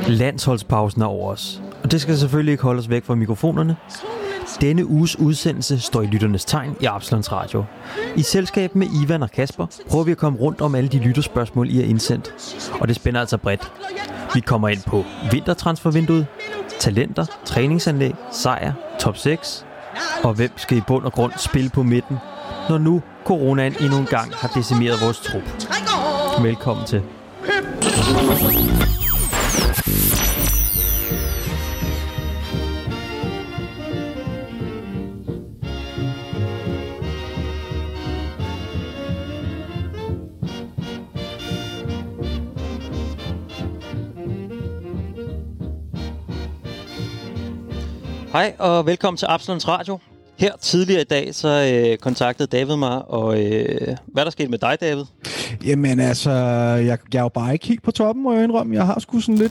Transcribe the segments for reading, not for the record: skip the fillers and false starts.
Landsholdspausen er over os, og det skal selvfølgelig ikke holde os væk fra mikrofonerne. Denne uges udsendelse står i lytternes tegn i Absalons Radio. I selskab med Ivan og Kasper prøver vi at komme rundt om alle de lytterspørgsmål, I har indsendt. Og det spænder altså bredt. Vi kommer ind på vintertransfervinduet, talenter, træningsanlæg, sejr, top 6. Og hvem skal i bund og grund spille på midten, når nu coronaen endnu en gang har decimeret vores trup. Velkommen til. Hej og velkommen til Absalons Radio. Her tidligere i dag, så kontaktede David mig, og hvad der skete med dig, David? Jamen altså, jeg er jo bare ikke helt på toppen, må jeg indrømme. Jeg har sgu sådan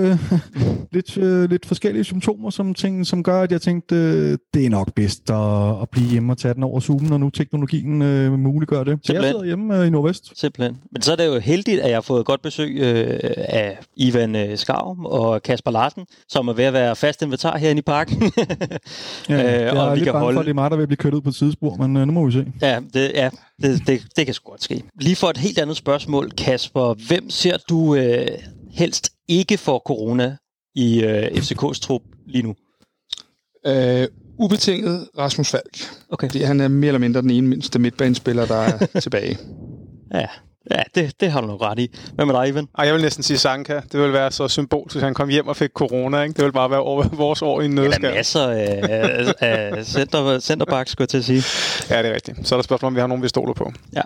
lidt forskellige symptomer, som gør, at jeg tænkte, det er nok bedst at blive hjemme og tage den over Zoom, når nu teknologien muliggør det. Så jeg sidder hjemme i Nordvest. Simpelthen. Men så er det jo heldigt, at jeg har fået godt besøg af Ivan Skarv og Kasper Larsen, som er ved at være fast inventar herinde i parken. Jeg er lidt bange for, at det er mig, der vil blive kørt ud på et sidespor, men nu må vi se. Ja, det kan sgu godt ske. Lige for et helt andet spørgsmål, Kasper. Hvem ser du helst ikke får corona i FCK's trup lige nu? Ubetinget Rasmus Falk. Okay. Fordi han er mere eller mindre den ene mindste midtbanespiller, der er tilbage. Ja, det har du nok ret i. Hvad med dig, Ivan? Jeg vil næsten sige Sanka. Det vil være så symbolisk, hvis han kom hjem og fik corona. Ikke? Det vil bare være vores år i en nødskal. Der er masser af centerbacks, skulle jeg til at sige. Ja, det er rigtigt. Så er der spørgsmål, om vi har nogen, vi stoler på. Ja.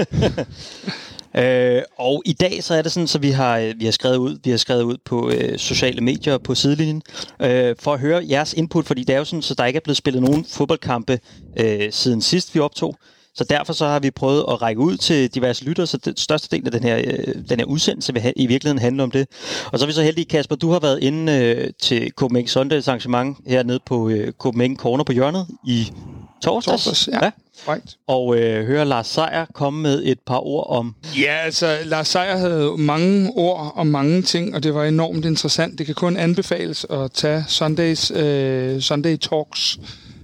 Og i dag så er det sådan, så vi har skrevet ud på sociale medier på sidelinjen for at høre jeres input, fordi det er jo sådan, så der ikke er blevet spillet nogen fodboldkampe siden sidst vi optog. Så derfor så har vi prøvet at række ud til diverse lyttere, så den største del af den her udsendelse vil i virkeligheden handle om det. Og så er vi så heldige, Kasper, du har været inde til Copenhagen Sundays arrangement hernede på Copenhagen Corner på hjørnet i torsdags. Ja. Right. Og hører Lars Seier komme med et par ord om... Ja, altså Lars Seier havde mange ord om mange ting, og det var enormt interessant. Det kan kun anbefales at tage Sunday Talks.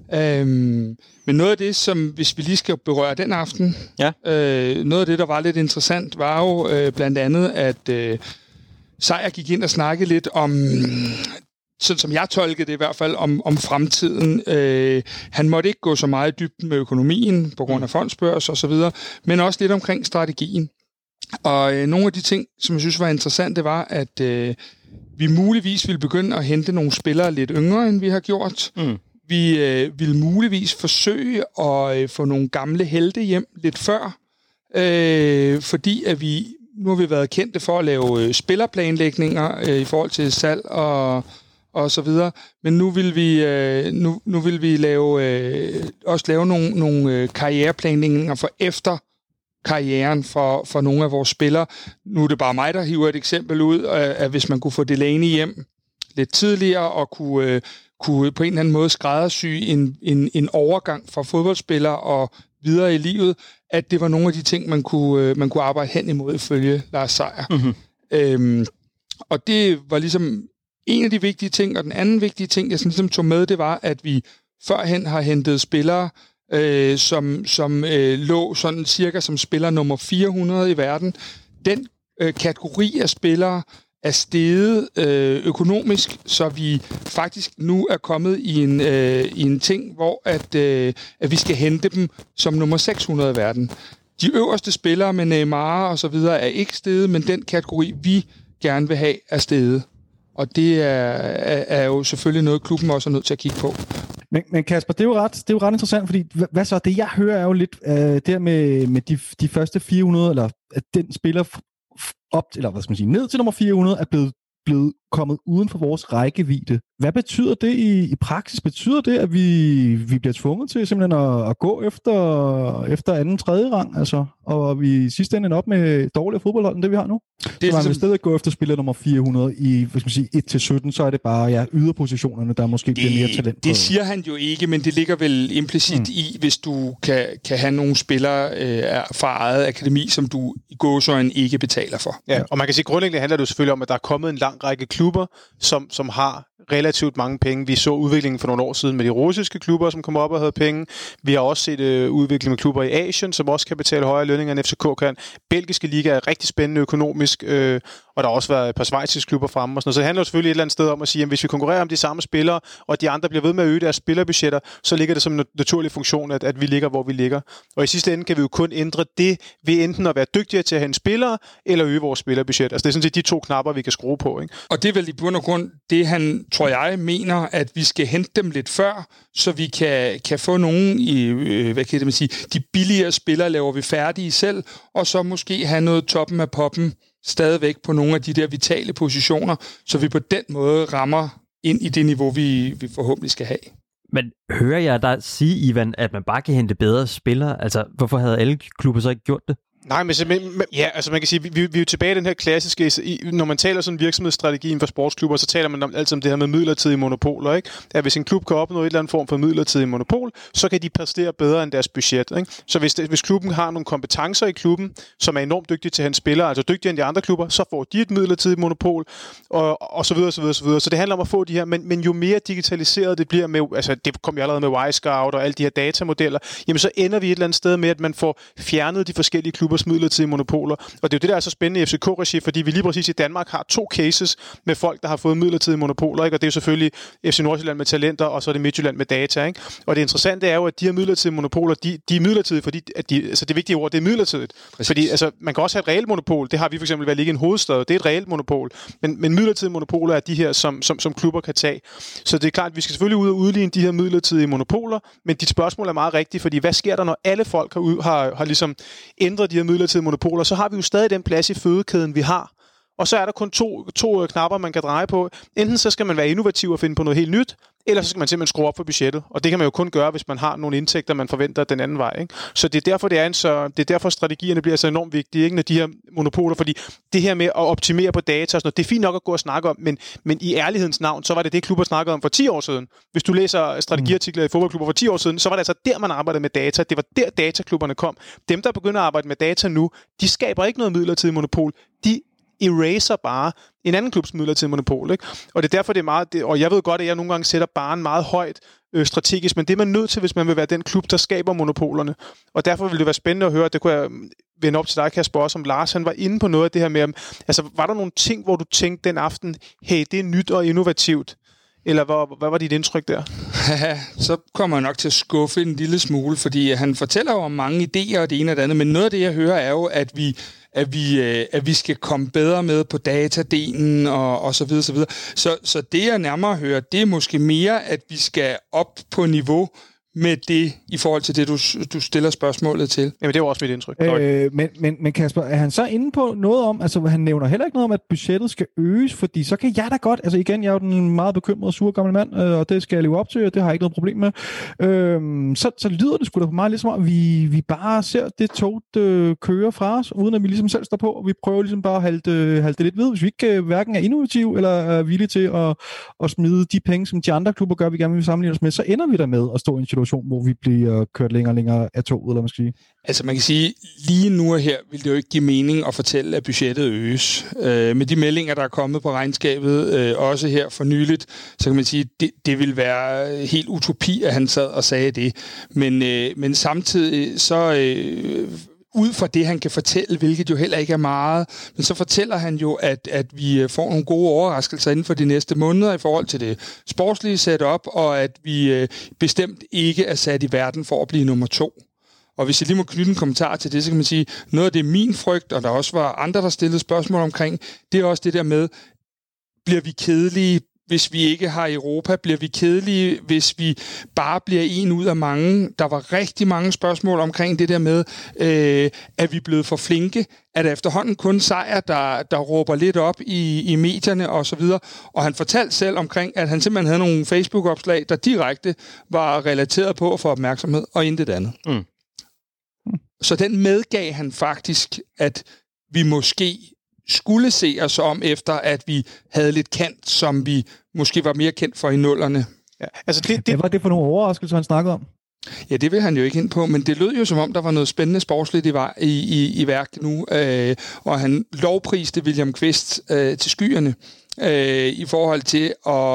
Men noget af det, som hvis vi lige skal berøre den aften, noget af det, der var lidt interessant, var jo blandt andet, at Seier gik ind og snakkede lidt om, sådan som jeg tolkede det i hvert fald, om fremtiden. Han måtte ikke gå så meget i dybden med økonomien på grund af fondsbørs og så videre, men også lidt omkring strategien. Og nogle af de ting, som jeg synes var interessante, var, at vi muligvis ville begynde at hente nogle spillere lidt yngre, end vi har gjort. Vi vil muligvis forsøge at få nogle gamle helte hjem lidt før, fordi at nu har vi været kendte for at lave spillerplanlægninger i forhold til salg og så videre, men nu vil vi også lave nogle karriereplanlægninger for efter karrieren for nogle af vores spillere. Nu er det bare mig, der hiver et eksempel ud, at hvis man kunne få Delaney hjem lidt tidligere og kunne på en eller anden måde skræddersy en overgang fra fodboldspillere og videre i livet, at det var nogle af de ting, man kunne arbejde hen imod ifølge Lars Seier. Mm-hmm. Og det var ligesom en af de vigtige ting, og den anden vigtige ting, jeg ligesom tog med, det var, at vi førhen har hentet spillere, som lå sådan cirka som spiller nummer 400 i verden. Den kategori af spillere er steget økonomisk, så vi faktisk nu er kommet i en ting, hvor at vi skal hente dem som nummer 600 i verden. De øverste spillere med Neymar og så videre er ikke steget, men den kategori, vi gerne vil have, er steget. Og det er jo selvfølgelig noget, klubben også er nødt til at kigge på. Men Kasper, det er jo ret interessant, fordi hvad så? Det jeg hører er jo lidt der med de første 400, eller at den spiller op, eller hvad skal man sige, ned til nummer 400 er blevet kommet uden for vores rækkevidde hvad betyder det i praksis? Betyder det, at vi bliver tvunget til simpelthen at gå efter anden, tredje rang, altså, og vi i sidste ende ender op med dårligere fodboldhold end det, vi har nu? Det så man vil stadig gå efter spiller nummer 400 i, hvad skal man sige, 1-17, så er det bare yderpositionerne, der måske bliver mere talent. Det siger han jo ikke, men det ligger vel implicit i, hvis du kan have nogle spillere fra eget akademi, som du i gåseøjne ikke betaler for. Ja, og man kan sige, grundlæggende handler det jo selvfølgelig om, at der er kommet en lang række klubber, som har relativt mange penge. Vi så udviklingen for nogle år siden med de russiske klubber, som kom op og havde penge. Vi har også set udvikling med klubber i Asien, som også kan betale højere lønninger end FCK kan. Belgiske liga er rigtig spændende økonomisk, og der har også været et par schweiziske klubber fremme og sådan noget. Så det handler jo selvfølgelig et eller andet sted om at sige, at hvis vi konkurrerer om de samme spillere, og de andre bliver ved med at øge deres spillerbudgetter, så ligger det som en naturlig funktion, at vi ligger, hvor vi ligger. Og i sidste ende kan vi jo kun ændre det ved enten at være dygtigere til at hente spillere, eller øge vores spillerbudget. Altså det er sådan set de to knapper, vi kan skrue på, ikke? Og det er vel i bund og grund det, han, tror jeg, mener, at vi skal hente dem lidt før, så vi kan få nogen i, hvad kan man sige, de billigere spillere laver vi færdige selv, og så måske have noget toppen af poppen stadigvæk på nogle af de der vitale positioner, så vi på den måde rammer ind i det niveau, vi forhåbentlig skal have. Men hører jeg dig sige, Ivan, at man bare kan hente bedre spillere? Altså, hvorfor havde alle klubber så ikke gjort det? Nej, men ja, altså man kan sige, vi er jo tilbage i den her klassiske, når man taler sådan virksomhedsstrategien for sportsklubber, så taler man altid om det her med midlertidige monopoler, ikke? At hvis en klub kan opnå et eller andet form for midlertidig monopol, så kan de præstere bedre end deres budget, ikke? Så hvis klubben har nogle kompetencer i klubben, som er enormt dygtige til at hente spillere, altså dygtigere end de andre klubber, så får de et midlertidigt monopol, og så videre, så videre, så videre. Så det handler om at få de her, men jo mere digitaliseret det bliver med, altså det kom jo allerede med Y-Scout og alle de her datamodeller, jamen så ender vi et eller andet sted med, at man får fjernet de forskellige klubber midlertidige monopoler. Og det er jo det, der er så spændende i FCK-regi, fordi vi lige præcis i Danmark har 2 cases med folk, der har fået midlertidige monopoler, ikke? Og det er jo selvfølgelig FC Nordsjælland med talenter, og så er det Midtjylland med data, ikke? Og det interessante er jo, at de her midlertidige monopoler, de er midlertidige, fordi at altså det vigtige ord, det er midlertidigt. Præcis. Fordi altså, man kan også have et reelt monopol. Det har vi for eksempel været lige i en hovedstad. Det er et reelt monopol. Men midlertidige monopoler er de her, som klubber kan tage. Så det er klart, at vi skal selvfølgelig ud og udligne de her midlertidige monopoler, men dit spørgsmål er meget rigtigt, fordi hvad sker der, når alle folk har ligesom ændret de her midlertidige monopoler, så har vi jo stadig den plads i fødekæden, vi har. Og så er der kun to knapper, man kan dreje på. Enten så skal man være innovativ og finde på noget helt nyt, eller så skal man simpelthen skrue op for budgettet. Og det kan man jo kun gøre, hvis man har nogle indtægter, man forventer den anden vej, ikke? Så det er derfor, det er derfor strategierne bliver så enormt vigtige, ikke? Når de her monopoler, fordi det her med at optimere på data og sådan noget, det er fint nok at gå og snakke om, men i ærlighedens navn, så var det klubber snakkede om for 10 år siden. Hvis du læser strategiartikler i fodboldklubber for 10 år siden, så var det altså der, man arbejdede med data. Det var der, dataklubberne kom. Dem, der begynder at arbejde med data nu, de skaber ikke noget midlertidigt monopol. De eraser bare en anden klubs midlertidige monopol, ikke? Og det er derfor, det er meget... Og jeg ved godt, at jeg nogle gange sætter barren meget højt strategisk, men det er man nødt til, hvis man vil være den klub, der skaber monopolerne. Og derfor vil det være spændende at høre, at det kunne jeg vende op til dig, Kasper, også om Lars, han var inde på noget af det her med... Altså, var der nogle ting, hvor du tænkte den aften, hey, det er nyt og innovativt? Eller hvad var dit indtryk der? Så kommer jeg nok til at skuffe en lille smule, fordi han fortæller jo om mange idéer og det ene og det andet, men noget af det, jeg hører, er jo, at vi skal komme bedre med på datadelen og så videre, så videre. Så det, jeg nærmere hører, det er måske mere, at vi skal op på niveau med det, i forhold til det, du stiller spørgsmålet til. Jamen, det var også mit indtryk. Men Kasper, er han så inde på noget om, altså han nævner heller ikke noget om, at budgettet skal øges, fordi så kan jeg da godt, altså igen, jeg er jo den meget bekymrede, sure gamle mand, og det skal jeg leve op til, og det har jeg ikke noget problem med. Så lyder det sgu da på mig ligesom om, vi bare ser det tog køre fra os, uden at vi ligesom selv står på, og vi prøver ligesom bare at halte det lidt ved, hvis vi ikke hverken er innovative, eller er villige til at smide de penge, som de andre klubber gør, vi gerne vil sammenligne os med, så ender vi der med at stå i en situation, hvor vi bliver kørt længere og længere af toget, eller man skal sige. Altså man kan sige, lige nu og her vil det jo ikke give mening at fortælle, at budgettet øges. Med de meldinger, der er kommet på regnskabet, også her for nyligt, så kan man sige, det vil være helt utopi, at han sad og sagde det. Men samtidig så... ud fra det, han kan fortælle, hvilket jo heller ikke er meget, men så fortæller han jo, at vi får nogle gode overraskelser inden for de næste måneder i forhold til det sportslige setup, og at vi bestemt ikke er sat i verden for at blive nummer 2. Og hvis jeg lige må knytte en kommentar til det, så kan man sige, noget af det min frygt, og der også var andre, der stillede spørgsmål omkring, det er også det der med, bliver vi kedelige hvis vi ikke har Europa? Bliver vi kedelige, hvis vi bare bliver en ud af mange? Der var rigtig mange spørgsmål omkring det der med, er vi blevet for flinke? Er der efterhånden kun Sejer, der råber lidt op i medierne og så videre? Og han fortalte selv omkring, at han simpelthen havde nogle Facebook-opslag, der direkte var relateret på at få opmærksomhed, og intet andet. Mm. Så den medgav han faktisk, at vi måske skulle se os om efter, at vi havde lidt kant, som vi måske var mere kendt for i nullerne. Ja, altså hvad var det for nogle overraskelser, han snakkede om? Ja, det vil han jo ikke ind på, men det lød jo som om, der var noget spændende sportsligt i værk nu, og han lovpriste William Kvist til skyerne i forhold til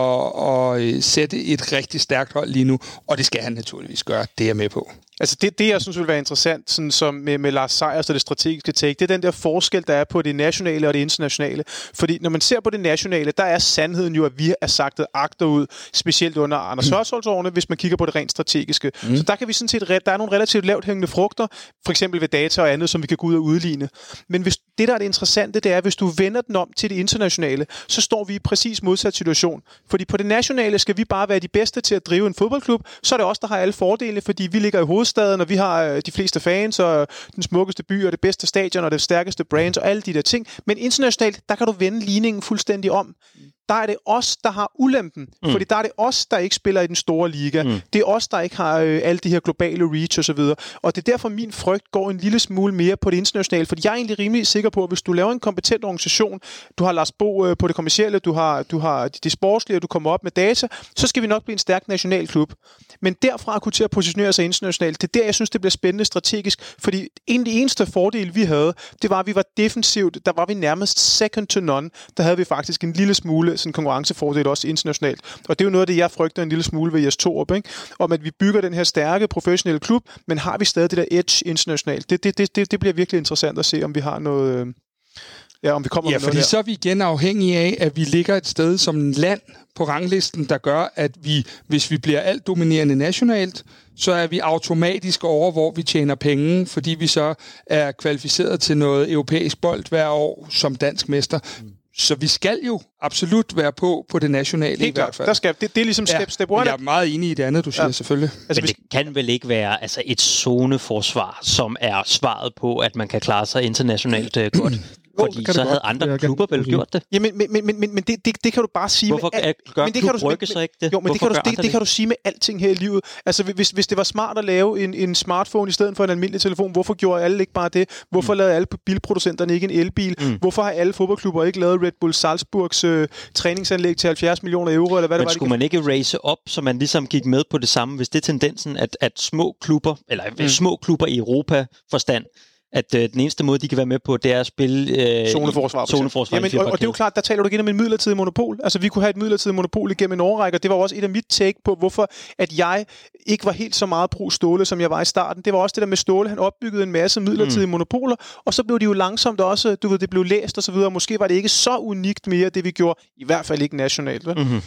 at sætte et rigtig stærkt hold lige nu, og det skal han naturligvis gøre, det er jeg med på. Altså det jeg synes vil være interessant, sådan som med Lars Seiers og det strategiske take, det er den der forskel, der er på det nationale og det internationale. Fordi når man ser på det nationale, der er sandheden jo, at vi er sagtet agterud, specielt under Anders Hørsholz-årene, hvis man kigger på det rent strategiske. Så der kan vi sådan set, der er nogle relativt lavt hængende frugter, for eksempel ved data og andet, som vi kan gå ud og udligne. Men hvis det, der er det interessante, det er, hvis du vender den om til det internationale, så står vi i præcis modsat situation. Fordi på det nationale skal vi bare være de bedste til at drive en fodboldklub, så er det os, der har alle fordelene, fordi vi ligger i hovedstaden, og vi har de fleste fans, og den smukkeste by, og det bedste stadion, og det stærkeste brands, og alle de der ting. Men internationalt, der kan du vende ligningen fuldstændig om. Der er det os, der har ulempen. Fordi der er det os, der ikke spiller i den store liga. Det er os, der ikke har alle de her globale reach og så videre. Og det er derfor, min frygt går en lille smule mere på det internationale. Fordi jeg er egentlig rimelig sikker på, at hvis du laver en kompetent organisation, du har Lars Bo på det kommercielle, du har det sportslige, og du kommer op med data, så skal vi nok blive en stærk nationalklub. Men derfra at kunne til at positionere sig internationalt, det er der, jeg synes, det bliver spændende strategisk. Fordi en af de eneste fordele, vi havde, det var, at vi var defensivt. Der var vi nærmest second to none. Der havde vi faktisk en lille smule sådan konkurrencefordel også internationalt. Og det er jo noget af det, jeg frygter en lille smule ved Jes Torup, ikke? Om at vi bygger den her stærke professionelle klub, men har vi stadig det der edge internationalt? Det bliver virkelig interessant at se, om vi har noget... om vi kommer med noget fordi der. Så er vi igen afhængige af, at vi ligger et sted som en land på ranglisten, der gør, at vi, hvis vi bliver alt dominerende nationalt, så er vi automatisk over, hvor vi tjener penge, fordi vi så er kvalificeret til noget europæisk bold hver år som dansk mester. Så vi skal jo absolut være på det nationale helt i hvert fald. Der skal, det er ligesom step one. Jeg er meget enig i det andet, du siger selvfølgelig. Men det kan vel ikke være et zoneforsvar, som er svaret på, at man kan klare sig internationalt godt? Fordi så havde andre klubber vel gjort det. Ja, men det kan du bare sige. Hvorfor gør Klub Brygge så ikke det? Jo, men det kan du sige med alting her i livet. Altså, hvis det var smart at lave en smartphone i stedet for en almindelig telefon, hvorfor gjorde alle ikke bare det? Hvorfor lavede alle bilproducenterne ikke en elbil? Hvorfor har alle fodboldklubber ikke lavet Red Bull Salzburgs træningsanlæg til 70 millioner euro? Eller hvad men det var, skulle man ikke race op, så man ligesom gik med på det samme, hvis det er tendensen, at små klubber, eller små klubber i Europa forstand, at den eneste måde, de kan være med på, det er at spille zoneforsvar. Jamen, og det er jo klart, der taler du igen om en midlertidig monopol. Altså, vi kunne have et midlertidigt monopol igennem en årrække, og det var også et af mit take på, hvorfor at jeg ikke var helt så meget pro Ståle, som jeg var i starten. Det var også det der med Ståle, han opbyggede en masse midlertidige monopoler, og så blev de jo langsomt også, det blev læst og så videre. Måske var det ikke så unikt mere, det vi gjorde, i hvert fald ikke nationalt.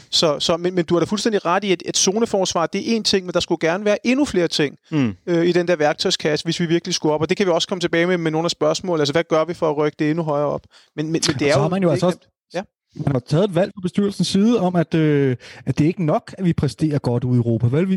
Men du har da fuldstændig ret i, at et zoneforsvar, det er én ting, men der skulle gerne være endnu flere ting i den der værktøjskasse, hvis vi virkelig skulle op, og det kan vi også komme tilbage med nogle af spørgsmål. Altså, hvad gør vi for at rykke det endnu højere op? Men det er så jo... har man jo altså også... Man har taget et valg på bestyrelsens side om, at det ikke er nok, at vi præsterer godt ude i Europa. Vel?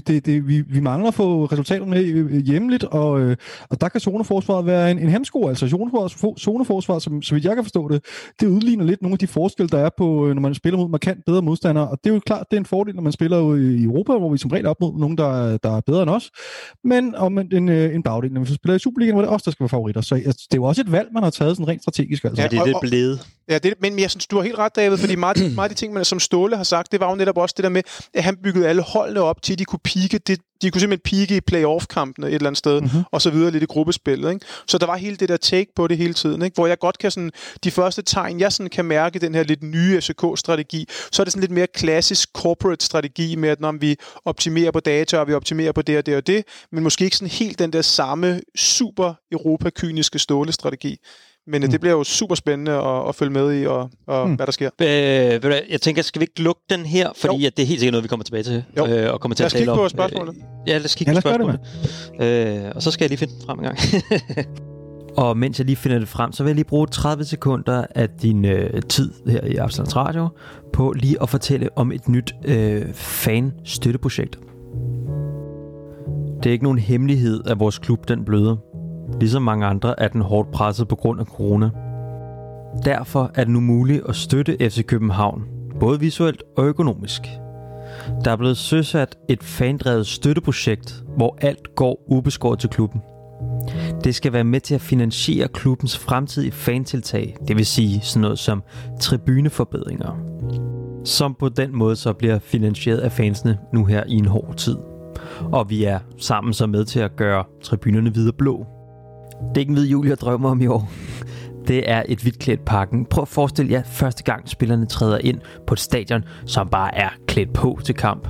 Vi mangler at få resultaterne med hjemligt, og der kan zoneforsvaret være en hemsko. Altså zoneforsvaret, så vidt jeg kan forstå det udligner lidt nogle af de forskelle, der er på, når man spiller mod markant bedre modstandere. Og det er jo klart, det er en fordel, når man spiller jo i Europa, hvor vi som regel er op mod nogen, der er bedre end os. Men om en bagdel, når vi spiller i Superligaen, hvor det er os, der skal være favoritter. Så det er jo også et valg, man har taget sådan rent strategisk. Altså. Ja, det er det blevet. Ja, men jeg synes, du har helt ret, David, fordi meget af de ting, man som Ståle har sagt, det var jo netop også det der med, at han byggede alle holdene op til, at de kunne peake. De kunne simpelthen peake i playoff-kampene et eller andet sted, og så videre lidt i gruppespillet. Ikke? Så der var hele det der take på det hele tiden, ikke? Hvor jeg godt kan sådan, de første tegn, jeg sådan kan mærke den her lidt nye FCK-strategi, så er det sådan lidt mere klassisk corporate-strategi med, at når vi optimerer på data, og vi optimerer på det og det og det, men måske ikke sådan helt den der samme super Europa-kyniske Ståle-strategi. Men det bliver jo super spændende at følge med i, og hvad der sker. Jeg tænker, skal vi ikke lukke den her? Fordi at det er helt sikkert noget, vi kommer tilbage til. Og kommer til at tale om. Lad os kigge på spørgsmålet. Lad os kigge på spørgsmålet. Og så skal jeg lige finde den frem en gang. Og mens jeg lige finder det frem, så vil jeg lige bruge 30 sekunder af din tid her i Absalons Radio på lige at fortælle om et nyt fan-støtteprojekt. Det er ikke nogen hemmelighed, at vores klub den bløder. Ligesom mange andre er den hårdt presset på grund af corona. Derfor er det nu muligt at støtte FC København, både visuelt og økonomisk. Der er blevet søsat et fandrevet støtteprojekt, hvor alt går ubeskåret til klubben. Det skal være med til at finansiere klubbens fremtidige fantiltag, det vil sige sådan noget som tribuneforbedringer, som på den måde så bliver finansieret af fansene nu her i en hård tid. Og vi er sammen så med til at gøre tribunerne videre blå. Det er ikke en hvid jul, jeg drømmer om i år. Det er et hvidklædt pakken. Prøv at forestille jer første gang spillerne træder ind på et stadion, som bare er klædt på til kamp.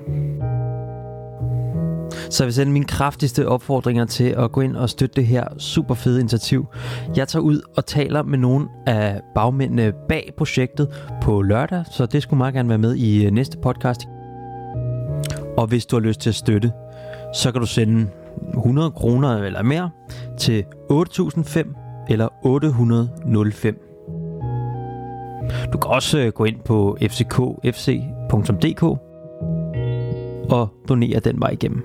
Så jeg vil sende mine kraftigste opfordringer til at gå ind og støtte det her super fede initiativ. Jeg tager ud og taler med nogle af bagmændene bag projektet på lørdag, så det skulle meget gerne være med i næste podcast. Og hvis du har lyst til at støtte, så kan du sende 100 kroner eller mere til 8.005 eller 805. Du kan også gå ind på fckfc.dk og donere den vej igennem.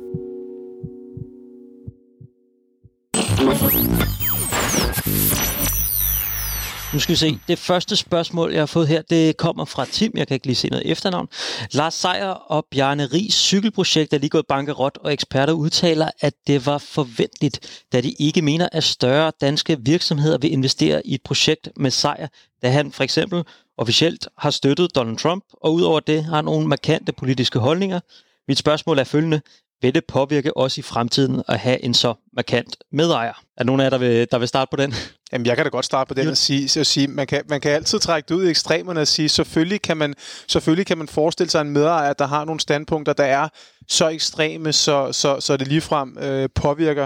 Nu skal vi se. Det første spørgsmål, jeg har fået her, det kommer fra Tim. Jeg kan ikke lige se noget efternavn. Lars Seier og Bjarne Riis cykelprojekt er lige gået bankerot, og eksperter udtaler, at det var forventeligt, da de ikke mener, at større danske virksomheder vil investere i et projekt med Seier, da han for eksempel officielt har støttet Donald Trump, og udover det har nogle markante politiske holdninger. Mit spørgsmål er følgende. Vil det påvirke os i fremtiden at have en så markant medejer? Er der nogen af jer, der vil starte på den? Jamen, jeg kan da godt starte på den og sige, man kan altid trække det ud i ekstremerne og sige, selvfølgelig kan man forestille sig en medejer, der har nogle standpunkter, der er så ekstreme, så det ligefrem påvirker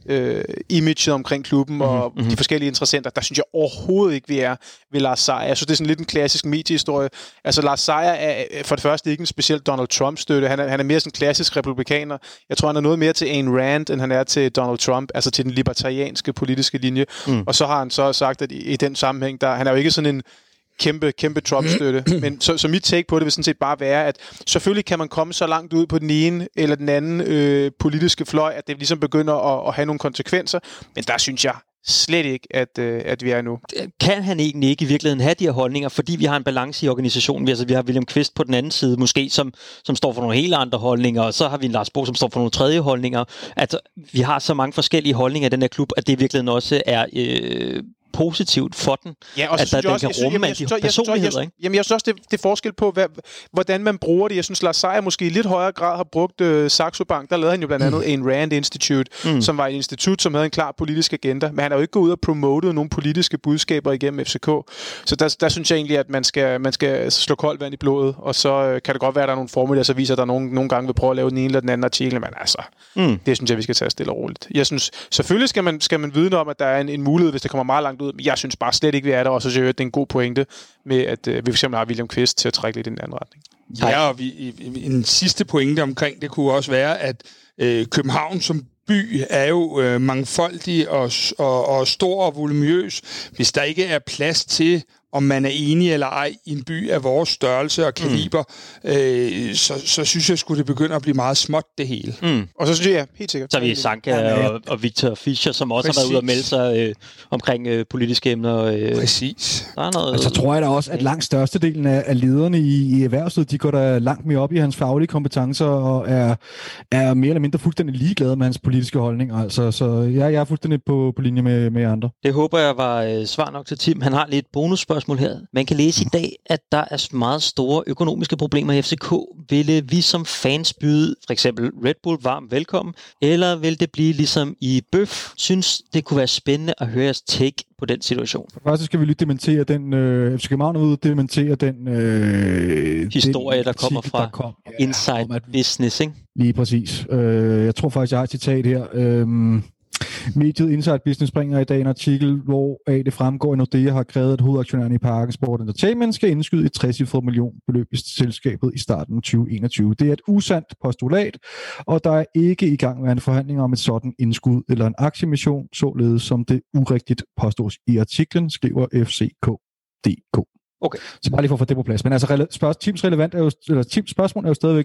imaget omkring klubben og de forskellige interessenter. Der synes jeg overhovedet ikke, vi er ved Lars Seier. Jeg synes, det er sådan lidt en klassisk mediehistorie. Altså, Lars Seier er for det første ikke en speciel Donald Trump-støtte. Han er mere sådan en klassisk republikaner. Jeg tror, han er noget mere til Ayn Rand, end han er til Donald Trump, altså til den libertarianske politiske linje. Og så har han så sagt, at i den sammenhæng, han er jo ikke sådan en kæmpe Trump-støtte. Men så mit take på det vil sådan set bare være, at selvfølgelig kan man komme så langt ud på den ene eller den anden politiske fløj, at det ligesom begynder at have nogle konsekvenser. Men der synes jeg slet ikke, at vi er nu. Kan han egentlig ikke i virkeligheden have de her holdninger, fordi vi har en balance i organisationen? Altså, vi har William Kvist på den anden side, måske, som står for nogle helt andre holdninger, og så har vi en Lars Bo, som står for nogle tredje holdninger. Altså, vi har så mange forskellige holdninger i den her klub, at det i virkeligheden også er positivt for den, ja, og at den kan rumme de personligheder. Jamen, jeg synes også, det er forskel på, hvordan man bruger det. Jeg synes, Lars Seier måske i lidt højere grad har brugt Saxo Bank. Der lavede han jo blandt andet Ayn Rand Institute, som var et institut, som havde en klar politisk agenda. Men han har jo ikke gået ud og promotet nogle politiske budskaber igennem FCK. Så der synes jeg egentlig, at man skal slå koldt vand i blodet, og så kan det godt være, at der er nogle formler, der viser, at der nogle gange vil prøve at lave den ene eller den anden artikel, men altså, det synes jeg, vi skal tage stille og roligt. Jeg synes, selvfølgelig skal man vide om, at der er en mulighed, hvis det kommer meget langt ud. Jeg synes bare slet ikke, vi er der, og så synes jeg, at det er en god pointe med, at vi for eksempel har William Kvist til at trække lidt i den anden retning. Ja, og en sidste pointe omkring det kunne også være, at København som by er jo mangfoldig og stor og voluminøs. Hvis der ikke er plads til, om man er enig eller ej i en by af vores størrelse og kaliber, så synes jeg, skulle det begynde at blive meget småt, det hele. Og så synes jeg, helt sikkert. Så er vi Sanka og Victor Fischer, som også har været ude og melde sig omkring politiske emner. Præcis. Der er noget. Og så tror jeg da også, at langt størstedelen af lederne i erhvervslivet, de går da langt mere op i hans faglige kompetencer og er mere eller mindre fuldstændig ligeglade med hans politiske holdninger. Altså, så jeg er fuldstændig på linje med andre. Det håber jeg var svar nok til Tim. Han har lidt bonusspørgsmål her. Man kan læse i dag, at der er meget store økonomiske problemer i FCK. Ville vi som fans byde for eksempel Red Bull varmt velkommen, eller vil det blive ligesom i Bøf? Synes det kunne være spændende at høre jeres take på den situation. Først skal vi lige dementere den FC København ud, dementere den historie, der kommer fra Inside Business, ikke? Lige præcis. Jeg tror faktisk, jeg har et citat her. Mediet Inside Business bringer i dag en artikel, hvor det fremgår, at Nordea har krævet, at hovedaktionærerne i Parken Sport Entertainment skal indskyde et 60-cifret millionbeløb i selskabet i starten af 2021. Det er et usandt postulat, og der er ikke i gang med en forhandling om et sådan indskud eller en aktiemission, således som det urigtigt påstås i artiklen, skriver FCK.dk. Okay. Så bare lige for at få det på plads. Men altså, Teams spørgsmål er jo stadigvæk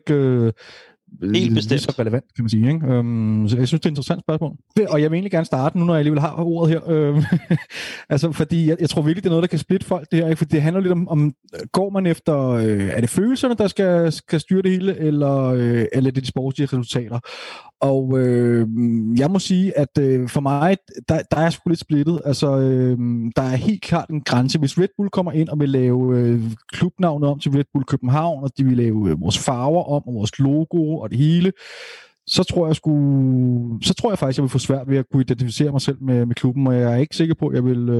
helt bestemt så relevant, kan man sige. Ikke? Så jeg synes, det er et interessant spørgsmål. Og jeg vil egentlig gerne starte nu, når jeg alligevel har ordet her. Altså, fordi jeg tror virkelig, det er noget, der kan splitte folk, det her. Ikke? Fordi det handler lidt om går man efter, er det følelserne, der skal styre det hele, eller er det de sportslige resultater? Og jeg må sige, at for mig, der er jeg sgu lidt splittet. Altså, der er helt klart en grænse. Hvis Red Bull kommer ind og vil lave klubnavnet om til Red Bull København, og de vil lave vores farver om, og vores logo og det hele, så tror jeg faktisk, jeg vil få svært ved at kunne identificere mig selv med klubben, og jeg er ikke sikker på,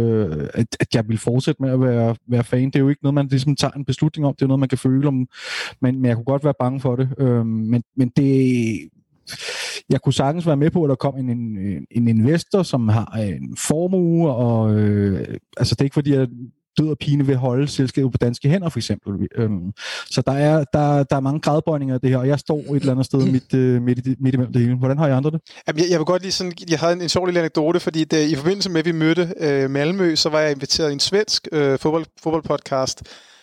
at jeg vil fortsætte med at være fan. Det er jo ikke noget, man ligesom tager en beslutning om. Det er noget, man kan føle om, men jeg kunne godt være bange for det. Men det... Jeg kunne sagtens være med på, at der kom en investor, som har en formue, og altså det er ikke fordi, jeg død og pine vil holde selskabet på danske hænder, for eksempel. Så der er mange gradbøjninger af det her, og jeg står et eller andet sted midt imellem det hele. Hvordan har I andre det? Jamen, jeg vil godt lige sådan, jeg havde en sjov lille anekdote, fordi i forbindelse med, at vi mødte Malmø, så var jeg inviteret i en svensk fodboldpodcast,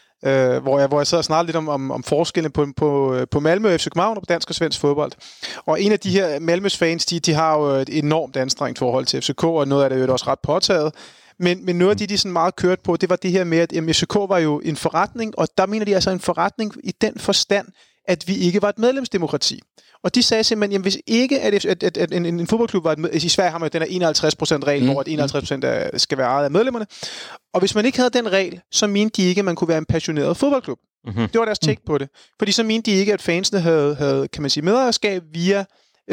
hvor jeg sad og snakkede lidt om forskellen på Malmø og FC København og på dansk og svensk fodbold. Og en af de her Malmøs fans, de har jo et enormt anstrengt forhold til FCK, og noget af det er jo også ret påtaget. Men noget af de sådan meget kørte på, det var det her med, at FCK var jo en forretning, og der mener de altså en forretning i den forstand, at vi ikke var et medlemsdemokrati. Og de sagde simpelthen, jamen hvis ikke at en fodboldklub var et medlem, i Sverige har man jo den her 51%-regel, hvor at 51% skal være ejet af medlemmerne. Og hvis man ikke havde den regel, så mente de ikke, at man kunne være en passioneret fodboldklub. Mm-hmm. Det var deres take på det. Fordi så mente de ikke, at fansene havde kan man sige, medejerskab via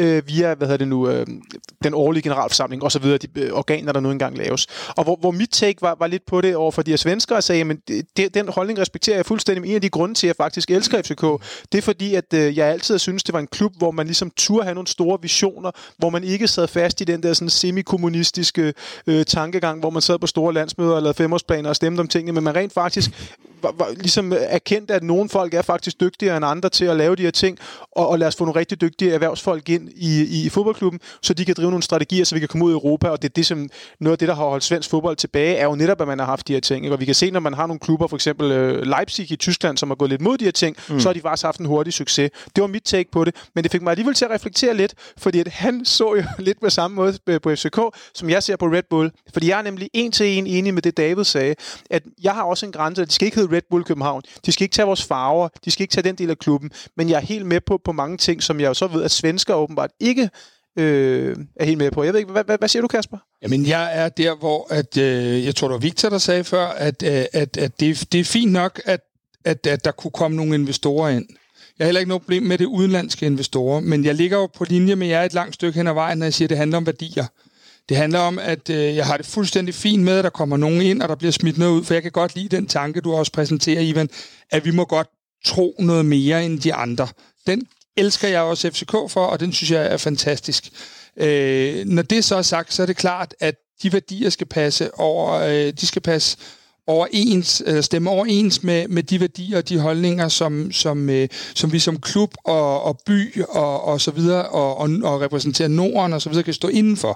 den årlige generalforsamling og så videre, de organer, der nu engang laves. Og hvor mit take var lidt på det over for de her svenskere, og sagde, jamen den holdning respekterer jeg fuldstændig. En af de grunde til, at jeg faktisk elsker FCK, det er fordi, at jeg altid synes, det var en klub, hvor man ligesom turde have nogle store visioner, hvor man ikke sad fast i den der sådan semi-kommunistiske tankegang, hvor man sad på store landsmøder og lavede femårsplaner og stemte om tingene, men man rent faktisk ligesom erkendte, at nogle folk er faktisk dygtigere end andre til at lave de her ting, og lad os få nogle rigtig dygtige erhvervsfolk ind i fodboldklubben, så de kan drive nogle strategier, så vi kan komme ud i Europa, og det er det, som noget af det, der har holdt svensk fodbold tilbage, er jo netop, at man har haft de her ting. Ikke? Og vi kan se, når man har nogle klubber, for eksempel Leipzig i Tyskland, som har gået lidt mod de her ting, så har de faktisk haft en hurtig succes. Det var mit take på det, men det fik mig alligevel til at reflektere lidt, fordi at han så jo lidt på samme måde på FCK, som jeg ser på Red Bull. Fordi jeg er nemlig en til en enig med det, David sagde, at jeg har også en grænse, at de skal ikke hedde Red Bull København, de skal ikke tage vores farver, de skal ikke tage den del af klubben, men jeg er helt med på mange ting, som jeg jo så ved, at svensker åbenbart ikke er helt med på. Jeg ved ikke, hvad siger du, Kasper? Jamen, jeg er der, hvor at, jeg tror, det var Victor, der sagde før, at det er fint nok, at der kunne komme nogle investorer ind. Jeg har heller ikke noget problem med det udenlandske investorer, men jeg ligger jo på linje med jer et langt stykke hen ad vejen, når jeg siger, at det handler om værdier. Det handler om, at jeg har det fuldstændig fint med, at der kommer nogen ind, og der bliver smidt noget ud, for jeg kan godt lide den tanke, du også præsenterer, Ivan, at vi må godt tro noget mere end de andre. Den elsker jeg også FCK for, og den synes jeg er fantastisk. Når det så er sagt, så er det klart, at de værdier skal passe over, de skal passe overens, stemme overens med de værdier og de holdninger, som vi som klub og by og så videre, og repræsenterer Norden og så videre, kan stå indenfor.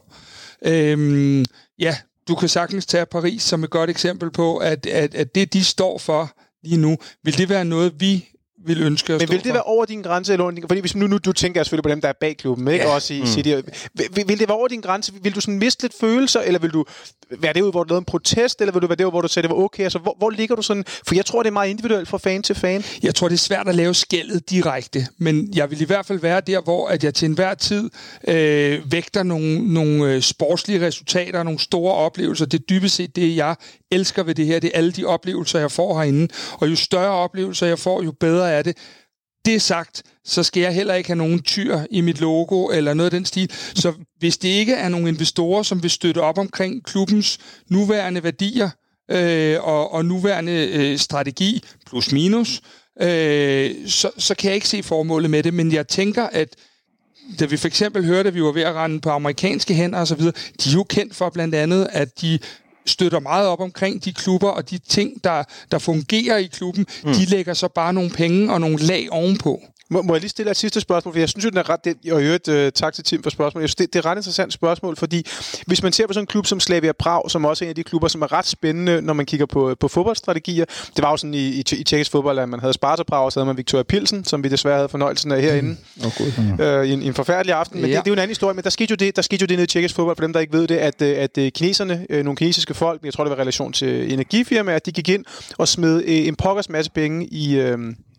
Ja, du kan sagtens tage Paris som et godt eksempel på, at det, de står for lige nu, vil det være noget, vi vil ønske at stå for? Men vil det være over din grænse, eller fordi hvis nu du tænker selvfølgelig på dem, der er bag klubben, ikke? Ja. Også i City. Vil det være over din grænse? Vil du sådan miste lidt følelser, eller vil du være derude, hvor du lavede en protest, eller vil du være derude, hvor du sagde, det var okay? Altså, hvor ligger du sådan? For jeg tror, det er meget individuelt fra fan til fan. Jeg tror, det er svært at lave skellet direkte, men jeg vil i hvert fald være der, hvor at jeg til enhver tid vægter nogle sportslige resultater, nogle store oplevelser. Det er dybest set det, jeg elsker ved det her. Det er alle de oplevelser, jeg får herinde. Og jo større oplevelser jeg får, jo bedre er det. Det sagt, så skal jeg heller ikke have nogen tyr i mit logo eller noget af den stil. Så hvis det ikke er nogle investorer, som vil støtte op omkring klubbens nuværende værdier og nuværende strategi, plus minus, så kan jeg ikke se formålet med det. Men jeg tænker, at da vi for eksempel hørte, at vi var ved at rende på amerikanske hænder og så videre, de er jo kendt for blandt andet, at de støtter meget op omkring de klubber, og de ting, der fungerer i klubben, de lægger så bare nogle penge og nogle lag ovenpå. Må jeg lige stille et sidste spørgsmål, for jeg synes jo, den er ret... Og i øvrigt, tak til Tim for spørgsmålet. Jeg synes, det er et ret interessant spørgsmål, fordi hvis man ser på sådan en klub som Slavia Prag, som også er en af de klubber, som er ret spændende, når man kigger på fodboldstrategier. Det var jo sådan i tjekkisk fodbold, at man havde Sparta Prag, og så havde man Viktoria Pilsen, som vi desværre havde fornøjelsen af herinde. I en forfærdelig aften. Men det er jo en anden historie. Men der skete jo det nede i tjekkisk fodbold, for dem, der ikke ved det, at kineserne, nogle kinesiske folk, jeg tror, det var i relation til energifirmaer, de gik ind og smed en pokkers masse penge i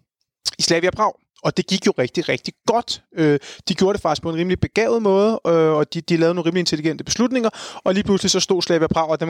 Slavia Prag. Og det gik jo rigtig, rigtig godt. De gjorde det faktisk på en rimelig begavet måde, og de lavede nogle rimelig intelligente beslutninger, og lige pludselig så stod Slavia Prag, og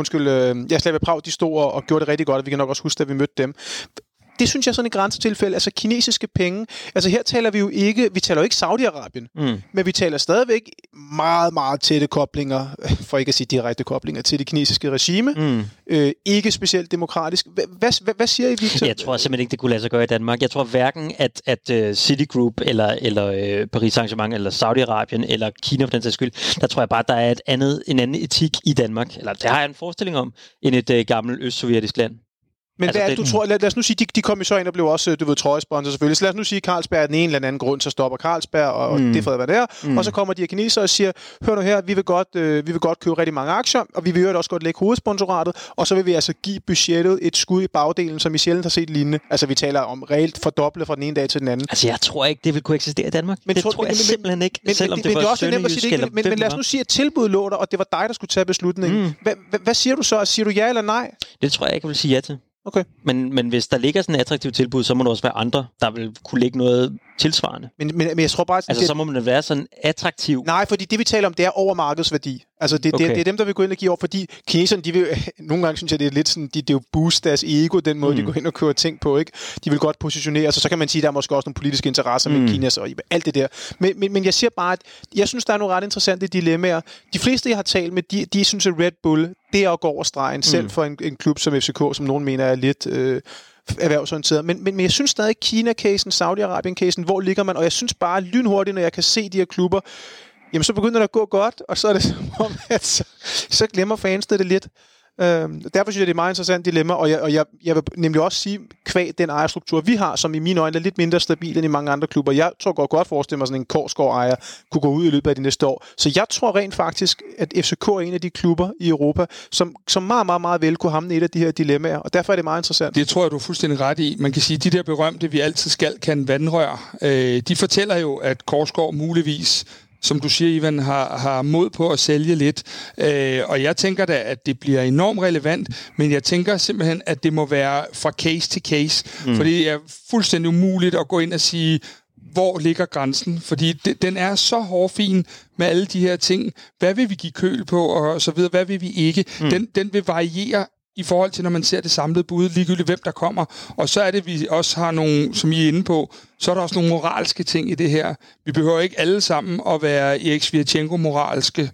Slavia Prag, de stod og gjorde det rigtig godt, og vi kan nok også huske, at vi mødte dem. Det synes jeg er sådan et grænsetilfælde. Altså kinesiske penge. Altså her taler vi jo ikke Saudi-Arabien, men vi taler stadigvæk meget, meget tætte koblinger, for ikke at sige direkte koblinger, til det kinesiske regime. Ikke specielt demokratisk. Hvad siger I, Victor? Jeg tror simpelthen ikke, det kunne lade sig gøre i Danmark. Jeg tror hverken, at Citigroup, eller Paris Saint-Germain, eller Saudi-Arabien, eller Kina for den sags skyld, der tror jeg bare, der er en anden etik i Danmark. Eller det har jeg en forestilling om, end et gammelt østsovjetisk land. Men altså, hvad er det, du tror? Lad os nu sige, de kom jo så ind og blev også, trøjesponsor selvfølgelig. Så lad os nu sige, at Carlsberg er den ene eller anden grund, så stopper Carlsberg, og det får hvad det er. Og så kommer de her kinesere og siger, hør nu her, vi vil godt købe rigtig mange aktier, og vi vil jo også godt lægge hovedsponsoratet, og så vil vi altså give budgettet et skud i bagdelen, som I sjældent har set lignende. Altså vi taler om reelt fordoble fra den ene dag til den anden. Altså jeg tror ikke, det vil kunne eksistere i Danmark. Men det tror jeg simpelthen ikke, selvom det var sønderjysk eller men lad os nu sige, at tilbuddet lå der, og det var dig, der skulle tage beslutningen. Hvad siger du så? Siger du ja eller nej? Det tror jeg ikke, jeg vil sige ja til. Okay. Men hvis der ligger sådan et attraktivt tilbud, så må der også være andre, der vil kunne lægge noget tilsvarende. Men jeg tror bare... Altså, så må man være sådan attraktiv. Nej, fordi det vi taler om, det er over markedsværdi. Altså, det er dem, der vil gå ind og give over, fordi kineserne, de vil... Nogle gange synes jeg, det er lidt sådan... Det er jo boost deres ego, den måde, de går ind og kører ting på, ikke? De vil godt positionere sig. Så kan man sige, der er måske også nogle politiske interesser med Kinas og alt det der. Men jeg siger bare, at jeg synes, der er nogle ret interessante dilemmaer. De fleste, jeg har talt med, de synes, at Red Bull, det er at gå over stregen, selv for en klub som FCK, som nogen mener er lidt... erhvervsorienteret. Men jeg synes stadig Kina-casen, Saudi-Arabien-casen, hvor ligger man? Og jeg synes bare lynhurtigt, når jeg kan se de her klubber, jamen så begynder det at gå godt, og så er det som om, at så glemmer fans det lidt. Derfor synes jeg, det er et meget interessant dilemma, og jeg vil nemlig også sige, kvæg den ejerstruktur, vi har, som i mine øjne er lidt mindre stabil end i mange andre klubber. Jeg tror godt forestille mig, sådan en Korsgaard-ejer kunne gå ud i løbet af de næste år. Så jeg tror rent faktisk, at FCK er en af de klubber i Europa, som meget, meget, meget vel kunne hamne i et af de her dilemmaer, og derfor er det meget interessant. Det tror jeg, du er fuldstændig ret i. Man kan sige, at de der berømte, vi altid skal kan vandrør, de fortæller jo, at Korsgaard muligvis, som du siger, Ivan, har mod på at sælge lidt. Og jeg tænker da, at det bliver enormt relevant, men jeg tænker simpelthen, at det må være fra case til case. Fordi det er fuldstændig umuligt at gå ind og sige, hvor ligger grænsen? Fordi den er så hårfin med alle de her ting. Hvad vil vi give køl på, og så videre? Hvad vil vi ikke? Den vil variere i forhold til, når man ser det samlede bud, ligegyldigt hvem der kommer. Og så er det, vi også har nogle, som I er inde på, så er der også nogle moralske ting i det her. Vi behøver ikke alle sammen at være Erik Svirchenko-moralske,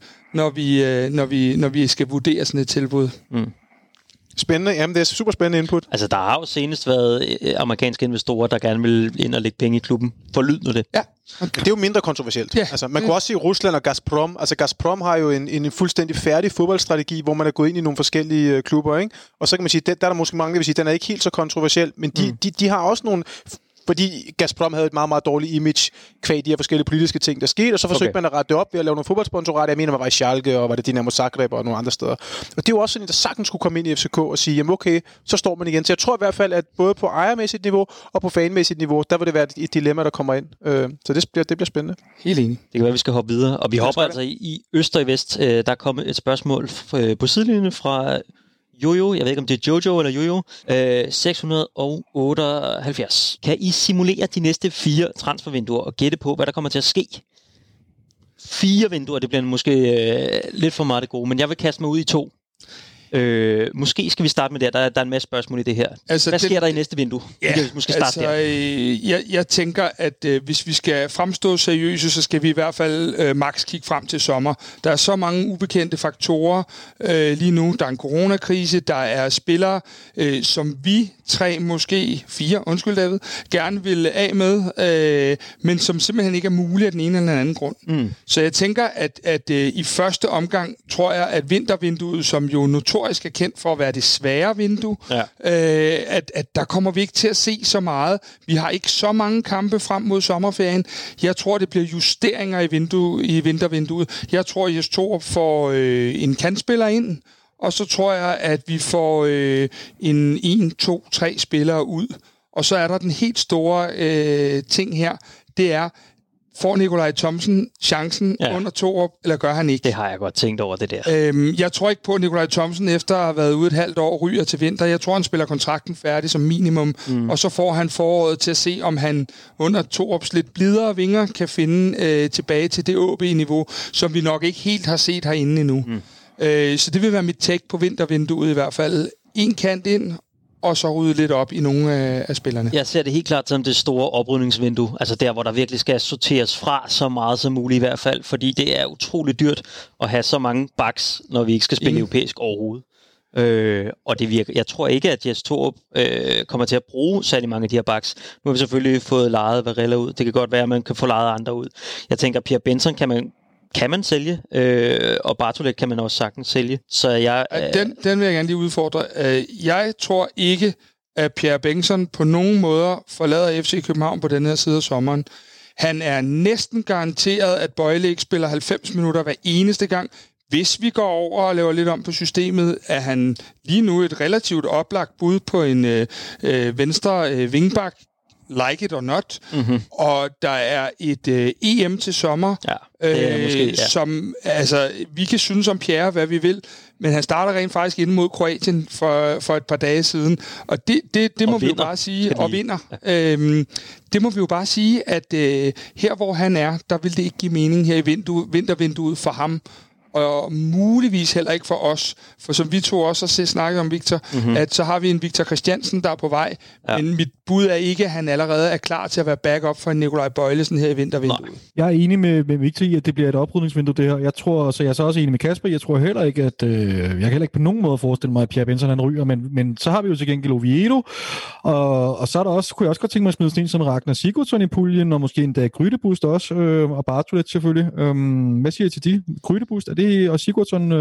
når vi skal vurdere sådan et tilbud. Spændende. Jamen, det er super spændende input. Altså, der har jo senest været amerikanske investorer, der gerne vil ind og lægge penge i klubben. Forlydende det. Ja, okay. Det er jo mindre kontroversielt. Yeah. Altså, man kunne også sige Rusland og Gazprom. Altså, Gazprom har jo en fuldstændig færdig fodboldstrategi, hvor man er gået ind i nogle forskellige klubber, ikke? Og så kan man sige, der er der måske mange, der vil sige, den er ikke helt så kontroversiel, men de har også nogle... Fordi Gazprom havde et meget, meget dårligt image kvæg de her forskellige politiske ting, der skete, og så forsøgte man at rette det op ved at lave nogle fodboldsponsorater. Jeg mener, man var i Schalke, og var det Dinamo Zagreb og nogle andre steder. Og det er jo også sådan, der sagtens skulle komme ind i FCK og sige, jamen okay, så står man igen. Så jeg tror i hvert fald, at både på ejermæssigt niveau og på fanmæssigt niveau, der vil det være et dilemma, der kommer ind. Så det bliver spændende. Helt enig. Det kan være, at vi skal hoppe videre. Og vi hopper altså i øst og i vest. Der er kommet et spørgsmål på sidelinjen fra... Jojo, jeg ved ikke om det er Jojo eller Jojo, 678. Kan I simulere de næste 4 transfervinduer og gætte på, hvad der kommer til at ske? 4 vinduer, det bliver måske lidt for meget det gode, men jeg vil kaste mig ud i 2. Måske skal vi starte med det. Der er en masse spørgsmål i det her. Altså, hvad sker der i næste vindue? Ja, vi måske starte der. Jeg tænker, at hvis vi skal fremstå seriøse, så skal vi i hvert fald max kigge frem til sommer. Der er så mange ubekendte faktorer lige nu. Der er en coronakrise, der er spillere, som vi 3, måske 4, undskyld David, gerne vil af med, men som simpelthen ikke er muligt af den ene eller den anden grund. Så jeg tænker, at i første omgang tror jeg, at vintervinduet, som jo notorisk er kendt for at være det svære vindue, at der kommer vi ikke til at se så meget. Vi har ikke så mange kampe frem mod sommerferien. Jeg tror, det bliver justeringer i vintervinduet. Jeg tror, Jes Torup får en kantspiller ind, og så tror jeg, at vi får 1, 2, 3 spillere ud. Og så er der den helt store ting her, det er, får Nikolaj Thomsen chancen under Torup, eller gør han ikke? Det har jeg godt tænkt over, det der. Jeg tror ikke på, at Nikolaj Thomsen efter at have været ude et halvt år ryger til vinter. Jeg tror, han spiller kontrakten færdig som minimum, og så får han foråret til at se, om han under Torups lidt blidere vinger kan finde tilbage til det OB-niveau, som vi nok ikke helt har set herinde endnu. Så det vil være mit take på vintervinduet i hvert fald. En kant ind, og så rydde lidt op i nogle af spillerne. Jeg ser det helt klart som det store oprydningsvindue. Altså der, hvor der virkelig skal sorteres fra så meget som muligt i hvert fald. Fordi det er utroligt dyrt at have så mange backs, når vi ikke skal spille europæisk overhovedet. Og det virker. Jeg tror ikke, at Jes Torup kommer til at bruge særlig mange af de her backs. Nu har vi selvfølgelig fået lejet Varela ud. Det kan godt være, at man kan få lejet andre ud. Jeg tænker, at Pierre Benson kan man sælge, og Bartolet kan man også sagtens sælge. Så jeg, den vil jeg gerne lige udfordre. Jeg tror ikke, at Pierre Bengtsson på nogen måder forlader FC København på den her side af sommeren. Han er næsten garanteret, at Bøjle ikke spiller 90 minutter hver eneste gang. Hvis vi går over og laver lidt om på systemet, er han lige nu et relativt oplagt bud på en venstre vingbak, like it or not, og der er et EM til sommer, som, altså, vi kan synes om Pierre, hvad vi vil, men han starter rent faktisk ind mod Kroatien for et par dage siden, og det må vi jo bare sige, og vinder. Det må vi jo bare sige, at her hvor han er, der vil det ikke give mening her i vintervinduet for ham, og muligvis heller ikke for os, for som vi to også har snakket om, Victor, at så har vi en Victor Christiansen, der er på vej, men mit bud er ikke, at han allerede er klar til at være backup for en Nikolaj Bøjlesen her i vintervinduet. Jeg er enig med Victor i, at det bliver et oprydningsvindue, det her. Jeg tror, så jeg er så også enig med Kasper, jeg tror heller ikke, at jeg kan heller ikke på nogen måde forestille mig, at Pierre Benson han ryger, men så har vi jo til gengæld Oviedo, og så er der også, kunne jeg også godt tænke mig at smide sådan en som Ragnar Sigurdsson i puljen, og måske endda Grydebust også, og Bartolet selvfølgelig. Hvad siger I til de? Grydebust, er det og Sigurdsson,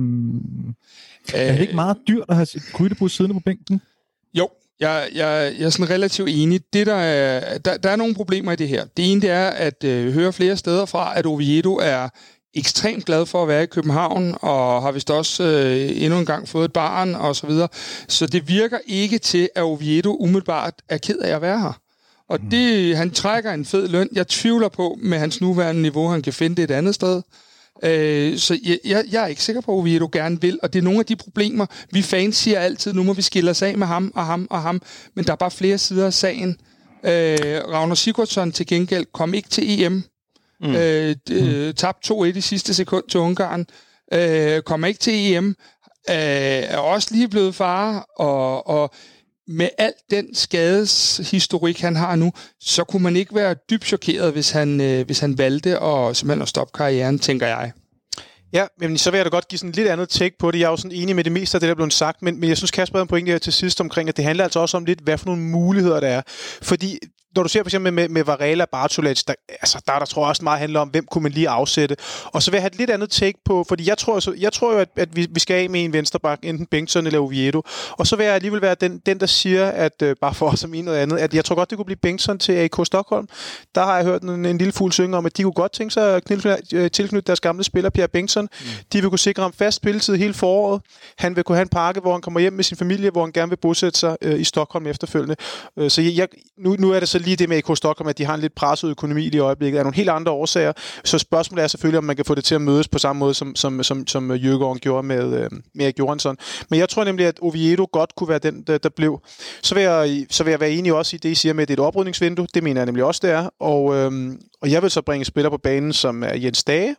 er det ikke meget dyrt at have Grydebust siddende på bænken? Jo, jeg er sådan relativt enig. Der er nogle problemer i det her. Det ene det er at høre flere steder fra, at Oviedo er ekstremt glad for at være i København, og har vist også endnu en gang fået et barn, og så videre. Så det virker ikke til, at Oviedo umiddelbart er ked af at være her. Og han trækker en fed løn. Jeg tvivler på, med hans nuværende niveau, han kan finde det et andet sted. Så jeg er ikke sikker på, at Oviedo gerne vil, og det er nogle af de problemer, vi fans siger altid, nu må vi skille os af med ham og ham og ham, men der er bare flere sider af sagen. Ragnar Sigurdsson til gengæld kom ikke til EM, tabte 2-1 i sidste sekund til Ungarn, kom ikke til EM, er også lige blevet far, og med al den skadeshistorik, han har nu, så kunne man ikke være dybt chokeret, hvis han valgte at simpelthen at stoppe karrieren, tænker jeg. Ja, men så vil jeg da godt give sådan en lidt andet take på det. Jeg er jo sådan enig med det meste af det, der er blevet sagt, men jeg synes, Kasper havde en pointe her til sidst omkring, at det handler altså også om lidt, hvad for nogle muligheder der er. Fordi når du ser for eksempel med Varela og Bartolet, der tror jeg også meget handler om, hvem kunne man lige afsætte. Og så vil jeg have et lidt andet take på, fordi jeg tror jo, at vi skal af med en venstreback, enten Bengtsson eller Oviedo. Og så vil jeg alligevel være den der siger, at bare for os som en eller andet, at jeg tror godt, det kunne blive Bengtsson til AK Stockholm. Der har jeg hørt en lille fugl synge om, at de kunne godt tænke sig at tilknytte deres gamle spiller, Pierre Bengtsson. De vil kunne sikre ham fast spilletid hele foråret. Han vil kunne have en pakke, hvor han kommer hjem med sin familie, hvor han gerne vil bosætte sig i Stockholm efterfølgende. Så nu er det så lige det med AK Stockholm, at de har en lidt presset økonomi i øjeblikket, er nogle helt andre årsager. Så spørgsmålet er selvfølgelig, om man kan få det til at mødes på samme måde, som Jørgen gjorde med Erik Johansson. Men jeg tror nemlig, at Oviedo godt kunne være den, der blev. Så vil jeg være enig også i det, I siger med, at det er et oprydningsvindue. Det mener jeg nemlig også, det er. Og jeg vil så bringe spillere på banen, som er Jens Dage.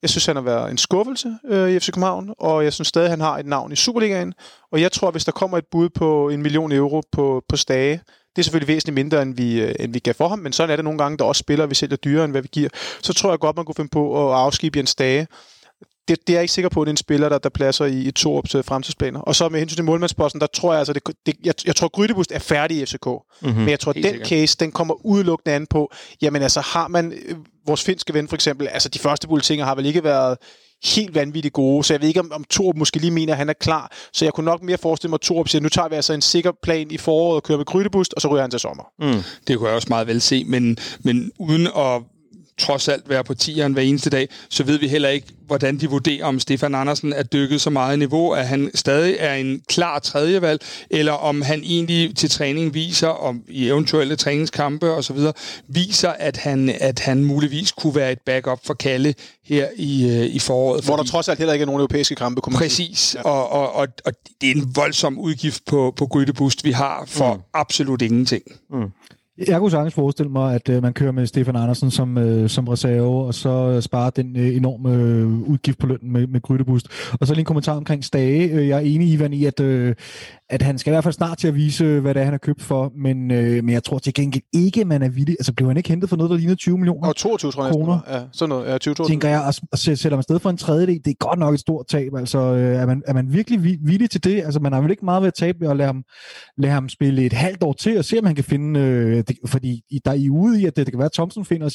Jeg synes, han har været en skuffelse i FC København, og jeg synes stadig, han har et navn i Superligaen. Og jeg tror, hvis der kommer et bud på 1 million euro på Stage, det er selvfølgelig væsentligt mindre, end vi gav for ham, men sådan er det nogle gange, der også spiller, vi sælger dyrere, end hvad vi giver. Så tror jeg godt, man kunne finde på at afskibe Jens Stage. Det er jeg ikke sikker på, at det er en spiller, der pladser i Thorups fremtidsplaner. Og så med hensyn til målmandsposten, der tror jeg altså, jeg tror, Grydebust er færdig i FCK. Men jeg tror, at den case, den kommer udelukkende an på, jamen altså, har man vores finske ven for eksempel, altså de første Bulletinger har vel ikke været helt vanvittigt gode, så jeg ved ikke, om Thorup måske lige mener, at han er klar. Så jeg kunne nok mere forestille mig, at Thorup siger, nu tager vi altså en sikker plan i foråret og kører med Grydebust, og så ryger han til sommer. Det kunne jeg også meget vel se, men uden at trods alt være på 10'eren hver eneste dag, så ved vi heller ikke, hvordan de vurderer, om Stefan Andersen er dykket så meget i niveau, at han stadig er en klar tredjevalg, eller om han egentlig til træning viser, om i eventuelle træningskampe osv., viser, at han muligvis kunne være et backup for Kalle her i foråret. Hvor der trods alt heller ikke er nogen europæiske kampe. Præcis, ja. og det er en voldsom udgift på Grydebust, vi har for absolut ingenting. Jeg kunne sagtens forestille mig, at man kører med Stefan Andersen som reserve, og så sparer den enorme udgift på lønnen med Grydebust. Og så lige en kommentar omkring Stage. Jeg er enig, Ivan, i, at han skal i hvert fald snart til at vise, hvad det er, han har købt for, men jeg tror til gengæld ikke, man er villig. Altså, blev han ikke hentet for noget, der ligner 20 millioner? Og 22, tror jeg kroner. Ja, sådan noget. Ja, 20-22. Tænker jeg, at sætte ham afsted for en tredjedel, det er godt nok et stort tab. Altså, er man virkelig villig til det? Altså, man har vel ikke meget ved at tabe ved at lade ham spille et halvt år til, og se, om han kan finde... fordi der er I ude i, at det kan være, at Thomsen finder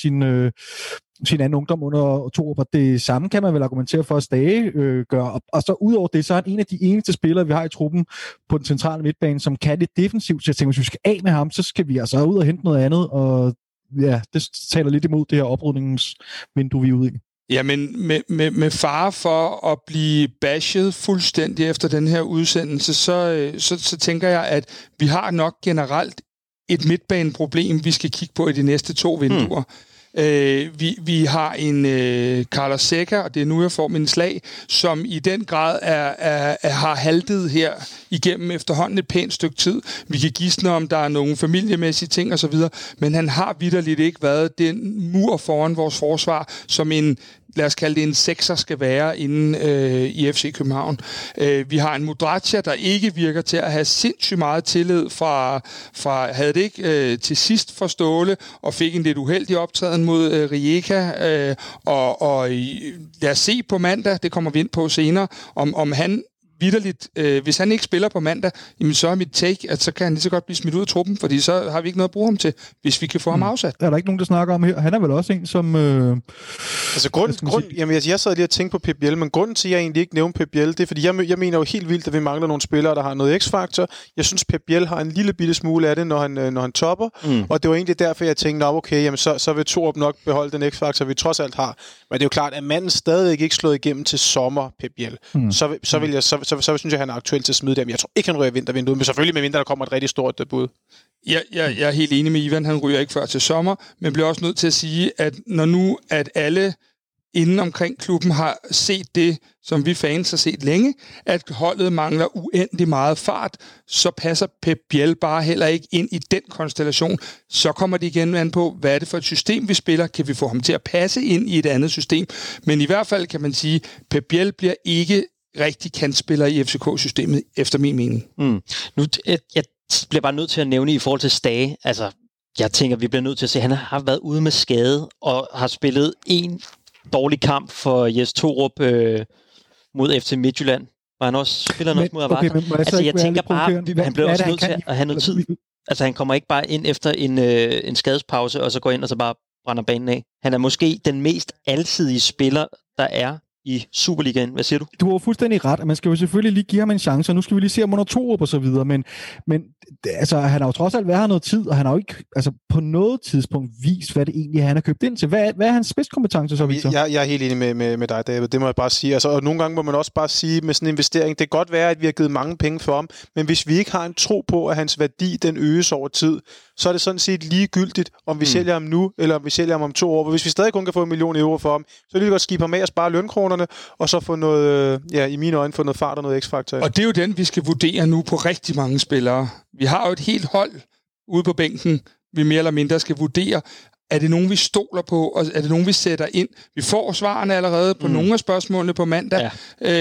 sin anden ungdom under Thorup, og det samme kan man vel argumentere for, at Stage gør. Og så udover det, så er han en af de eneste spillere, vi har i truppen på den centrale midtbane, som kan lidt defensivt. Så jeg tænker, hvis vi skal af med ham, så skal vi altså ud og hente noget andet, og ja, det taler lidt imod det her oprydningsvindue, vi er ude i. Ja, men med fare for at blive bashed fuldstændig efter den her udsendelse, så tænker jeg, at vi har nok generelt et midtbaneproblem, vi skal kigge på i de næste 2 vinduer. Vi har en Carlos Seca, og det er nu, jeg får min slag, som i den grad har haltet her igennem efterhånden et pænt stykke tid. Vi kan gisne om, der er nogle familiemæssige ting osv., men han har vitterligt ikke været den mur foran vores forsvar, som en, lad os kalde det en sekser, skal være inden i FC København. Vi har en Mudratia, der ikke virker til at have sindssygt meget tillid fra havde det ikke til sidst for Ståle, og fik en lidt uheldig optræden mod Rijeka. Og lad os se på mandag, det kommer vi ind på senere, om han vitterligt, hvis han ikke spiller på mandag, jamen så er mit take, at så kan han lige så godt blive smidt ud af truppen, fordi så har vi ikke noget at bruge ham til, hvis vi kan få ham afsat. Er der ikke nogen, der snakker om her? Han er vel også en, som... Jamen, jeg sad lige og tænkte på Pep Biel, men grunden til, at jeg egentlig ikke nævner Pep Biel, det er, fordi jeg mener jo helt vildt, at vi mangler nogle spillere, der har noget x-faktor. Jeg synes, Pep Biel har en lille bitte smule af det, når han topper, og det var egentlig derfor, jeg tænkte, okay, jamen, så vil Thorup nok beholde den x-faktor, vi trods alt har. Men det er jo klart, at manden stadig ikke slået igennem til sommer, Pep Biel. Så synes jeg, han er aktuelt til at smide dem. Jeg tror ikke, han ryger vintervinduet, men selvfølgelig med vinter, der kommer et rigtig stort bud. Jeg er helt enig med Ivan, han ryger ikke før til sommer, men bliver også nødt til at sige, at når nu at alle inden omkring klubben har set det, som vi fans har set længe, at holdet mangler uendelig meget fart, så passer Pep Biel bare heller ikke ind i den konstellation. Så kommer det igen an på, hvad er det for et system, vi spiller? Kan vi få ham til at passe ind i et andet system? Men i hvert fald kan man sige, Pep Biel bliver ikke rigtig kantspiller i FCK-systemet, efter min mening. Nu, jeg bliver bare nødt til at nævne i forhold til Stage, altså, jeg tænker, vi bliver nødt til at se, at han har været ude med skade, og har spillet en dårlig kamp for Jes Thorup mod FC Midtjylland, og han også spiller noget mod Avarta. Altså, jeg tænker bare, han bliver også nødt til at have noget tid. Altså, han kommer ikke bare ind efter en skadespause, og så går ind og så bare brænder banen af. Han er måske den mest alsidige spiller, der er i Superligaen. Hvad siger du? Du har fuldstændig ret, at man skal jo selvfølgelig lige give ham en chance, og nu skal vi lige se ham under Thorup og så videre, men altså, han har jo trods alt været her noget tid, og han har jo ikke på noget tidspunkt vist, hvad det egentlig han har købt ind til. Hvad er hans spidskompetence så, Victor? Jeg er helt enig med dig, David. Det må jeg bare sige. Altså, og nogle gange må man også bare sige, med sådan en investering, det kan godt være, at vi har givet mange penge for ham, men hvis vi ikke har en tro på, at hans værdi, den øges over tid, så er det sådan set ligegyldigt, om vi sælger ham nu, eller om vi sælger ham om 2 år. For hvis vi stadig kun kan få 1 million euro for ham, så er det godt skibe ham af og spare lønkronerne, og så få noget, i mine øjne, få noget fart og noget x-faktor. Og det er jo den, vi skal vurdere nu på rigtig mange spillere. Vi har jo et helt hold ude på bænken, vi mere eller mindre skal vurdere, er det nogen, vi stoler på, og er det nogen, vi sætter ind? Vi får svarene allerede på nogle af spørgsmålene på mandag,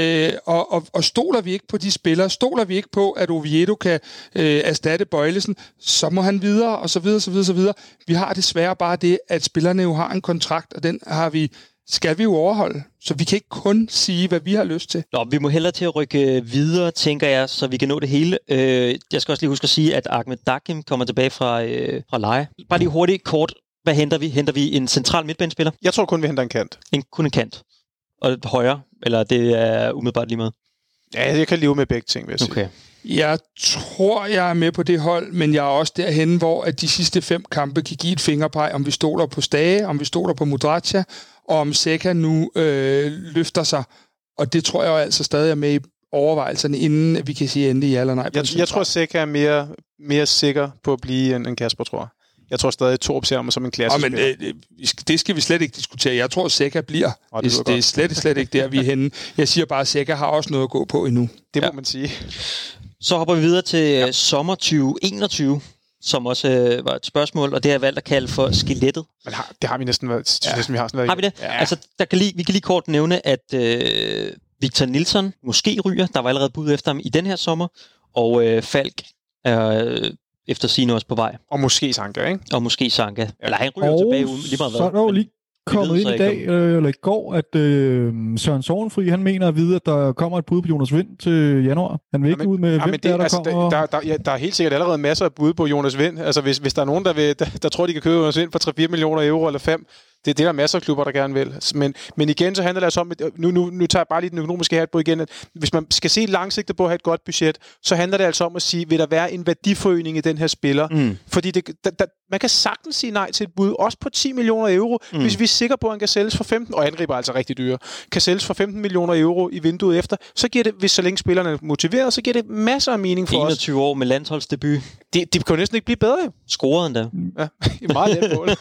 og stoler vi ikke på de spillere, stoler vi ikke på, at Oviedo kan erstatte Bøjlesen, så må han videre, og så videre, så videre, så videre. Vi har desværre bare det, at spillerne jo har en kontrakt, og den skal vi jo overholde. Så vi kan ikke kun sige, hvad vi har lyst til. Nå, vi må hellere til at rykke videre, tænker jeg, så vi kan nå det hele. Jeg skal også lige huske at sige, at Ahmed Dakim kommer tilbage fra leje. Bare lige hurtigt, kort. Hvad henter vi? Henter vi en central midtbanespiller? Jeg tror kun, vi henter en kant. Kun en kant. Og højre? Eller det er umiddelbart lige med? Ja, jeg kan leve med begge ting, vil jeg sige. Okay. Jeg tror, jeg er med på det hold, men jeg er også derhen, hvor at de sidste 5 kampe kan give et fingerpeg, om vi stoler på Stage, om vi stoler på Mudratia, og om Zeca nu løfter sig. Og det tror jeg jo altså stadig er med i overvejelserne, inden vi kan sige endelig ja eller nej. Jeg tror, Zeca er mere sikker på at blive end Kasper, tror jeg. Jeg tror stadig, at Torp ser mig som en klassisk spiller. Det skal vi slet ikke diskutere. Jeg tror, Zeca bliver. Det er slet ikke der, vi er henne. Jeg siger bare, at Zeca har også noget at gå på endnu. Det må man sige. Så hopper vi videre til sommer 2021, som også var et spørgsmål, og det har jeg valgt at kalde for skelettet. Men det har vi næsten været. Ja. Vi har vi det? Ja. Altså, vi kan lige kort nævne, at Victor Nilsson måske ryger. Der var allerede bud efter ham i den her sommer, og Falk er efter sigende også på vej. Og måske Sanka, ikke? Og måske Sanka. Ja. Eller han ryger tilbage lige meget hvad. Så er der jo lige kommet ind i dag, eller i går, at Søren Sorgenfri, han mener at vide, at der kommer et bud på Jonas Vind til januar. Han vil ikke ud med, hvem der kommer. Der er helt sikkert allerede masser af bud på Jonas Vind. Altså, hvis der er nogen, der tror, de kan købe Jonas Vind for 3-4 millioner euro eller 5, det er der masser af klubber, der gerne vil. Men igen, så handler det altså om, nu tager jeg bare lige den økonomiske hat på igen, at hvis man skal se langsigtet på at have et godt budget, så handler det altså om at sige, vil der være en værdiforøgning i den her spiller? Fordi man kan sagtens sige nej til et bud, også på 10 millioner euro, hvis vi er sikre på, at han kan sælges for 15, og angriber altså rigtig dyre, kan sælges for 15 millioner euro i vinduet efter, så giver det, hvis så længe spillerne er motiveret, så giver det masser af mening for 21 år med landsholdsdebut. Det kan jo næsten ikke blive bedre. Scorede endda. Ja, meget let mål.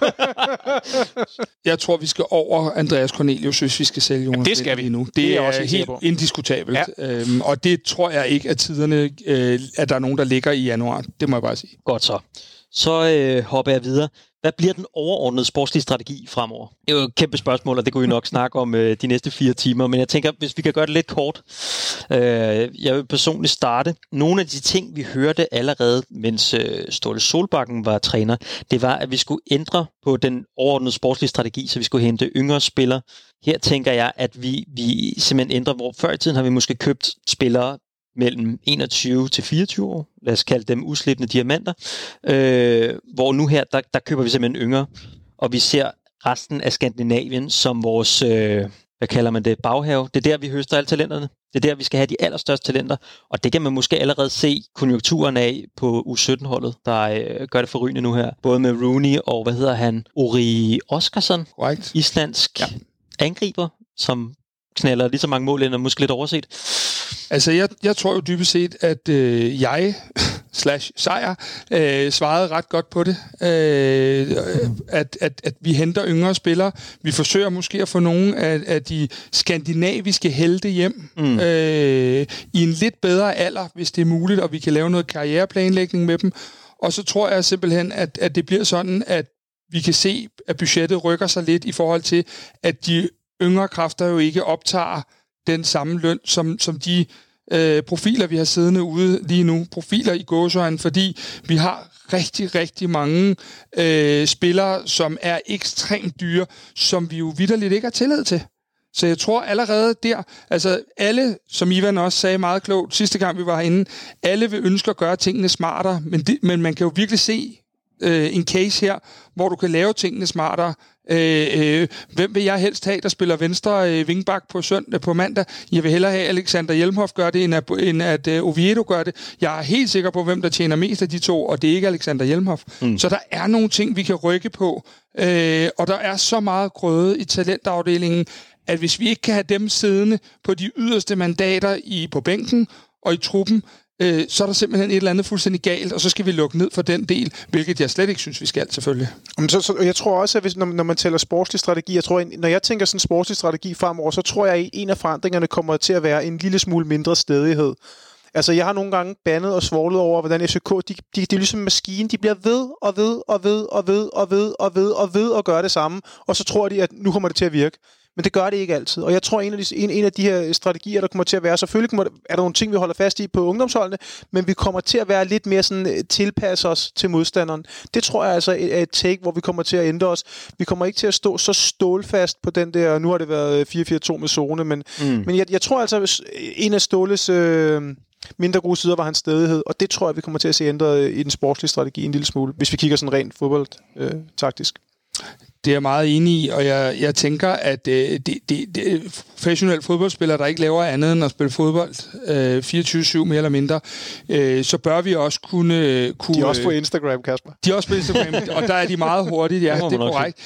Jeg tror, vi skal over Andreas Cornelius, hvis vi skal sælge Jonas. Det skal vi nu. Det er også helt indiskutabelt. Ja. Og det tror jeg ikke, at tiderne, at der er nogen, der ligger i januar. Det må jeg bare sige. Godt så. Så hopper jeg videre. Hvad bliver den overordnede sportslige strategi fremover? Det er jo et kæmpe spørgsmål, og det kunne vi nok snakke om de næste 4 timer. Men jeg tænker, hvis vi kan gøre det lidt kort. Jeg vil personligt starte. Nogle af de ting, vi hørte allerede, mens Ståle Solbakken var træner, det var, at vi skulle ændre på den overordnede sportslige strategi, så vi skulle hente yngre spillere. Her tænker jeg, at vi simpelthen ændrer, hvor før i tiden har vi måske købt spillere mellem 21 til 24 år. Lad os kalde dem uslipne diamanter. Hvor nu her, der køber vi simpelthen yngre, og vi ser resten af Skandinavien som vores, hvad kalder man det, baghave. Det er der, vi høster alle talenterne. Det er der, vi skal have de allerstørste talenter, og det kan man måske allerede se konjunkturen af på U17-holdet, der gør det forrygende nu her. Både med Rooney og, hvad hedder han, Ori Oskarsson, right. Islandsk angriber, som knalder lige så mange mål ind og måske lidt overset. Altså, jeg tror jo dybest set, at Sejr svarede ret godt på det. At vi henter yngre spillere. Vi forsøger måske at få nogle af de skandinaviske helte hjem i en lidt bedre alder, hvis det er muligt, og vi kan lave noget karriereplanlægning med dem. Og så tror jeg simpelthen, at det bliver sådan, at vi kan se, at budgettet rykker sig lidt i forhold til, at de yngre kræfter jo ikke optager den samme løn, som de profiler, vi har siddende ude lige nu. Profiler i gåseøjne, fordi vi har rigtig, rigtig mange spillere, som er ekstremt dyre, som vi jo vitterligt ikke har tillid til. Så jeg tror allerede der, altså alle, som Ivan også sagde meget klogt sidste gang vi var herinde, alle vil ønske at gøre tingene smartere, men man kan jo virkelig se en case her, hvor du kan lave tingene smartere. Hvem vil jeg helst have, der spiller venstre vingbak på mandag? Jeg vil hellere have Alexander Hjelmhoff gøre det, end at Oviedo gør det. Jeg er helt sikker på, hvem der tjener mest af de to, og det er ikke Alexander Hjelmhoff. Så der er nogle ting, vi kan rykke på, og der er så meget grøde i talentafdelingen, at hvis vi ikke kan have dem siddende på de yderste mandater på bænken og i truppen, så er der simpelthen et eller andet fuldstændig galt, og så skal vi lukke ned for den del, hvilket jeg slet ikke synes, vi skal, selvfølgelig. Så jeg tror også, at når man tæller sportslig strategi, når jeg tænker sådan en sportslig strategi fremover, så tror jeg, at en af forandringerne kommer til at være en lille smule mindre stædighed. Altså, jeg har nogle gange bandet og svoglet over, hvordan FCK, de er ligesom en maskine, de bliver ved og ved at gøre det samme, og så tror de, at nu kommer det til at virke. Men det gør det ikke altid. Og jeg tror, en af de her strategier, der kommer til at være, selvfølgelig er der nogle ting, vi holder fast i på ungdomsholdene, men vi kommer til at være lidt mere sådan, tilpasse os til modstanderen. Det tror jeg altså er et take, hvor vi kommer til at ændre os. Vi kommer ikke til at stå så stålfast på den der, nu har det været 4-4-2 med zone, men jeg tror altså, en af Ståles mindre gode sider var hans stædighed, og det tror jeg, vi kommer til at se ændret i den sportslige strategi en lille smule, hvis vi kigger sådan rent fodboldtaktisk. Det er jeg meget enig i, og jeg tænker, at det professionelle fodboldspillere, der ikke laver andet end at spille fodbold 24/7 mere eller mindre, så bør vi også kunne... De er også på Instagram, Kasper. De er også på Instagram, og der er de meget hurtigt, ja, det er korrekt.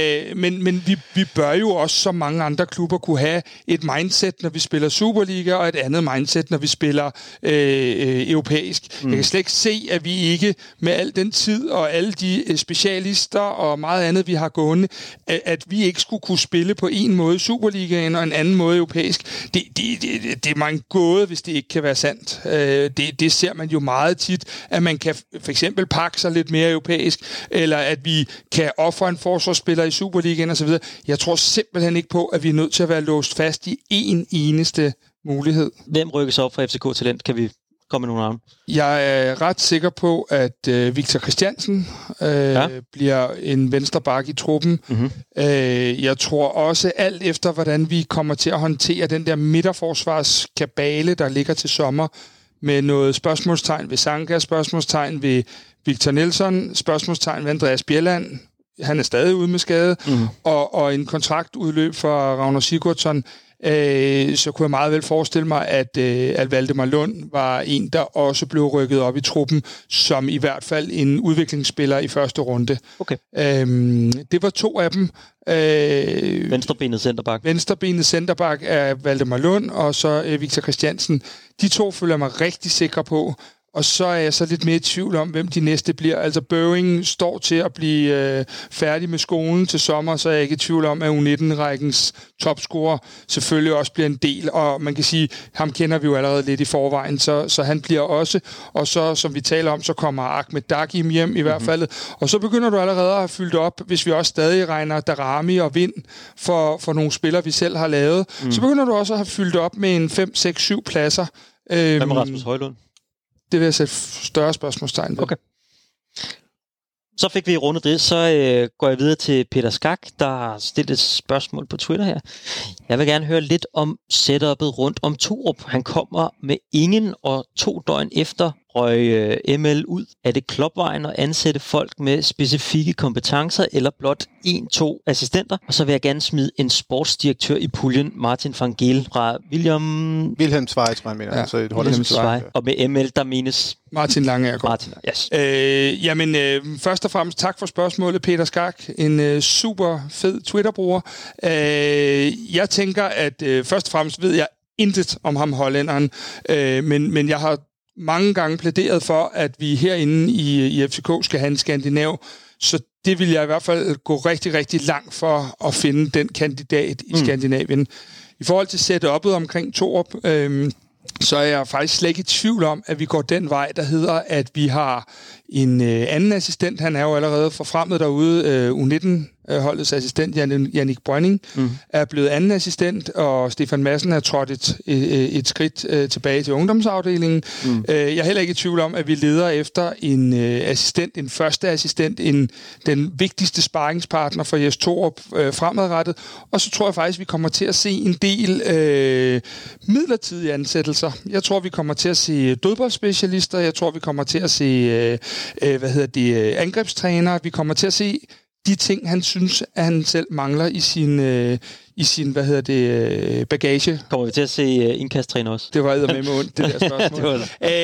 Men vi bør jo også, som mange andre klubber, kunne have et mindset, når vi spiller Superliga, og et andet mindset, når vi spiller europæisk. Jeg kan slet ikke se, at vi ikke med al den tid og alle de specialister og meget andet, vi har gående, at vi ikke skulle kunne spille på en måde i Superligaen og en anden måde europæisk. Det er mig en gåde, hvis det ikke kan være sandt. Det ser man jo meget tit, at man kan for eksempel pakke sig lidt mere europæisk, eller at vi kan ofre en forsvarsspiller i Superligaen osv. Jeg tror simpelthen ikke på, at vi er nødt til at være låst fast i én eneste mulighed. Hvem rykkes op fra FCK Talent? Kan vi komme med nogle navne? Jeg er ret sikker på, at Victor Christiansen bliver en venstre bak i truppen. Mm-hmm. Jeg tror også, alt efter hvordan vi kommer til at håndtere den der midterforsvarskabale, der ligger til sommer, med noget spørgsmålstegn ved Sanka, spørgsmålstegn ved Victor Nielsen, spørgsmålstegn ved Andreas Bjelland. Han er stadig ude med skade. Mm-hmm. Og en kontraktudløb for Ragnar Sigurdsson. Så kunne jeg meget vel forestille mig, at Valdemar Lund var en, der også blev rykket op i truppen, som i hvert fald en udviklingsspiller i første runde. Okay. Det var 2 af dem. Venstrebenet centerback. Venstrebenet centerback er Valdemar Lund, og så Victor Christiansen. De 2 føler jeg mig rigtig sikker på. Og så er jeg så lidt mere i tvivl om, hvem de næste bliver. Altså Børing står til at blive færdig med skolen til sommer, så er jeg ikke i tvivl om, at U19-rækkens topscorer selvfølgelig også bliver en del. Og man kan sige, ham kender vi jo allerede lidt i forvejen, så han bliver også. Og så, som vi taler om, så kommer Ahmed Dagim hjem i hvert fald. Og så begynder du allerede at have fyldt op, hvis vi også stadig regner Darami og Vind for nogle spillere, vi selv har lavet. Så begynder du også at have fyldt op med en 5, 6, 7 pladser. Hvad med Rasmus Højlund? Det vil jeg sætte større spørgsmålstegn ved. Okay. Så fik vi rundet det, så går jeg videre til Peter Skak, der har stillet et spørgsmål på Twitter her. Jeg vil gerne høre lidt om setupet rundt om Torup. Han kommer med ingen, og 2 døgn efter røg ML ud. Er det klubvejen at ansætte folk med specifikke kompetencer, eller blot 1-2 assistenter? Og så vil jeg gerne smide en sportsdirektør i puljen, Martin van Geel fra Wilhelm Schweiz, man mener. Ja, altså et Wilhelm Schweiz. Og med ML, der menes Martin Langegaard. Yes. Først og fremmest tak for spørgsmålet, Peter Skak. En super fed Twitter-bruger. Jeg tænker, at først og fremmest ved jeg intet om ham hollænderen, men jeg har mange gange plæderet for, at vi herinde i FCK skal have en skandinav, så det vil jeg i hvert fald gå rigtig, rigtig langt for at finde den kandidat i Skandinavien. I forhold til setup'et omkring Torup, så er jeg faktisk slet ikke i tvivl om, at vi går den vej, der hedder, at vi har en anden assistent. Han er jo allerede forfremmet derude, U19-holdets assistent, Jannik Brønning, er blevet anden assistent, og Stefan Madsen er trådt et skridt tilbage til ungdomsafdelingen. Jeg er heller ikke i tvivl om, at vi leder efter en assistent, en første assistent, den vigtigste sparringspartner for Jes Torup fremadrettet. Og så tror jeg faktisk, at vi kommer til at se en del midlertidige ansættelser. Jeg tror, vi kommer til at se dødboldspecialister. Jeg tror, vi kommer til at se angrebstrænere. Vi kommer til at se de ting, han synes, at han selv mangler i sin bagage. Kommer vi til at se indkasttræner også? Det var eddermame ondt, det der spørgsmål.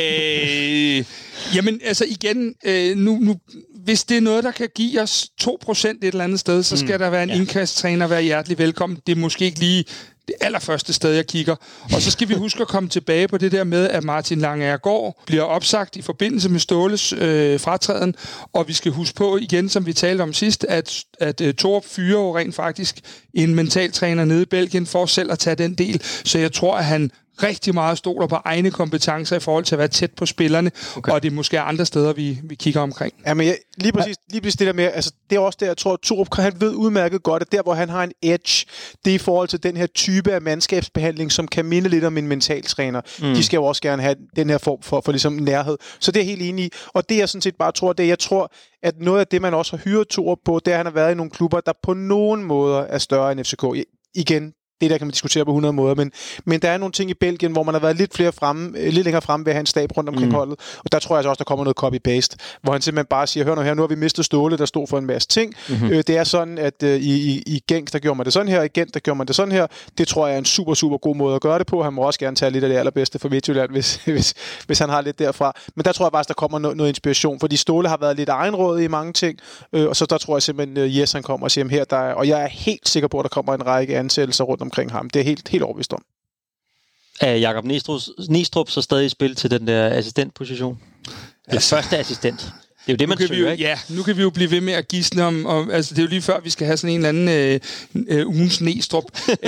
Jamen, altså igen, nu hvis det er noget, der kan give os 2% et eller andet sted, så skal der være en indkasttræner, være hjertelig velkommen. Det er måske ikke lige det allerførste sted, jeg kigger. Og så skal vi huske at komme tilbage på det der med, at Martin Langegaard bliver opsagt i forbindelse med Ståles fratræden, og vi skal huske på igen, som vi talte om sidst, at Torup fyrer jo rent faktisk en mentaltræner nede i Belgien for selv at tage den del. Så jeg tror, at han rigtig meget stoler på egne kompetencer i forhold til at være tæt på spillerne, og det er måske andre steder, vi kigger omkring. Ja, men lige præcis det der med, altså det er også der, jeg tror, at Thorup, han ved udmærket godt, at der, hvor han har en edge, det er i forhold til den her type af mandskabsbehandling, som kan minde lidt om en mentaltræner. De skal jo også gerne have den her form for ligesom nærhed. Så det er jeg helt enig i. Og det, jeg sådan set bare tror, det er, jeg tror, at noget af det, man også har hyret Thorup på, det er, at han har været i nogle klubber, der på nogen måder er større end FCK. Igen, det der kan man diskutere på 100 måder, men der er nogle ting i Belgien, hvor man har været lidt længere fremme ved at have en stab rundt omkring holdet, og der tror jeg altså også, der kommer noget copy-paste, hvor han simpelthen bare siger, hør nu her, nu har vi mistet Ståle, der stod for en masse ting. Det er sådan, at i Genk, der gjorde man det sådan her, i Gent, der gjorde man det sådan her. Det tror jeg er en super, super god måde at gøre det på. Han må også gerne tage lidt af det allerbedste for Midtjylland, hvis han har lidt derfra. Men der tror jeg faktisk, der kommer noget inspiration, fordi Ståle har været lidt egenrådig i mange ting, og så der tror jeg simpelthen, Jes han kommer og siger, her der er, og jeg er helt sikker på, at der kommer en række ansættelser rundt omkring ham. Det er helt overbevist om. Er Jakob Nistrup så stadig i spil til den der assistentposition? Eller første assistent? Det er jo det, man søger, ikke? Ja, nu kan vi jo blive ved med at gisne om altså det er jo lige før, vi skal have sådan en eller anden ugens Nistrup.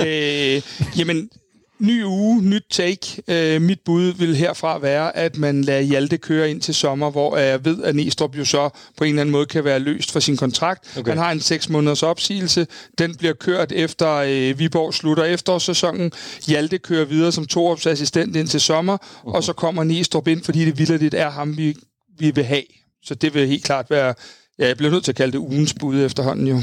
Jamen, ny uge, nyt take. Mit bud vil herfra være, at man lader Hjalte køre ind til sommer, hvor jeg ved, at Nistrup jo så på en eller anden måde kan være løst for sin kontrakt. Okay. Han har en 6 måneders opsigelse. Den bliver kørt efter Viborg slutter efterårssæsonen. Hjalte kører videre som Thorups assistent ind til sommer, og så kommer Nistrup ind, fordi det vildt er ham, vi vil have. Så det vil helt klart være... Ja, jeg bliver nødt til at kalde det ugens bud efterhånden, jo.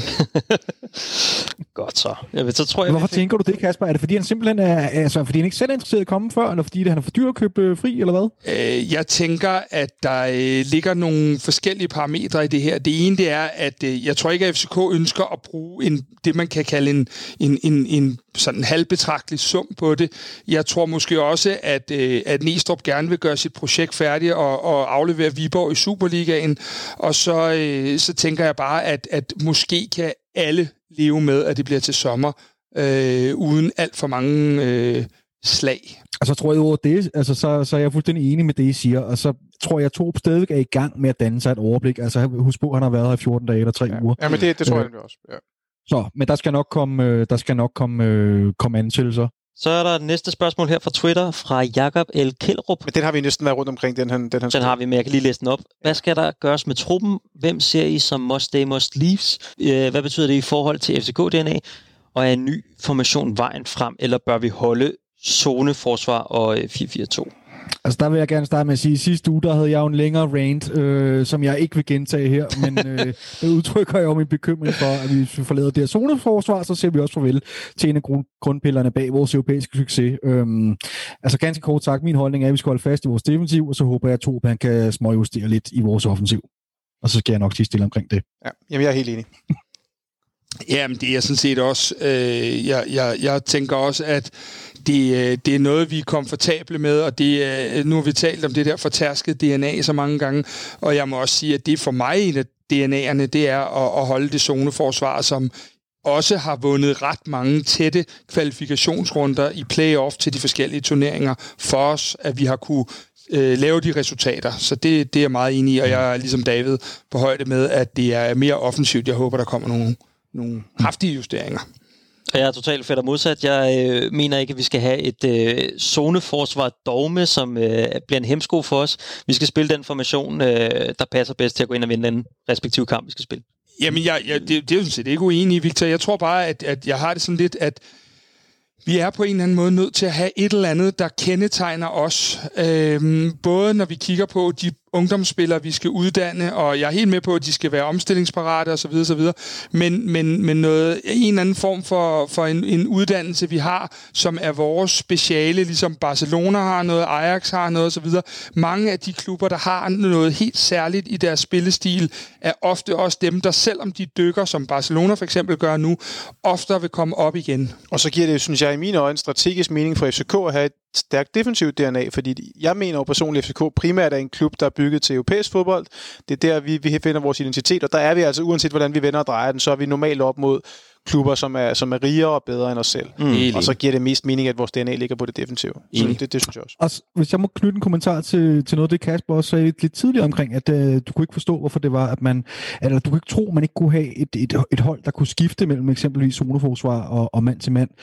Godt så. Så tror jeg, hvorfor tænker du det, Kasper? Er det fordi, han simpelthen fordi han ikke selv er interesseret i at komme før, eller fordi han er for dyr at købe fri, eller hvad? Jeg tænker, at der ligger nogle forskellige parametre i det her. Det ene, det er, at jeg tror ikke, at FCK ønsker at bruge det, man kan kalde en sådan halvbetragtelig sum på det. Jeg tror måske også, at Nistrup gerne vil gøre sit projekt færdigt og aflevere Viborg i Superligaen, og så tænker jeg bare, at måske kan alle leve med, at det bliver til sommer, uden alt for mange slag. Og så tror jeg over det, altså så er jeg fuldstændig enig med det, I siger, og så tror jeg, at Thorup stadigvæk er i gang med at danne sig et overblik. Altså husk på, at han har været her i 14 dage eller 3 uger. Ja, men det tror jeg også. Ja. Så, men der skal nok komme ansættelser. Så er der næste spørgsmål her fra Twitter, fra Jakob L. Kjeldrup. Men den har vi næsten været rundt omkring, den har vi, men jeg kan lige læse den op. Hvad skal der gøres med truppen? Hvem ser I som must stay, must leaves? Hvad betyder det i forhold til FCK-DNA? Og er en ny formation vejen frem, eller bør vi holde zoneforsvar og 4-4-2? Altså der vil jeg gerne starte med at sige, at sidste uge, der havde jeg jo en længere rant, som jeg ikke vil gentage her, men det udtrykker jeg jo min bekymring for, at hvis vi forlader det her zoneforsvar, så ser vi også farvel til en af grundpillerne bag vores europæiske succes. Altså ganske kort sagt, min holdning er, at vi skal holde fast i vores defensiv, og så håber jeg, at Thorup han kan småjustere lidt i vores offensiv. Og så skal jeg nok sige stille omkring det. Ja, jamen jeg er helt enig. Jamen, det er sådan set også... Jeg tænker også, at det er noget, vi er komfortable med, og nu har vi talt om det der fortærskede DNA så mange gange, og jeg må også sige, at det for mig en af DNA'erne, det er at holde det zoneforsvar, som også har vundet ret mange tætte kvalifikationsrunder i playoff til de forskellige turneringer for os, at vi har kunne lave de resultater. Så det er jeg meget enig i, og jeg er ligesom David på højde med, at det er mere offensivt. Jeg håber, der kommer nogle kraftige justeringer. Og jeg er totalt fedt og modsat. Jeg mener ikke, at vi skal have et zoneforsvar-dogme, som bliver en hemsko for os. Vi skal spille den formation, der passer bedst til at gå ind og vinde den respektive kamp, vi skal spille. Jamen, det er jo sådan set ikke uenig, Victor. Jeg tror bare, at jeg har det sådan lidt, at vi er på en eller anden måde nødt til at have et eller andet, der kendetegner os. Både når vi kigger på de ungdomsspillere, vi skal uddanne, og jeg er helt med på, at de skal være omstillingsparate osv. Men en eller anden form for en uddannelse, vi har, som er vores speciale, ligesom Barcelona har noget, Ajax har noget osv. Mange af de klubber, der har noget helt særligt i deres spillestil, er ofte også dem, der selvom de dykker, som Barcelona for eksempel gør nu, ofte vil komme op igen. Og så giver det, synes jeg, i mine øjne strategisk mening for FCK at have et stærkt defensivt DNA, fordi jeg mener jo personligt, at FCK primært er en klub, der er bygget til europæisk fodbold. Det er der, vi finder vores identitet, og der er vi altså, uanset hvordan vi vender og drejer den, så er vi normalt op mod klubber, som er rigere og bedre end os selv. Og så giver det mest mening, at vores DNA ligger på det defensive. Så det synes jeg også. Og hvis jeg må knytte en kommentar til noget af det, Kasper også sagde lidt tidligere omkring, at du kunne ikke forstå, hvorfor det var, at eller du kunne ikke tro, at man ikke kunne have et hold, der kunne skifte mellem eksempelvis zoneforsvar og mand til mand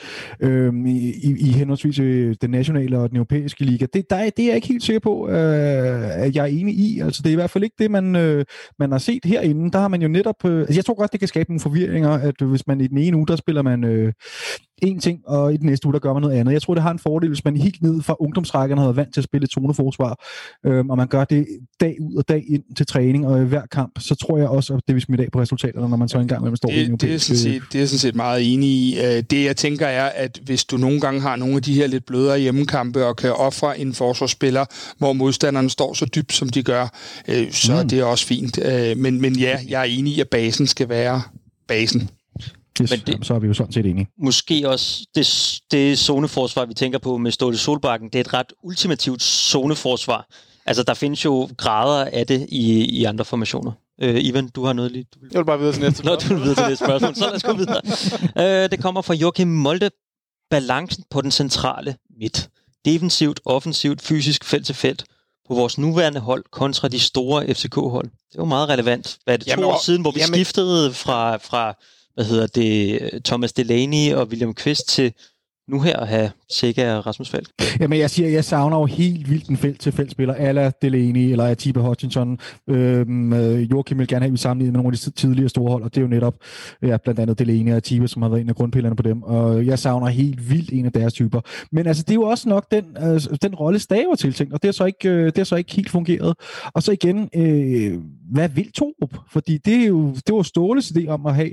i henholdsvis den nationale og den europæiske liga. Det er jeg ikke helt sikker på, at jeg er enig i. Altså, det er i hvert fald ikke det, man har set herinde. Der har man jo netop... jeg tror godt, det kan skabe nogle forvirringer, at hvis man i den ene uge, der spiller man en ting, og i den næste uge, der gør man noget andet. Jeg tror, det har en fordel, hvis man helt ned fra ungdomsrækkerne har været vant til at spille et zoneforsvar, og man gør det dag ud og dag ind til træning og i hver kamp, så tror jeg også, at det vil smitte af på resultaterne, når man så engang mellem står i en det er sådan set meget enig i. Det, jeg tænker, er, at hvis du nogle gange har nogle af de her lidt blødere hjemmekampe og kan ofre en forsvarsspiller, hvor modstanderne står så dybt, som de gør, så er det også fint. Men ja, jeg er enig i, at basen skal være basen. Så er vi jo sådan set enige. Måske også det zoneforsvar, vi tænker på med Ståle Solbakken, det er et ret ultimativt zoneforsvar. Altså, der findes jo grader af det i andre formationer. Ivan, du har noget lige... Jeg vil bare videre til næste spørgsmål. Nå, du vil videre til næste spørgsmål. Så lad os gå videre. Det kommer fra Joachim Molde. Balancen på den centrale midt. Defensivt, offensivt, fysisk, felt til felt. På vores nuværende hold kontra de store FCK-hold. Det var meget relevant. Hvad er det 2 år siden, hvor vi skiftede fra Thomas Delaney og William Kvist til nu her at have Sega og Rasmus Falk? Jamen, jeg savner jo helt vildt en felt-til-felt-spiller, ala Delaney eller Atiba Hutchinson. Joachim vil gerne have, vi sammenlignet med nogle af de tidligere store hold, og det er jo netop blandt andet Delaney og Atiba, som har været en af grundpillerne på dem, og jeg savner helt vildt en af deres typer. Men altså, det er jo også nok den rolle, Stage var tiltænkt, og det har så ikke helt fungeret. Og så igen, hvad vil Torup? Fordi det var Ståles idé om at have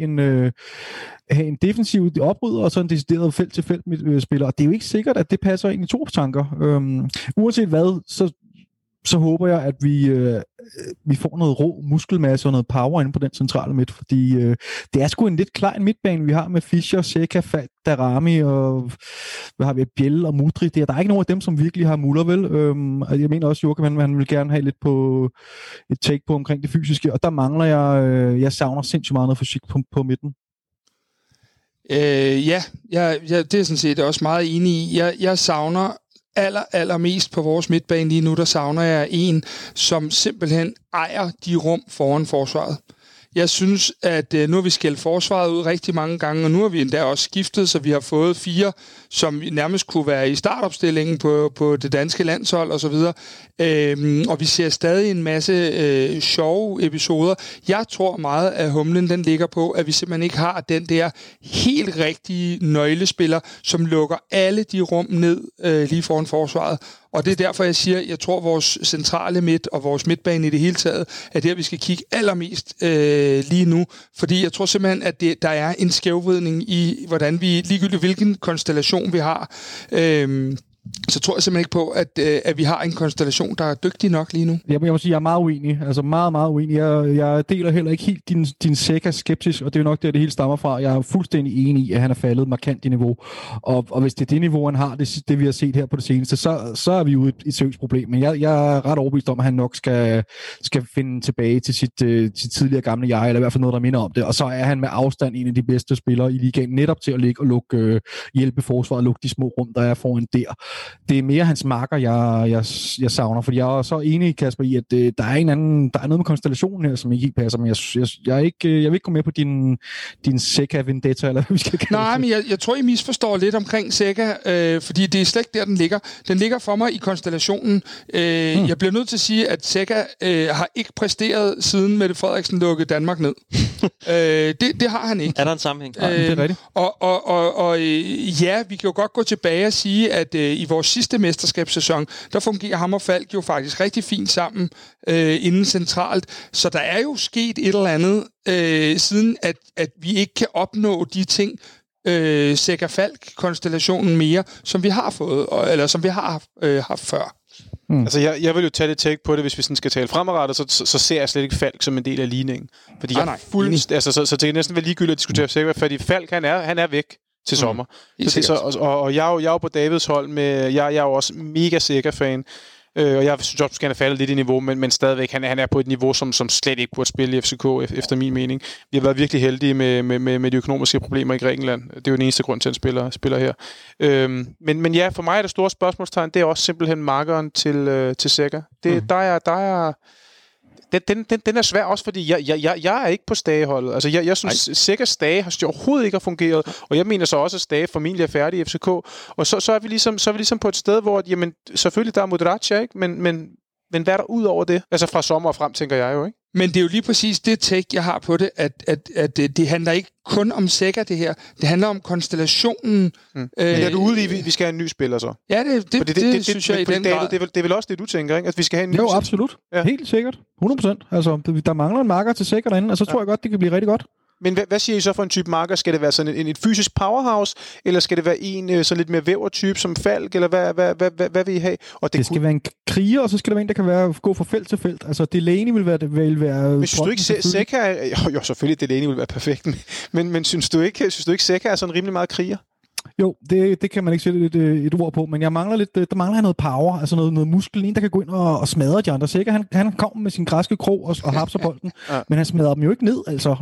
en defensiv oprydder og så en decideret felt-til-felt-spiller, og det er jo ikke sikkert, at det passer ind i Torups tanker. Uanset hvad, så håber jeg, at vi får noget rå muskelmasse og noget power inde på den centrale midt, fordi det er sgu en lidt klein midtbane, vi har med Fischer, Seka, Falk, Darami og hvad har vi, Bjelle og Mudri. Der er ikke nogen af dem, som virkelig har muller, vel? Jeg mener også, Joachim, han vil gerne have lidt på et take på omkring det fysiske, og der mangler jeg savner sindssygt meget noget fysik på midten. Ja, det er sådan set også meget enig i. Jeg savner allermest på vores midtbane lige nu, der savner jeg en, som simpelthen ejer de rum foran forsvaret. Jeg synes, at nu har vi skældt forsvaret ud rigtig mange gange, og nu har vi endda også skiftet, så vi har fået 4, som nærmest kunne være i startopstillingen på det danske landshold osv. Og vi ser stadig en masse sjove episoder. Jeg tror meget, at humlen den ligger på, at vi simpelthen ikke har den der helt rigtige nøglespiller, som lukker alle de rum ned lige foran forsvaret. Og det er derfor, jeg siger, at jeg tror, at vores centrale midt og vores midtbane i det hele taget er der, vi skal kigge allermest lige nu. Fordi jeg tror simpelthen, at der er en skævvridning i, hvordan vi, ligegyldigt hvilken konstellation vi har, så tror jeg simpelthen ikke på, at vi har en konstellation, der er dygtig nok lige nu. Jeg må sige, jeg er meget uenig. Altså meget, meget uenig. Jeg deler heller ikke helt din Seka-skepsis, og det er jo nok det hele stammer fra. Jeg er fuldstændig enig i, at han er faldet markant i niveau. Og hvis det er det niveau, han har, det vi har set her på det seneste, så er vi ude i et seriøst problem. Men jeg er ret overbevist om, at han nok skal finde tilbage til sit tidligere gamle jeg, eller i hvert fald noget, der minder om det. Og så er han med afstand en af de bedste spillere i ligaen, netop til at ligge og hjælpe forsvaret og lukke de små rum, der er foran der. Det er mere hans marker, jeg savner, fordi jeg er så enig, Kasper, i, at der er noget med konstellationen her, som ikke helt passer, men jeg vil ikke gå med på din Seka Vendetta, eller hvad vi skal kalde det. Nej, men jeg tror, I misforstår lidt omkring Seka, fordi det er slet ikke der, den ligger. Den ligger for mig i konstellationen. Jeg bliver nødt til at sige, at Seka har ikke præsteret, siden Mette Frederiksen lukkede Danmark ned. Det har han ikke. Er der en sammenhæng? Det er rigtigt. Og ja, vi kan jo godt gå tilbage og sige, at i vores sidste mesterskabssæson, der fungerer ham og Falk jo faktisk rigtig fint sammen inden centralt. Så der er jo sket et eller andet, siden at vi ikke kan opnå de ting, Seka Falk-konstellationen mere, som vi har fået, eller som vi har haft før. Altså, jeg vil jo tage det take på det, hvis vi sådan skal tale fremadrettet, så ser jeg slet ikke Falk som en del af ligningen. Fordi jeg så det er næsten vel ligegyldigt at diskutere Seka, fordi Falk, han er væk til sommer. Og jeg er jo på Davids hold med, jeg er jo også mega Seka-fan. Og jeg synes også, at han er faldet lidt i niveau, men stadigvæk, han er på et niveau, som slet ikke burde spille i FCK, efter min mening. Vi har været virkelig heldige med de økonomiske problemer i Grækenland. Det er jo den eneste grund til, at han spiller her. Men ja, for mig er det store spørgsmålstegn, det er også simpelthen markeren til Zeca. Den er svær også, fordi jeg er ikke på Stage-holdet. Altså, jeg synes, Zeca Stage har overhovedet ikke fungeret, og jeg mener så også, at Stage formentlig er færdig i FCK. Og så er vi ligesom på et sted, hvor jamen, selvfølgelig der er Modric, ikke? Men hvad er der ud over det? Altså fra sommer og frem, tænker jeg jo, ikke? Men det er jo lige præcis det take, jeg har på det, at det handler ikke kun om Zeca, det her. Det handler om konstellationen. Men er du ude i, vi skal have en ny spiller så? Ja, det synes jeg i den grad. Det er vel også det, du tænker, ikke? At vi skal have en ny Jo, absolut. Ja. Helt sikkert. 100%. Altså, der mangler en marker til Zeca derinde, og så tror jeg godt, det kan blive rigtig godt. Men hvad siger I så for en type marker? Skal det være sådan en fysisk powerhouse, eller skal det være en sådan lidt mere væver-type som Falk, eller hvad vil I have? Og det skal være en kriger, og så skal der være en, der kan gå fra felt til felt. Altså, Delaney vil være... Men synes du ikke, Zeca... Jo, selvfølgelig, Delaney vil være perfekt, men synes du ikke, Zeca er sådan rimelig meget kriger? Jo, det kan man ikke sætte et ord på, men der mangler noget power, altså noget muskel, en der kan gå ind og smadre de andre. Zeca, han kommer med sin græske krog og hapser bolden, men han smadrer dem jo ikke ned, altså.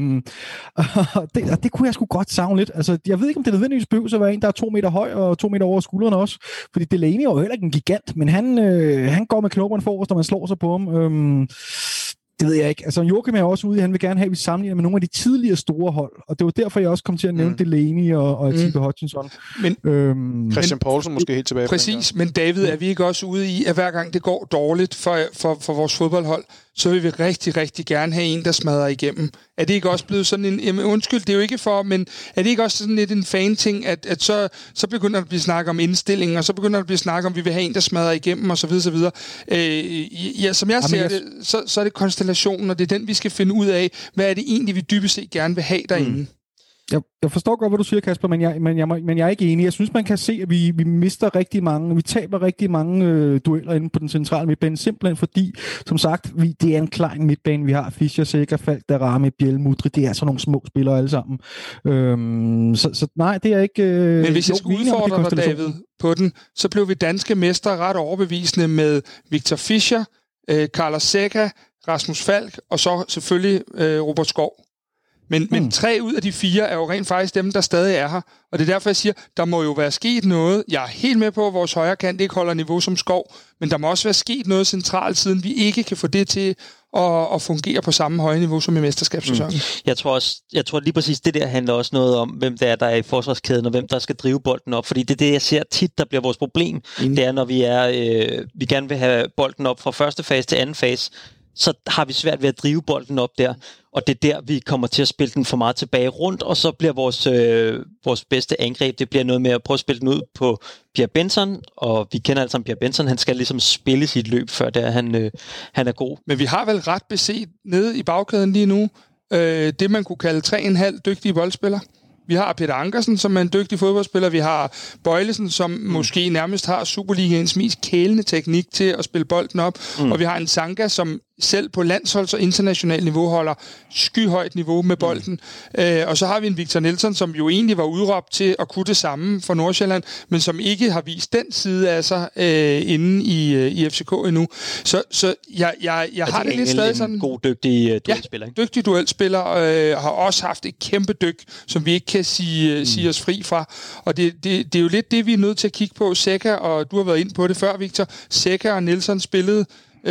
Det kunne jeg sgu godt savne lidt. Altså, jeg ved ikke, om det nødvendigvis behøver at være en, der er 2 meter høj og 2 meter over skuldrene også, fordi Delaney er jo heller ikke en gigant, men han går med knopperne forrest, når man slår sig på ham. Det ved jeg ikke. Altså, Joachim er også ude i, han vil gerne have, at vi sammenligner med nogle af de tidligere store hold. Og det var derfor, jeg også kom til at nævne Delaney og Atiba Hutchinson. Men Christian Poulsen måske helt tilbage. Præcis, men David, er vi ikke også ude i, at hver gang det går dårligt for vores fodboldhold, så vil vi rigtig, rigtig gerne have en, der smadrer igennem. Er det ikke også blevet sådan en... Jamen, undskyld, det er jo ikke for, men er det ikke også sådan lidt en fan-ting, at så begynder der at blive snak om indstilling, og så begynder der at blive snak om, at vi vil have en, der smadrer igennem, og så videre, så videre. Ja, som jeg ser det, så er det konstellationen, og det er den, vi skal finde ud af, hvad er det egentlig, vi dybest set gerne vil have derinde. Jeg forstår godt, hvad du siger, Kasper, men jeg er ikke enig. Jeg synes, man kan se, at vi mister rigtig mange, vi taber rigtig mange dueller inde på den centrale midtbane, simpelthen fordi, som sagt, det er en klein midtbane. Vi har Fischer, Zeca, Falk, Darami, Biel, Mudryk. Det er sådan nogle små spillere alle sammen. Så nej, det er ikke... Men hvis jeg skal udfordre dig, David, på den, så blev vi danske mestre ret overbevisende med Victor Fischer, Carlos Zeca, Rasmus Falk og så selvfølgelig Robert Skov. Men 3 ud af de 4 er jo rent faktisk dem, der stadig er her. Og det er derfor, jeg siger, der må jo være sket noget. Jeg er helt med på, at vores højre kant ikke holder niveau som Skov, men der må også være sket noget centralt, siden vi ikke kan få det til at fungere på samme høje niveau som i mesterskabssæsonen. Jeg tror lige præcis, det der handler også noget om, hvem der er i forsvarskæden, og hvem der skal drive bolden op. Fordi det er det, jeg ser tit, der bliver vores problem. Det er, når vi gerne vil have bolden op fra første fase til anden fase, så har vi svært ved at drive bolden op der. Og det er der, vi kommer til at spille den for meget tilbage rundt, og så bliver vores bedste angreb, det bliver noget med at prøve at spille den ud på Pierre Benson, og vi kender altså Pierre Benson, han skal ligesom spille sit løb, før der han er god. Men vi har vel ret beset nede i bagkæden lige nu, det man kunne kalde 3,5 dygtige boldspillere. Vi har Peter Ankersen, som er en dygtig fodboldspiller. Vi har Bøjlesen, som måske nærmest har Superligaens mest kælende teknik til at spille bolden op. Og vi har en Sanka, som selv på landsholds- og internationalt niveau holder skyhøjt niveau med bolden. Og så har vi en Victor Nelson, som jo egentlig var udråbt til at kunne det samme for Nordsjælland, men som ikke har vist den side af sig inde i FCK endnu. Så jeg har det lidt stadig sådan... En god, dygtig duelspiller, ikke? Dygtig duelspiller, har også haft et kæmpe dyk, som vi ikke kan sige os fri fra. Og det er jo lidt det, vi er nødt til at kigge på. Zeca, og du har været inde på det før, Victor. Zeca og Nelson spillede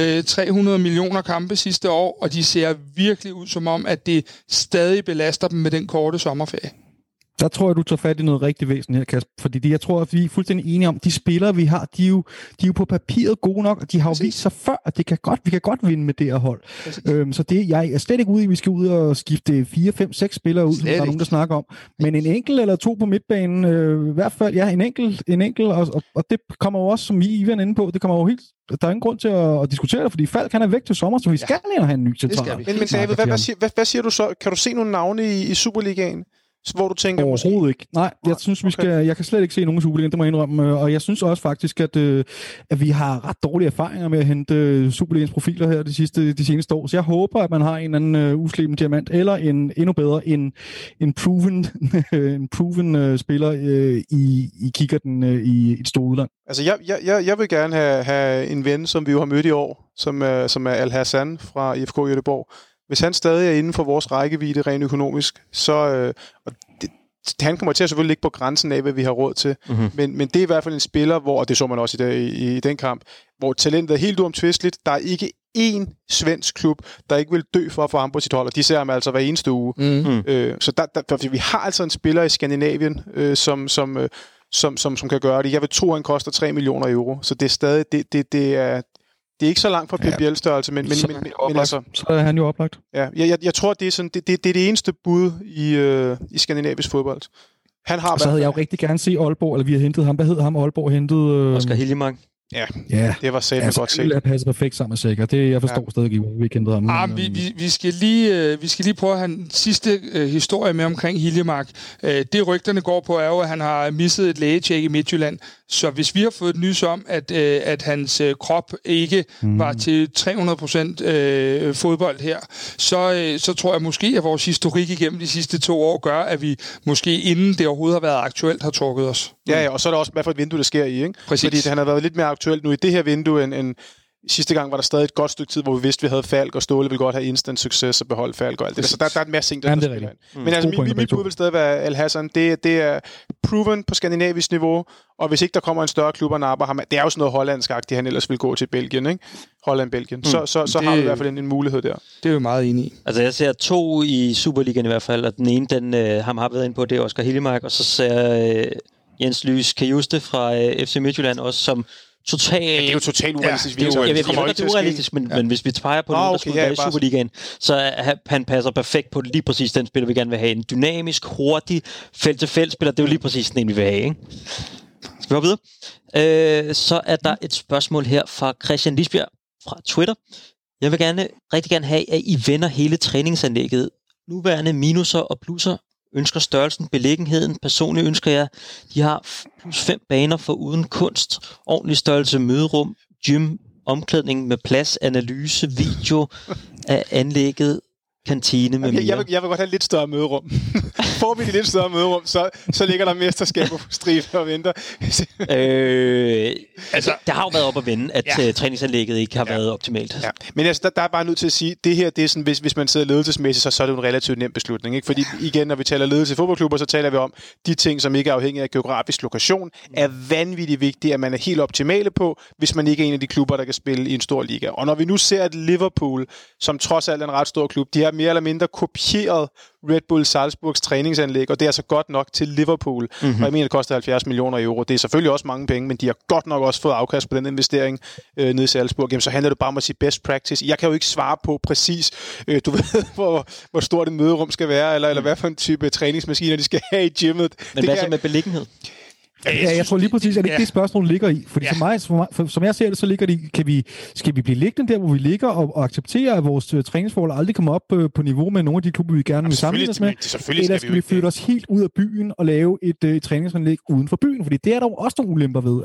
300 millioner kampe sidste år, og de ser virkelig ud som om, at det stadig belaster dem med den korte sommerferie. Der tror jeg, du tager fat i noget rigtig væsentligt her, Kasper. Fordi jeg tror, at vi er fuldstændig enige om, de spillere, vi har, de er jo på papiret gode nok, og de har jo vist sig før, at vi kan godt vinde med det her hold. Så jeg er slet ikke ude i, at vi skal ud og skifte 4, 5, 6 spillere ud, som der er nogen, der snakker om. Men en enkelt eller 2 på midtbanen, i hvert fald, ja, en enkelt, og det kommer jo også, som I er inde på, det kommer jo helt... Der er ingen grund til at diskutere det, fordi Falk han er væk til sommer, så vi skal have en ny central. Men David, hvad siger du så? Kan du se nogle navne i Superligaen, hvor du tænker Overhovedet ikke. Nej, jeg synes, jeg kan slet ikke se nogen Superligaen, det må jeg indrømme. Og jeg synes også faktisk, at vi har ret dårlige erfaringer med at hente Superligaens profiler her de seneste år. Så jeg håber, at man har en anden usleben diamant, eller endnu bedre, en proven spiller i kikkerten i et stort udland. Altså, jeg vil gerne have en ven, som vi jo har mødt i år, som er Al Hassan fra IFK Göteborg. Hvis han stadig er inden for vores rækkevidde rent økonomisk, så han kommer til at selvfølgelig ligge på grænsen af, hvad vi har råd til. Mm-hmm. Men det er i hvert fald en spiller, hvor, og det så man også i den kamp, hvor talentet er helt uomtvisteligt. Der er ikke én svensk klub, der ikke vil dø for at få ham på sit hold, og de ser ham altså hver eneste uge. Mm-hmm. Så vi har altså en spiller i Skandinavien, som kan gøre det. Jeg vil tro, han koster 3 millioner euro, så det er stadig det er ikke så langt fra PPL-størrelse, men altså... Så er han jo oplagt. Ja, jeg tror, det er sådan, det er det eneste bud i skandinavisk fodbold. Han har. Så havde jeg jo rigtig gerne set Aalborg, eller vi har hentet ham. Hvad hed ham Aalborg hentede? Oscar Hiljemark. Ja, det var satme godt set. Det passer perfekt sammen med Sikker. Det jeg forstår stadig ikke, vi kendte ham. Vi skal lige prøve at have en sidste historie med omkring Hiljemark. Det rygterne går på er jo, at han har misset et lægetjek i Midtjylland. Så hvis vi har fået et nys om, at hans krop ikke var til 300% fodbold her, så tror jeg måske, at vores historik igennem de sidste 2 år gør, at vi måske inden det overhovedet har været aktuelt, har trukket os. Ja, og så er der også, hvad for et vindue, det sker i, ikke? Præcis. Fordi han har været lidt mere aktuelt nu i det her vindue, end sidste gang var der stadig et godt stykke tid, hvor vi vidste, vi havde Falk, og Ståle ville godt have instant succes og beholde Falk og alt det. Så der er en masse ting, der spiller ind. Men altså, mit bud vil stadig være Al Hassan. Det er proven på skandinavisk niveau, og hvis ikke der kommer en større klub og napper ham, det er jo sådan noget hollandsk-agtigt, han ellers vil gå til Belgien, ikke? Holland-Belgien. Så har vi i hvert fald en mulighed der. Det er jo meget enig i. Altså, jeg ser 2 i Superligaen i hvert fald, og den ene, ham har været inde på, det er Oscar Hiljemark, og så ser Jens Lys Kajuste fra FC Midtjylland også som total... Ja, det er jo totalt urealistisk. Jeg ved ikke, det er urealistisk, men hvis vi peger på nogen, der skulle være i Superligaen, så han passer perfekt på lige præcis den spiller, vi gerne vil have. En dynamisk, hurtig, felt-til-felt spiller, det er jo lige præcis den, vi vil have, ikke? Skal vi hoppe videre? Så er der et spørgsmål her fra Christian Lisbjerg fra Twitter. Jeg vil rigtig gerne have, at I vender hele træningsanlægget. Nuværende minuser og plusser. Ønsker størrelsen, beliggenheden. Personligt ønsker jeg, de har +5 baner for uden kunst, ordentlig størrelse, møderum, gym, omklædning med plads, analyse, video af anlægget, kantine med mere. Jeg vil godt have lidt større møderum. Får vi lidt større møderum, så ligger der mesterskaber på stribe og venter. Altså, det har jo været op at vende, at træningsanlægget ikke har været optimalt. Ja. Men altså, der er bare nødt til at sige, det her, det er sådan, hvis man sidder ledelsesmæssigt, så er det jo en relativt nem beslutning. Ikke? Fordi igen, når vi taler ledelse i fodboldklubber, så taler vi om de ting, som ikke er afhængige af geografisk lokation, er vanvittigt vigtigt, at man er helt optimale på, hvis man ikke er en af de klubber, der kan spille i en stor liga. Og når vi nu ser, at Liverpool, som trods alt er en ret stor klub, de har mere eller mindre kopieret Red Bull Salzburgs træningsanlæg, og det er altså godt nok til Liverpool. Mm-hmm. Og jeg mener, det koster 70 millioner euro. Det er selvfølgelig også mange penge, men de har godt nok også fået afkast på den investering nede i Salzburg. Jamen, så handler det bare om at sige best practice. Jeg kan jo ikke svare på præcis, du ved, hvor stort et møderum skal være, eller hvad for en type træningsmaskiner de skal have i gymmet. Men hvad så med beliggenhed? Ja, jeg tror lige præcis, at det ikke det spørgsmål ligger i. Fordi som jeg ser det, så ligger skal vi blive liggende der, hvor vi ligger, og acceptere, at vores træningsforhold aldrig kommer op på niveau med nogle af de klubber, vi gerne vil sammenligne os med. Eller skal vi flytte os helt ud af byen og lave et træningsanlæg uden for byen? Fordi det er der jo også nogle ulemper ved.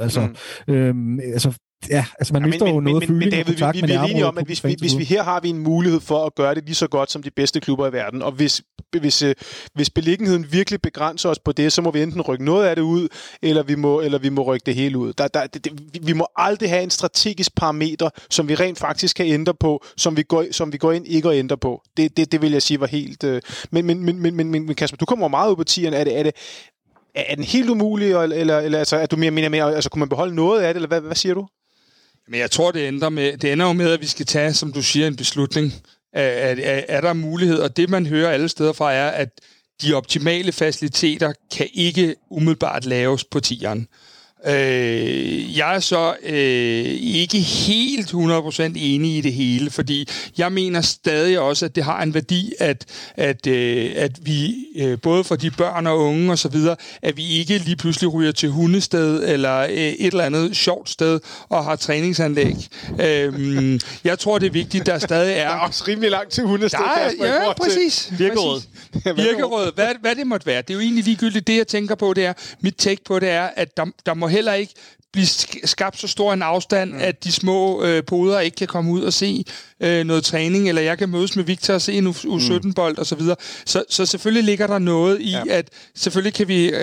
Man mister jo noget føling. Men David, vi er enige om, at hvis vi her har vi en mulighed for at gøre det lige så godt som de bedste klubber i verden, og hvis beliggenheden virkelig begrænser os på det, så må vi enten rykke noget af det ud, eller vi må rykke det hele ud. Vi må aldrig have en strategisk parameter, som vi rent faktisk kan ændre på, som vi går ind ikke at ændre på. Det vil jeg sige var helt... Men Kasper, du kommer meget ud på tieren. Er den helt umulig, eller altså, er du mere, altså kunne man beholde noget af det, eller hvad siger du? Men jeg tror, det ender jo med, at vi skal tage, som du siger, en beslutning. Er der mulighed? Og det, man hører alle steder fra, er, at de optimale faciliteter kan ikke umiddelbart laves på tieren. Jeg er så ikke helt 100% enig i det hele, fordi jeg mener stadig også, at det har en værdi, at vi, både for de børn og unge og så videre, at vi ikke lige pludselig ryger til hundested eller et eller andet sjovt sted og har træningsanlæg. Jeg tror, det er vigtigt, der stadig er... Der er også rimelig langt til hundested. Ja, præcis. Virkerød. Virkerød. Hvad det måtte være. Det er jo egentlig ligegyldigt. Det, jeg tænker på, det er, mit take på det er, at der må heller ikke blive skabt så stor en afstand, at de små poder ikke kan komme ud og se noget træning, eller jeg kan mødes med Victor og se en U17-bold og så videre. Så selvfølgelig ligger der noget i, at selvfølgelig kan vi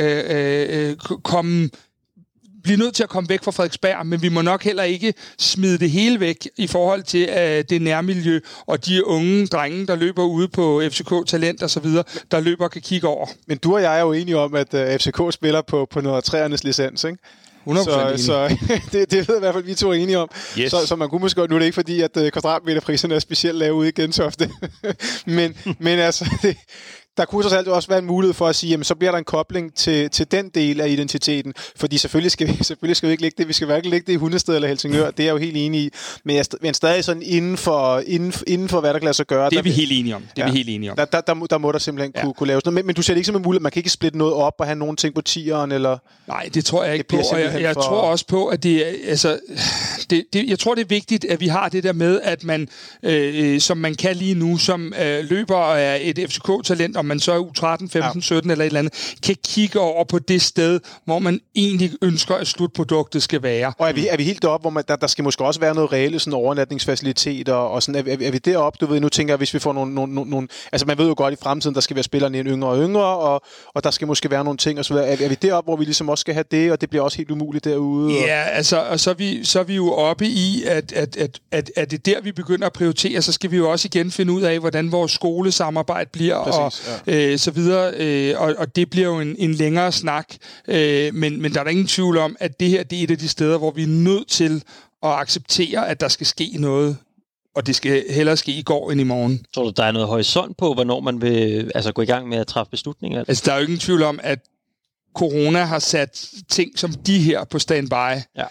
blive nødt til at komme væk fra Frederiksberg, men vi må nok heller ikke smide det hele væk i forhold til det nærmiljø og de unge drenge, der løber ude på FCK Talent og så videre, der løber og kan kigge over. Men du og jeg er jo enige om, at FCK spiller på noget træernes licens, ikke? 100% så det ved i hvert fald vi to er enige om. Yes. Så man kunne måske godt, nu er det ikke fordi, at kvadratmeterpriserne er specielt lave ude i Gentofte, men altså... Der kunne så også være en mulighed for at sige, jamen så bliver der en kobling til den del af identiteten, fordi selvfølgelig skal vi ikke lægge det, vi skal hverken lægge det i Hundested eller Helsingør, det er jeg jo helt enig i, men stadig sådan inden for hvad der kan lade sig gøre. Det er vi helt enige om. Der må der simpelthen kunne laves noget, men du ser det ikke som en mulighed, man kan ikke splitte noget op og have nogle ting på tieren, eller... Nej, det tror jeg ikke på, og jeg tror også på, at det altså... jeg tror, det er vigtigt, at vi har det der med, at man, som man kan lige nu, som løber og er et FCK-talent, om man så er U13, 15, 17 eller et eller andet, kan kigge over på det sted, hvor man egentlig ønsker, at slutproduktet skal være. Og er vi helt deroppe, hvor der skal måske også være noget reelle sådan overnatningsfaciliteter, og sådan, er vi deroppe, du ved, nu tænker jeg, hvis vi får nogle altså man ved jo godt i fremtiden, der skal være spillerne en yngre og yngre, og der skal måske være nogle ting, og så videre. Er vi deroppe, hvor vi ligesom også skal have det, og det bliver også helt umuligt derude? Ja, altså, og så er vi jo oppe i, at det er der, vi begynder at prioritere, så skal vi jo også igen finde ud af, hvordan vores skolesamarbejde bliver, præcis, og så videre, og det bliver jo en længere snak, men der er ingen tvivl om, at det her, det er et af de steder, hvor vi er nødt til at acceptere, at der skal ske noget, og det skal hellere ske i går end i morgen. Tror du, der er noget horisont på, hvornår man vil gå i gang med at træffe beslutninger? Altså, der er jo ingen tvivl om, at corona har sat ting som de her på standby. Ja.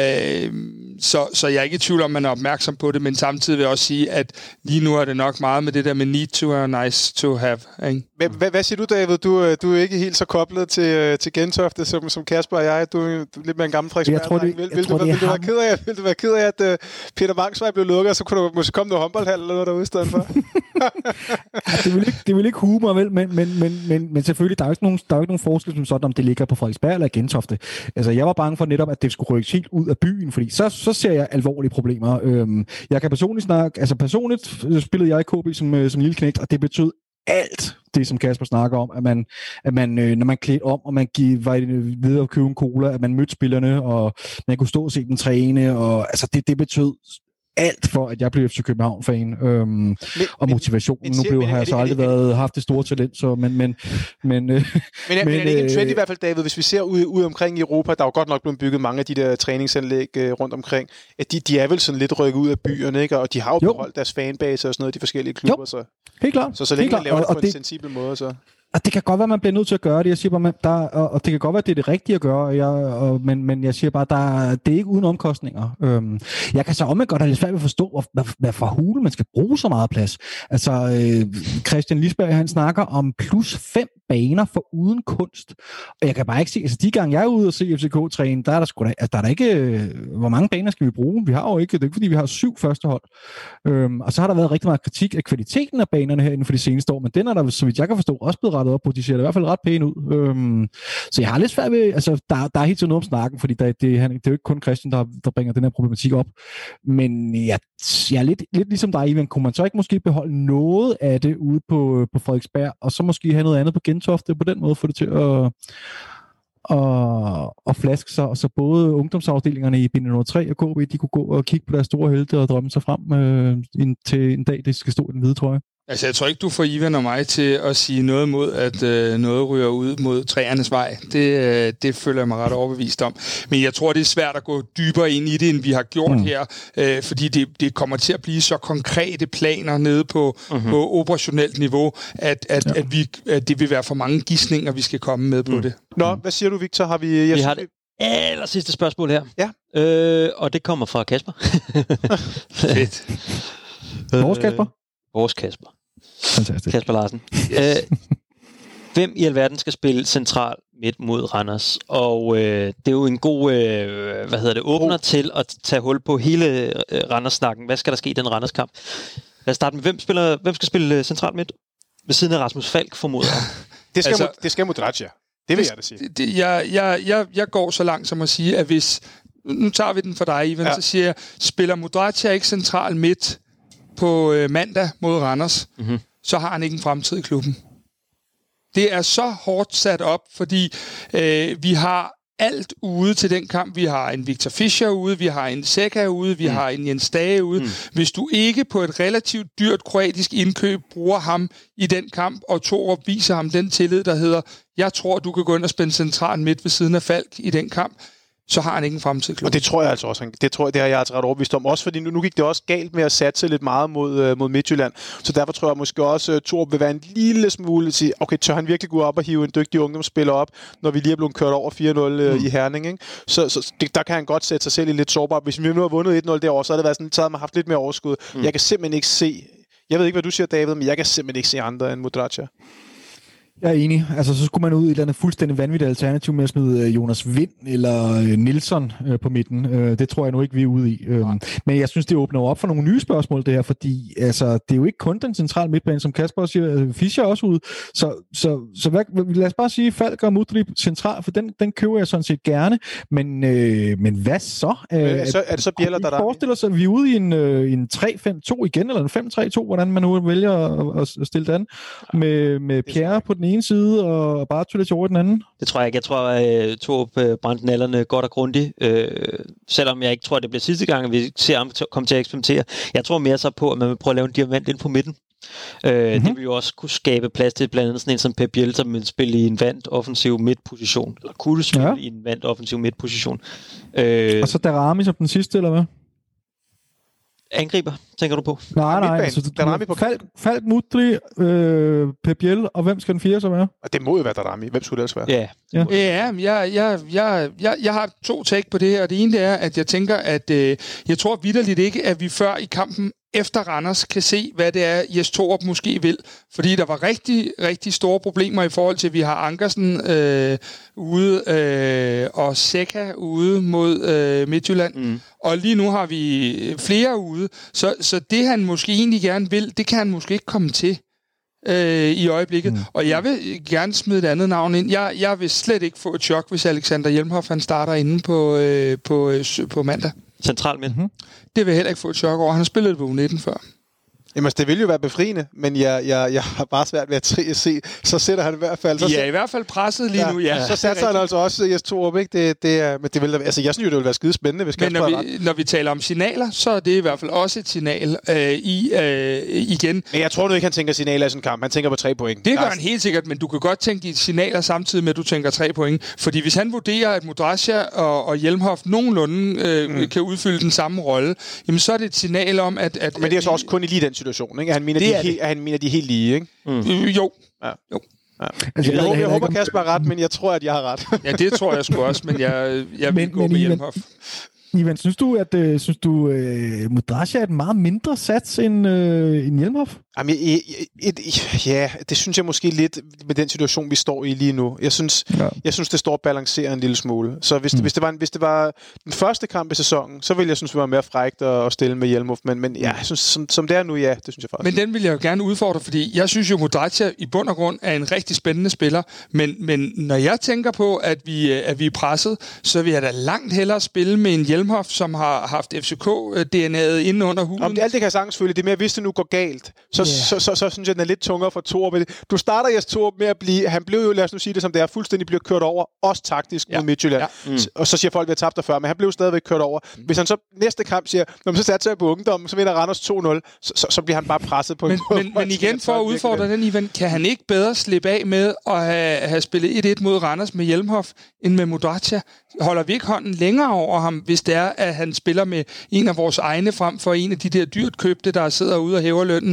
Så jeg er ikke i tvivl om, man er opmærksom på det, men samtidig vil jeg også sige, at lige nu er det nok meget med det der med need to og nice to have. Ikke? Hvad siger du, David? Du er ikke helt så koblet til Gentofte som Kasper og jeg. Du er lidt mere en gammel Frederiksberg. Vil du være ked af, at Peter Vangsvej blev lukket, og så kunne der måske komme noget håndboldhal eller noget derude i stedet for? det vil ikke humor, vel? Men selvfølgelig, der er jo ikke nogen forskel som sådan, om det ligger på Frederiksberg eller Gentofte. Altså, jeg var bange for netop, at det skulle rykkes helt ud af byen, fordi så ser jeg alvorlige problemer. Jeg kan personligt spillede jeg i KB som lille knægt, og det betød alt det, som Kasper snakker om, at man når man klædte om, og man var videre og købe en cola, at man mødte spillerne, og man kunne stå og se dem træne, og altså det betød alt for, at jeg blev FC København-fan, og motivationen. Nu har jeg så aldrig haft det store talent, så, men er det ikke en trend i hvert fald, David, hvis vi ser ud omkring i Europa, der er jo godt nok blevet bygget mange af de der træningsanlæg rundt omkring, at de er vel sådan lidt rykket ud af byerne, ikke? Og de har jo beholdt deres fanbase og sådan noget, de forskellige klubber. Så helt klart. Så længe man laver det på en sensibel måde, så... Og det kan godt være, at man bliver nødt til at gøre det. Jeg siger bare, og det kan godt være, at det er det rigtige at gøre, men jeg siger bare, det er ikke uden omkostninger. Jeg kan så omvendt godt have lidt svært ved at forstå, hvad for hule man skal bruge så meget plads. Altså, Christian Lisberg, han snakker om +5 baner for uden kunst. Og jeg kan bare ikke se, altså de gange jeg er ude og se FCK-træne, der er der sgu da, altså der er der ikke, hvor mange baner skal vi bruge? Vi har jo ikke, det er ikke fordi, vi har 7 første hold. Og så har der været rigtig meget kritik af kvaliteten af banerne her inden for de seneste år, men den er der, så vidt jeg kan forstå, også blevet rettet op på. De ser i hvert fald ret pæne ud. Så jeg har lidt svært ved, altså der er helt sådan noget om snakken, fordi det er jo ikke kun Christian, der bringer den her problematik op. Men jeg er lidt ligesom dig, Ivan. Kunne man så ikke måske beholde noget af det ude på Frederiksberg, og så måske have noget andet på Gentofte på den måde, få det til at flaske sig, og så både ungdomsafdelingerne i Binde 3 og KB, de kunne gå og kigge på deres store helte og drømme sig frem til en dag, det skal stå i den hvide trøje. Altså, jeg tror ikke, du får Ivan og mig til at sige noget mod, at noget ryger ud mod træernes vej. Det føler jeg mig ret overbevist om. Men jeg tror, det er svært at gå dybere ind i det, end vi har gjort her, fordi det kommer til at blive så konkrete planer nede på operationelt niveau, at det vil være for mange gidsninger, vi skal komme med på det. Nå, hvad siger du, Victor? aller sidste spørgsmål her. Ja. Og det kommer fra Kasper. Fedt. Vores Kasper? Vores Kasper. Fantastisk. Kasper Larsen. Hvem i alverden skal spille central midt mod Randers? Og det er jo en god åbner til at tage hul på hele Randers-snakken. Hvad skal der ske i den Randers-kamp? Lad os starte med, hvem skal spille central midt? Ved siden af Rasmus Falk, formoder jeg. Det skal Modricia. Det vil jeg da sige. Jeg går så langt som at sige, at hvis... Nu tager vi den for dig, Ivan. Så siger jeg, spiller Modricia ikke central midt på mandag mod Randers, så har han ikke en fremtid i klubben. Det er så hårdt sat op, fordi vi har alt ude til den kamp. Vi har en Victor Fischer ude, vi har en Seca ude, vi har en Jens Dage ude. Hvis du ikke på et relativt dyrt kroatisk indkøb bruger ham i den kamp, og Torup viser ham den tillid, der hedder, jeg tror, du kan gå ind og spænde centralt midt ved siden af Falk i den kamp, så har han ikke en fremtid i klubben. Og det tror jeg altså også. Det har jeg altså ret overbevist om. Også fordi nu gik det også galt med at satse lidt meget mod Midtjylland. Så derfor tror jeg måske også, Torup vil være en lille smule til, okay, tør han virkelig gå op og hive en dygtig ungdomsspiller op, når vi lige er blevet kørt over 4-0 i Herning, ikke? Så der kan han godt sætte sig selv i lidt sårbar. Hvis vi nu har vundet 1-0 derovre, så har det været sådan, så havde man haft lidt mere overskud. Jeg kan simpelthen ikke se, jeg ved ikke, hvad du siger, David, men jeg kan simpelthen ikke se andre end Modricia. Jeg er enig. Altså, så skulle man ud i et eller andet fuldstændig vanvittigt alternativ med at smide Jonas Vind eller Nielsen på midten. Det tror jeg nu ikke, vi er ude i. Men jeg synes, det åbner op for nogle nye spørgsmål, det her, fordi altså, det er jo ikke kun den centrale midtbane, som Kasper også siger. Fischer er også ude. Så lad os bare sige, Falk og Mudryk central, for den køber jeg sådan set gerne. Men hvad så? Er det så Bjeller, der forestiller sig, at vi er ude i en 3-5-2 igen, eller en 5-3-2, hvordan man nu vælger at stille den med Pierre på den ene side, og bare Tølle over den anden? Det tror jeg ikke. Jeg tror, at Torup brændte nallerne godt og grundigt. Selvom jeg ikke tror, at det bliver sidste gang, at vi ser ham komme til at eksperimentere. Jeg tror mere så på, at man vil prøve at lave en diamant ind på midten. Det vil jo også kunne skabe plads til blandt andet sådan en som Pep Biel, som vil spille i en vandt offensiv midtposition. Eller kunne spille i en vandt offensiv midtposition. Og så Darami som den sidste, eller hvad? Angriber, tænker du på? Nej. Altså, Falk, Mudryk, Pep Biel, og hvem skal den fjerde så være? Og det må jo være Darami. Hvem skulle det ellers være? Jeg har 2 take på det her, og det ene det er, at jeg tænker, at jeg tror vitterligt ikke, at vi før i kampen efter Randers kan se, hvad det er, Jes Torup måske vil. Fordi der var rigtig, rigtig store problemer i forhold til, at vi har Ankersen ude og Seca ude mod Midtjylland. Og lige nu har vi flere ude. Så det, han måske egentlig gerne vil, det kan han måske ikke komme til i øjeblikket. Og jeg vil gerne smide et andet navn ind. Jeg vil slet ikke få et chok, hvis Alexander Hjelmhoff han starter inde på mandag. Central midt. Det vil jeg heller ikke få et chok over. Han har spillet det på U19 før. Jamen, det vil jo være befriende, men jeg har bare svært ved at se. Så sætter han i hvert fald... De er i hvert fald presset lige nu, ja. Så satser han altså også Jes Torup, ikke? Men det vil, altså, jeg synes jo, det vil være skide spændende, hvis Kasper har ret. Når vi taler om signaler, så er det i hvert fald også et signal igen. Men jeg tror nu ikke, han tænker signaler i sådan en kamp. Han tænker på 3 point. Det gør han helt sikkert, men du kan godt tænke i signaler samtidig med, at du tænker 3 point. Fordi hvis han vurderer, at Modricia og Hjelmhoff nogenlunde kan udfylde den samme rolle, jamen så er det et signal om, at... Men det er så også kun i lige den situation, ikke? Han mener, de er helt lige, ikke? Jo. Ja. Altså, jeg håber, Kasper har ret, men jeg tror, at jeg har ret. Ja, det tror jeg sgu også, men jeg vil gå med Hjelmhoff. Ivan, synes du, Modricia er et meget mindre sats end Hjelmhoff? Jamen, ja, det synes jeg måske lidt med den situation, vi står i lige nu. Jeg synes, det står og balancerer en lille smule. Så hvis det var den første kamp i sæsonen, så ville jeg synes, det var mere frækt at stille med Hjelmhoff. Men ja, jeg synes, som det er nu, ja, det synes jeg faktisk. Men den vil jeg jo gerne udfordre, fordi jeg synes jo, Modricia i bund og grund er en rigtig spændende spiller. Men når jeg tænker på, at vi er presset, så vil jeg da langt hellere spille med en Hjelmhoff, som har haft FCK-DNA'et inde under huden. Alt det kan jeg sagtens følge. Det er mere, hvis det nu går galt, så synes jeg, den er lidt tungere for Torup. Du starter Jes Torup med at blive... Han blev jo, lad os nu sige det som det er, fuldstændig bliver kørt over, også taktisk mod Midtjylland. Ja. Og så siger folk, at vi har tabt der før, men han blev stadigvæk kørt over. Hvis han så næste kamp siger, så satser jeg på ungdommen, så vinder Randers 2-0, så bliver han bare presset på men igen, for at udfordre den, Ivan, kan han ikke bedre slippe af med at have spillet 1-1 mod Randers med Hjelmhoff, end med Modricia? Holder vi ikke hånden længere over ham, hvis det er, at han spiller med en af vores egne frem for en af de der dyrt købte, der sidder ude og hæver lønnen?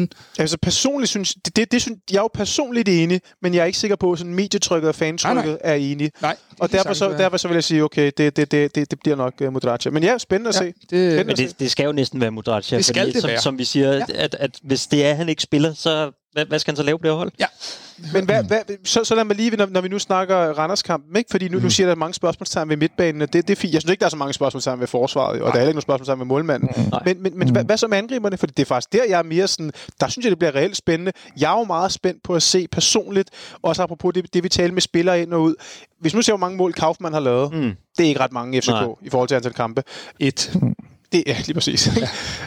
Altså personligt synes jeg er jo personligt enig, men jeg er ikke sikker på, at sådan medietrykket og fantrykket er enige. Nej. Og derfor så vil jeg sige, okay, det bliver nok Modric. Men ja, spændende at se. Det skal jo næsten være Modric, det skal fordi, det være. som vi siger, at hvis det er, han ikke spiller, så hvad skal han så lave på det hold? Ja. Men så lad mig lige, når vi nu snakker Randers-kampen, ikke? Fordi nu siger der mange spørgsmålstegn ved midtbanen, og det er fint. Jeg synes ikke, der er så mange spørgsmålstegn ved forsvaret, og der er heller ikke nogen spørgsmålstegn ved målmanden. Men hvad så med angriberne? For det er faktisk der, jeg er mere sådan, der synes jeg, det bliver reelt spændende. Jeg er jo meget spændt på at se personligt, også apropos det vi taler med spillere ind og ud. Hvis nu ser, hvor mange mål Kaufmann har lavet, det er ikke ret mange i FCK i forhold til antal kampe. Det er lige præcis. Ja.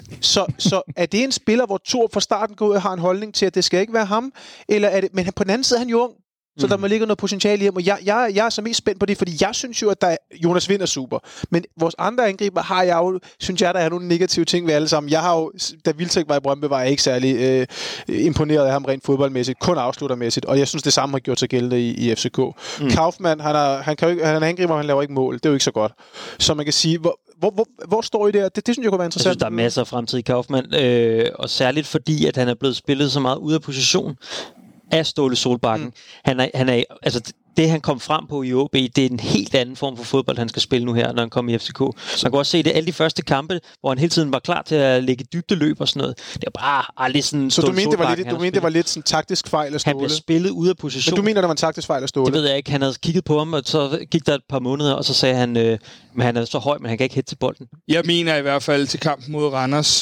Så er det en spiller, hvor Thor fra starten går ud og har en holdning til, at det skal ikke være ham? Eller er det, men på den anden side er han jo ung, så der må ligge noget potentiale i ham. Og jeg er så mest spændt på det, fordi jeg synes jo, at Jonas Vind er super. Men vores andre angriber har jeg jo, synes jeg, der er nogle negative ting ved alle sammen. Jeg har jo, da Wilczek var i Brøndby, var jeg ikke særlig imponeret af ham rent fodboldmæssigt, kun afsluttermæssigt. Og jeg synes, det samme har gjort sig gældende i FCK. Kaufmann, han er angriber, og han laver ikke mål. Det er jo ikke så godt. Så man kan sige, hvor står I der? Det synes jeg kunne være interessant. Jeg synes, der er masser af fremtid i Kaufmann, og særligt fordi, at han er blevet spillet så meget ud af position af Ståle Solbakken. Han er altså det, han kom frem på i OB, det er en helt anden form for fodbold, han skal spille nu her, når han kommer i FCK. Man kan også se det alle de første kampe, hvor han hele tiden var klar til at lægge dybdeløb og sådan noget. Det er bare aldrig sådan. Så du mente, det var lidt sådan taktisk fejl af Ståle? Han blev spillet ud af position. Men du mener, det var en taktisk fejl af Ståle? Det ved jeg ikke. Han havde kigget på ham, og så gik der et par måneder, og så sagde han, men han er så høj, men han kan ikke hætte til bolden. Jeg mener i hvert fald til kampen mod Randers,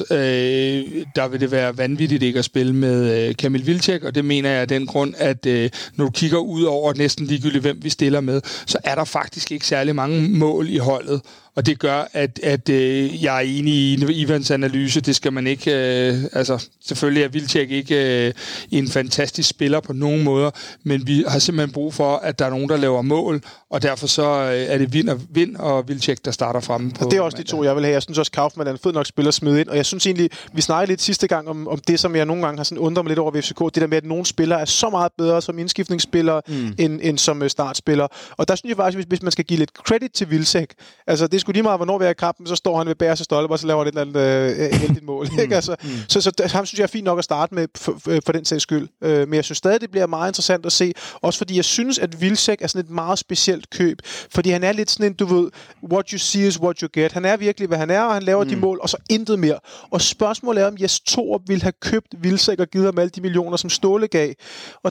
der vil det være vanvittigt ikke at spille med Kamil Wilczek, og det mener jeg af den grund, at når du kigger ud over næsten ligegyldigt, hvem vi stiller med, så er der faktisk ikke særlig mange mål i holdet. Og det gør, at jeg er enig i Ivans analyse. Det skal man ikke... selvfølgelig er Wilczek ikke en fantastisk spiller på nogen måder, men vi har simpelthen brug for, at der er nogen, der laver mål, og derfor så er det Vind og Wilczek, der starter fremme på... Og det er også de to, jeg vil have. Jeg synes også, Kaufmann er en fed nok spiller at smide ind, og jeg synes egentlig, vi snakkede lidt sidste gang om det, som jeg nogle gange har sådan undret mig lidt over ved FCK, det der med, at nogle spillere er så meget bedre som indskiftningsspillere, end som startspillere. Og der synes jeg faktisk, hvis man skal give lidt credit til Wilczek, altså det skulle lige meget, hvornår vi er i kampen, så står han ved bæres og stolpe, og så laver han et eller andet heldigt mål. Ikke? Altså, så ham synes jeg er fint nok at starte med for den sags skyld. Men jeg synes stadig, det bliver meget interessant at se, også fordi jeg synes, at Wilczek er sådan et meget specielt køb, fordi han er lidt sådan en, du ved, what you see is what you get. Han er virkelig, hvad han er, og han laver de mål, og så intet mere. Og spørgsmålet er, om Jes Torup ville have købt Wilczek og givet ham alle de millioner, som Ståle gav. Og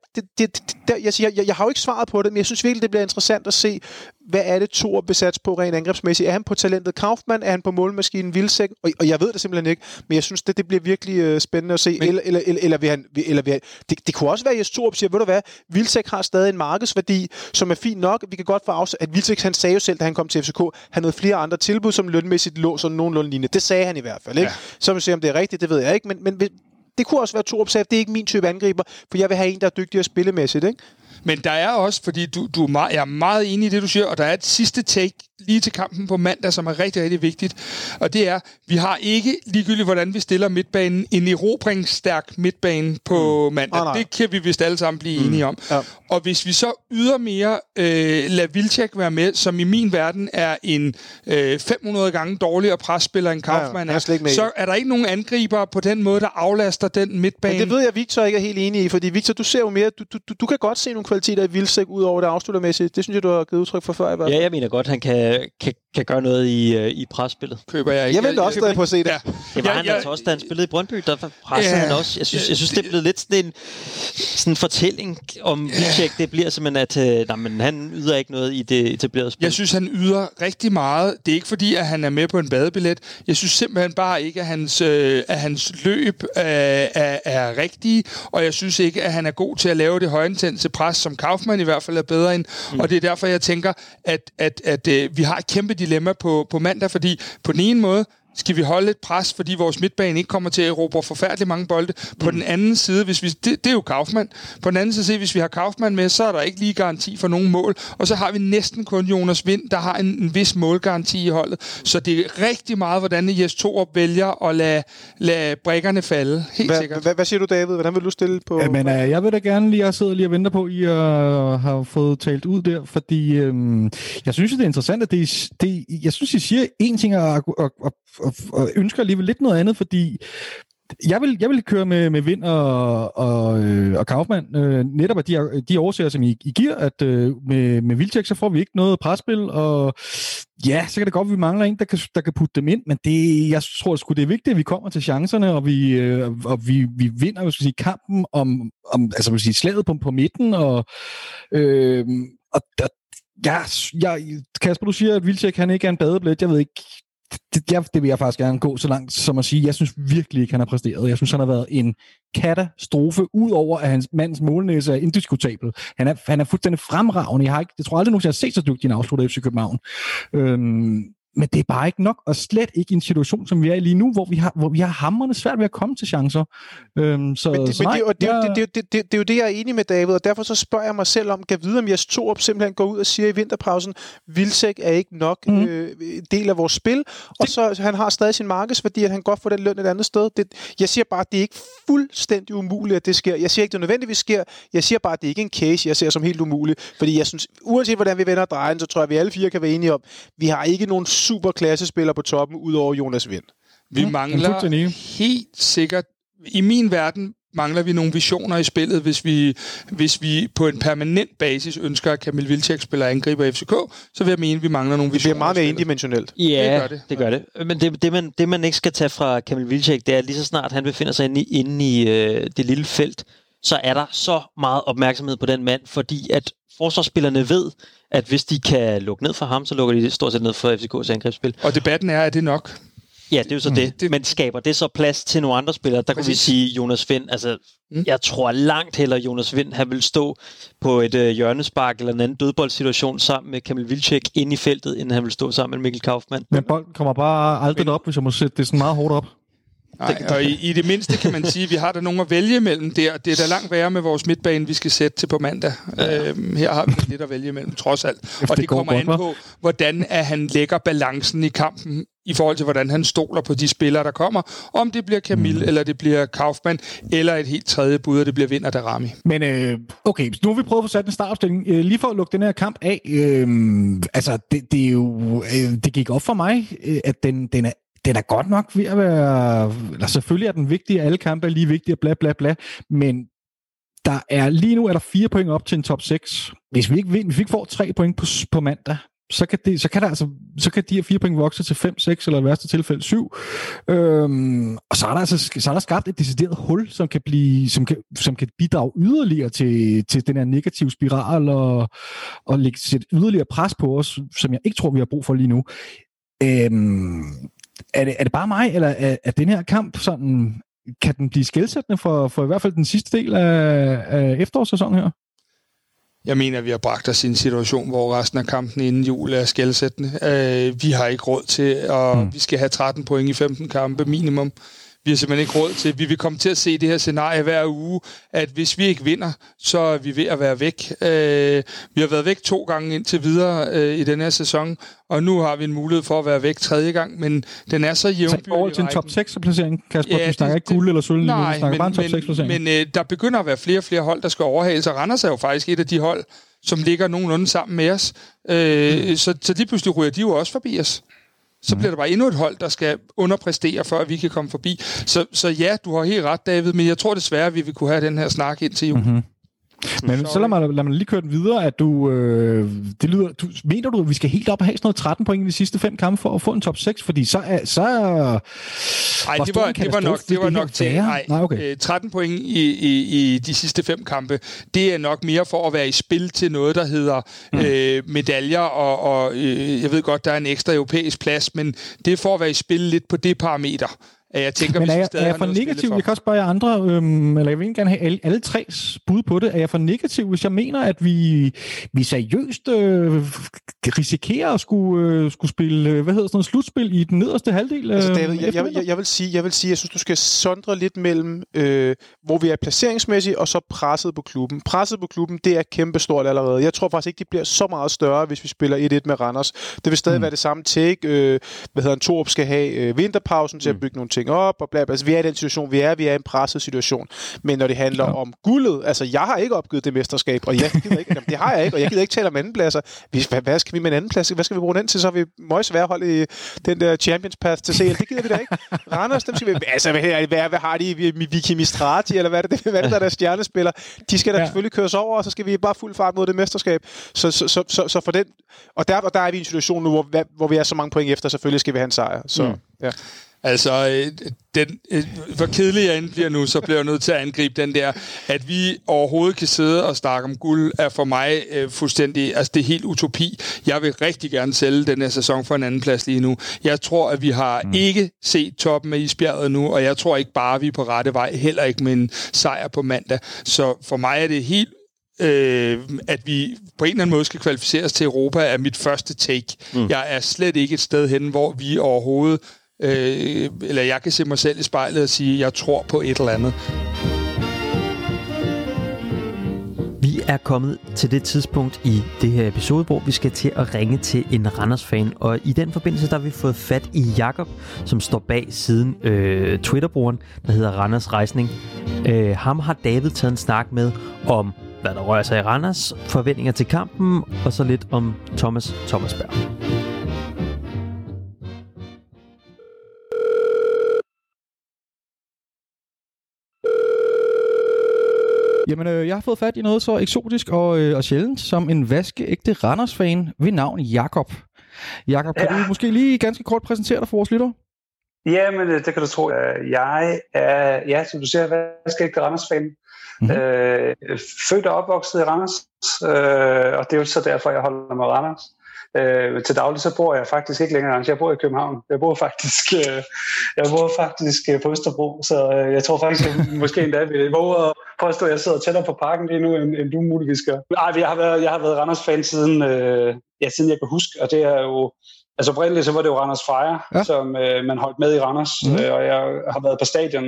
jeg har jo ikke svaret på det, men jeg synes virkelig, det bliver interessant at se, hvad er det Torup besats på rent angrebsmæssigt? Er han på talentet Kaufmann? Er han på målmaskinen Wilczek? Og jeg ved det simpelthen ikke, men jeg synes, det bliver virkelig spændende at se. Eller vil han... Det kunne også være, at Jes Torup siger, ved du hvad, Wilczek har stadig en markedsværdi, som er fint nok. Vi kan godt få afsat, at Wilczek, han sagde jo selv, da han kom til FCK, han havde flere andre tilbud, som lønmæssigt lå sådan nogenlunde lignende. Det sagde han i hvert fald, ikke? Ja. Så man siger, om det er rigtigt, det ved jeg ikke, men det kunne også være Torup sagde, det er ikke min type angriber, for jeg vil have en, der er dygtigere spillemæssigt, ikke? Men der er også, fordi jeg er meget enig i det, du siger, og der er et sidste take lige til kampen på mandag, som er rigtig, rigtig vigtigt. Og det er, vi har ikke ligegyldigt, hvordan vi stiller midtbanen, en erobringsstærk midtbane på mandag. Det kan vi vist alle sammen blive enige om. Ja. Og hvis vi så ydermere lader Wilczek være med, som i min verden er en 500 gange dårligere presspiller end Kaufmann så er der ikke nogen angriber på den måde, der aflaster den midtbane. Men det ved jeg, Victor ikke er helt enig i, fordi Victor, du ser jo mere, du kan godt se nogle kvaliteter i Wilczek ud over det afsluttermæssigt. Det synes jeg, du har givet udtryk for før. Ja, jeg mener godt, han kan gøre noget i prespresspillet. Køber jeg ikke. Jeg venter også stadig på at se det. Ja. Det var han altså også, da han spillede i Brøndby, der pressede han også. Jeg synes det er blevet lidt sådan en fortælling om Wilczek. Det bliver simpelthen, at han yder ikke noget i det etablerede spil. Jeg synes, han yder rigtig meget. Det er ikke fordi, at han er med på en badebillet. Jeg synes simpelthen bare ikke, at hans løb er rigtige, og jeg synes ikke, at han er god til at lave det højintense pres, som Kaufmann i hvert fald er bedre end. Og det er derfor, jeg tænker, at vi har et kæmpe dilemma på mandag, fordi på den ene måde skal vi holde et pres, fordi vores midtbane ikke kommer til at erobre forfærdeligt mange bolde. På den anden side, det er jo Kaufmann. På den anden side, hvis vi har Kaufmann med, så er der ikke lige garanti for nogen mål. Og så har vi næsten kun Jonas Vind, der har en vis målgaranti i holdet. Så det er rigtig meget, hvordan Jes Torup vælger at lade brækkerne falde. Helt sikkert. Hvad siger du, David? Hvordan vil du stille på? Jamen, jeg vil da gerne lige, jeg sidder lige og venter på, I har fået talt ud der, fordi jeg synes, det er interessant, at jeg synes, I siger en ting og ønsker alligevel lidt noget andet, fordi Jeg vil køre med Vind og Kaufmann, netop af de årsager, som I giver, at med Wilczek, så får vi ikke noget presspil, og ja, så kan det godt, at vi mangler en, der kan putte dem ind, men jeg tror sgu, det er vigtigt, at vi kommer til chancerne, og vi vinder, skal sige, kampen om altså, sige, slaget på midten, Kasper, du siger, at Wilczek, han ikke er en badeblæt, jeg ved ikke, det vil jeg faktisk gerne gå så langt som at sige, jeg synes virkelig ikke, han har præsteret. Jeg synes, han har været en katastrofe, udover at hans mands målnæse er indiskutabel. Han er fuldstændig fremragende. Jeg tror aldrig nogensinde, jeg har set så dygtig en afslutter FC København. Men det er bare ikke nok, og slet ikke i en situation, som vi er i lige nu, hvor vi har hamrende svært ved at komme til chancer. Det er jo det, jeg er enig med David, og derfor så spørger jeg mig selv om, kan vide, om Jes Torup simpelthen går ud og siger i vinterpausen, Wilczek er ikke nok del af vores spil, og så han har stadig sin markedsværdi, at han godt får den løn et andet sted. Jeg siger bare, at det er ikke fuldstændig umuligt, at det sker. Jeg siger ikke, det nødvendigvis sker. Jeg siger bare, at det ikke er en case, jeg ser som helt umuligt, fordi jeg synes, uanset hvordan vi vender drejen, så tror jeg, at vi alle fire kan være enige om, vi har ikke nogen super klassespiller på toppen, udover Jonas Vind. Vi mangler helt sikkert, i min verden, mangler vi nogle visioner i spillet, hvis vi på en permanent basis ønsker, at Kamil Wilczek spiller angriber i FCK, så vil jeg mene, at vi mangler nogle visioner. Det bliver meget mere indimensionelt. Ja, det gør det. Men det man ikke skal tage fra Kamil Wilczek, det er lige så snart han befinder sig inde i det lille felt, så er der så meget opmærksomhed på den mand, fordi at forsvarsspillerne ved, at hvis de kan lukke ned for ham, så lukker de stort set ned for FCK's angrebsspil. Og debatten er det nok? Ja, det er jo så det. Men skaber det så plads til nogle andre spillere? Der kunne vi sige Jonas Vind. Altså, jeg tror langt hellere Jonas Vind, han vil stå på et hjørnespark eller en anden dødboldsituation sammen med Kamil Wilczek inde i feltet, end han vil stå sammen med Mikkel Kaufmann. Men bolden kommer bare aldrig op, hvis jeg må sætte det sådan meget hårdt op. Nej, og i det mindste kan man sige, at vi har der nogen at vælge mellem der. Det er da langt værre med vores midtbane, vi skal sætte til på mandag. Ja. Her har vi lidt at vælge mellem, trods alt. Og det kommer an på, hvordan han lægger balancen i kampen, i forhold til, hvordan han stoler på de spillere, der kommer. Om det bliver Kamil, eller det bliver Kaufmann, eller et helt tredje bud, og det bliver Vind og Daramy. Men okay, nu har vi prøvet at få sat en startopstilling. Lige for at lukke den her kamp af, altså det er jo, det gik op for mig, at den er godt nok ved at være... Selvfølgelig er den vigtig, alle kampe er lige vigtige, bla bla bla, men lige nu er der 4 point op til en top 6. Hvis vi ikke får 3 point på mandag, så kan de her 4 point vokse til 5, 6 eller i værste tilfælde 7. Og så er der skabt et decideret hul, som kan bidrage yderligere til den her negative spiral og sætte yderligere pres på os, som jeg ikke tror, vi har brug for lige nu. Er det bare mig, eller er den her kamp sådan, kan den blive skelsættende for i hvert fald den sidste del af efterårssæsonen her? Jeg mener, at vi har bragt os i en situation, hvor resten af kampen inden jul er skelsættende. Vi har ikke råd til, og vi skal have 13 point i 15 kampe minimum. Vi har simpelthen ikke råd til. Vi vil komme til at se det her scenarie hver uge, at hvis vi ikke vinder, så er vi ved at være væk. Vi har været væk 2 gange indtil videre i den her sæson, og nu har vi en mulighed for at være væk 3. gang, men den er så jævnbyrdig. Så over til en top 6-placering, Kasper? Ja, du snakker ikke guld eller sølv, du snakker bare en top 6-placering. Men der begynder at være flere og flere hold, der skal overhales, og Randers er jo faktisk et af de hold, som ligger nogenlunde sammen med os. Så lige pludselig ryger de jo også forbi os. Så bliver der bare endnu et hold, der skal underpræstere, for at vi kan komme forbi. Så ja, du har helt ret, David, men jeg tror desværre, at vi vil kunne have den her snak ind til jul. Mm-hmm. Men så lad mig lige køre den videre, at mener du, at vi skal helt op og have sådan noget 13 point i de sidste 5 kampe for at få en top 6? Fordi så nej, det var nok til. Nej, okay. 13 point i de sidste 5 kampe, det er nok mere for at være i spil til noget, der hedder medaljer, og jeg ved godt, der er en ekstra europæisk plads, men det er for at være i spil lidt på det parameter. Jeg tænker, men er jeg for negativ? Jeg kan også spørge jer andre, eller jeg vil gerne have alle 3's bud på det. Er jeg for negativ, hvis jeg mener, at vi seriøst risikerer at skulle spille, slutspil i den nederste halvdel? Altså David, jeg vil sige, jeg synes, du skal sondre lidt mellem, hvor vi er placeringsmæssigt, og så presset på klubben. Presset på klubben, det er kæmpestort allerede. Jeg tror faktisk ikke, de bliver så meget større, hvis vi spiller 1-1 med Randers. Det vil stadig være det samme take. Torup skal have vinterpausen til at bygge nogle ting ting op, og bla bla. Altså, vi er i den situation, vi er i en presset situation. Men når det handler om guldet, altså jeg har ikke opgivet det mesterskab, og jeg gider ikke, jamen, det har jeg ikke, og jeg gider ikke tale om andenpladser. Hvad skal vi med en andenplads? Hvad skal vi bruge den til? Så har vi møgsvære hold i den der Champions Pass til CL. Det gider vi da ikke. Randers, dem skal vi... Altså, hvad har de? Vicky Mistrati, eller hvad er det, der er stjernespiller? De skal da selvfølgelig køres over, og så skal vi bare fuld fart mod det mesterskab. Så for den... Og der er vi i en situation nu, hvor vi er så mange point efter, selvfølgelig skal vi have en sejr. Så, ja. Altså, hvor kedelig jeg end bliver nu, så bliver jeg nødt til at angribe den der, at vi overhovedet kan sidde og snakke om guld, er for mig fuldstændig, altså det er helt utopi. Jeg vil rigtig gerne sælge den her sæson for en anden plads lige nu. Jeg tror, at vi har ikke set toppen af isbjerget nu, og jeg tror ikke bare, at vi er på rette vej, heller ikke med en sejr på mandag. Så for mig er det helt at vi på en eller anden måde skal kvalificeres til Europa, er mit første take. Jeg er slet ikke et sted hen, hvor vi overhovedet eller jeg kan se mig selv i spejlet og sige, at jeg tror på et eller andet. Vi er kommet til det tidspunkt i det her episode, hvor vi skal til at ringe til en Randers-fan, og i den forbindelse der har vi fået fat i Jakob, som står bag siden Twitter-brugeren, der hedder Randers Rejsning. Ham har David taget en snak med om, hvad der rører sig i Randers, forventninger til kampen, og så lidt om Thomas Berg. Jamen, jeg har fået fat i noget så eksotisk og sjældent som en vaskeægte Randers-fan ved navn Jakob. Jakob, kan du måske lige ganske kort præsentere dig for vores lytter? Ja, men det kan du tro. Jeg er, som du siger, vaskeægte Randers-fan. Født og opvokset i Randers, og det er jo så derfor, jeg holder med Randers. Til daglig så bor jeg faktisk ikke længere i Randers. Jeg bor i København. Jeg bor faktisk på Østerbro, så jeg tror faktisk, at måske endda vil våge at påstå, at jeg sidder tættere på parken lige nu, end du muligvis gør. Nej, jeg har været Randers-fan siden jeg kan huske, og det er jo... Altså oprindeligt så var det jo Randers Fire, som man holdt med i Randers, og jeg har været på stadion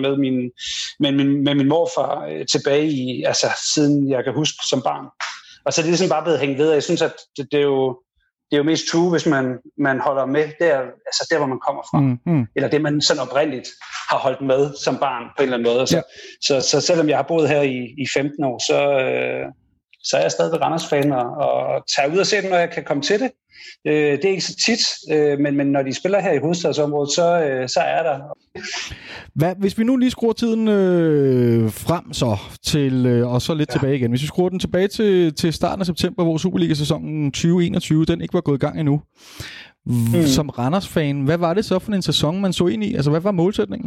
med min morfar tilbage i, altså siden jeg kan huske som barn. Og så er det ligesom bare blevet hængt ved, og jeg synes, at det er jo mest true, hvis man holder med der, hvor man kommer fra. Eller det, man sådan oprindeligt har holdt med som barn på en eller anden måde. Altså, så selvom jeg har boet her i 15 år, så er jeg stadig Randers-fan, og tager ud og se dem, når jeg kan komme til det. Det er ikke så tit, men når de spiller her i hovedstadsområdet, så er der. Hvis vi nu lige skruer tiden frem så til, og så lidt tilbage igen. Hvis vi skruer den tilbage til starten af september, hvor Superliga-sæsonen 2021, den ikke var gået i gang endnu. Som Randers-fan, hvad var det så for en sæson, man så ind i? Altså, hvad var målsætningen?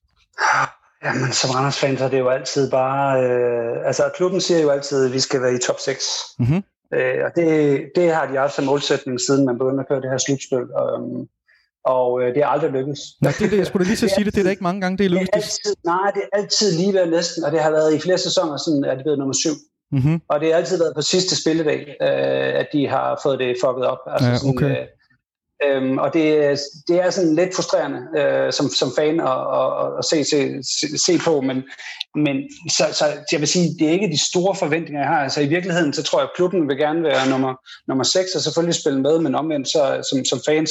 Jamen, som Randers-fan, så er det jo altid bare... klubben siger jo altid, at vi skal være i top 6. Og det har de haft som målsætning, siden man begyndte at køre det her slutspil. Og det er aldrig lykkedes. Nej, det er det. Jeg skulle da lige så sige det. Det er da ikke mange gange, det er lykkedes. Det er altid lige været næsten. Og det har været i flere sæsoner, sådan at det blevet nummer 7. Og det har altid været på sidste spilledag, at de har fået det fucket op. Altså okay. Og det er sådan lidt frustrerende som fan at se på, men så jeg vil sige, det er ikke de store forventninger, jeg har. Altså i virkeligheden, så tror jeg, at klubben vil gerne være nummer 6, og selvfølgelig spille med, men omvendt, som fan,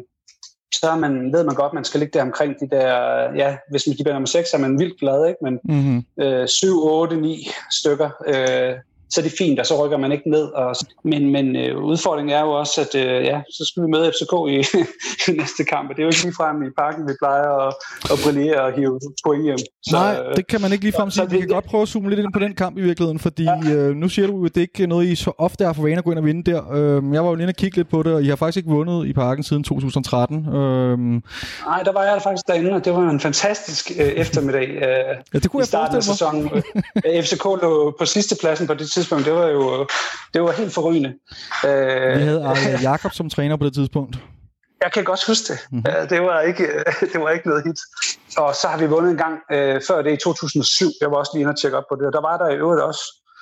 ved man godt, man skal ligge der omkring de der, hvis de bliver nummer 6, er man vildt glad, ikke? Men 7, 8, 9 stykker, så er det fint, og så rykker man ikke ned. Men udfordringen er jo også, at så skal vi møde FCK i næste kamp, og det er jo ikke ligefrem i parken, vi plejer at brillere og hive point hjem. Nej, det kan man ikke ligefrem sige. Vi kan godt prøve at zoome lidt ind på den kamp i virkeligheden, fordi nu siger du, at det ikke er noget, I så ofte har for vane at gå ind og vinde der. Jeg var jo lige at kigge lidt på det, og I har faktisk ikke vundet i parken siden 2013. Nej, der var jeg faktisk derinde, og det var en fantastisk eftermiddag det kunne i starten af sæsonen. FCK lå på sidste pladsen på det tidspunkt. Det var helt forrygende. Vi havde Arne Jakob som træner på det tidspunkt. Jeg kan godt huske det. Det var ikke noget hit. Og så har vi vundet en gang før det i 2007. Jeg var også lige inde og tjekke op på det. Og der var der i øvrigt også.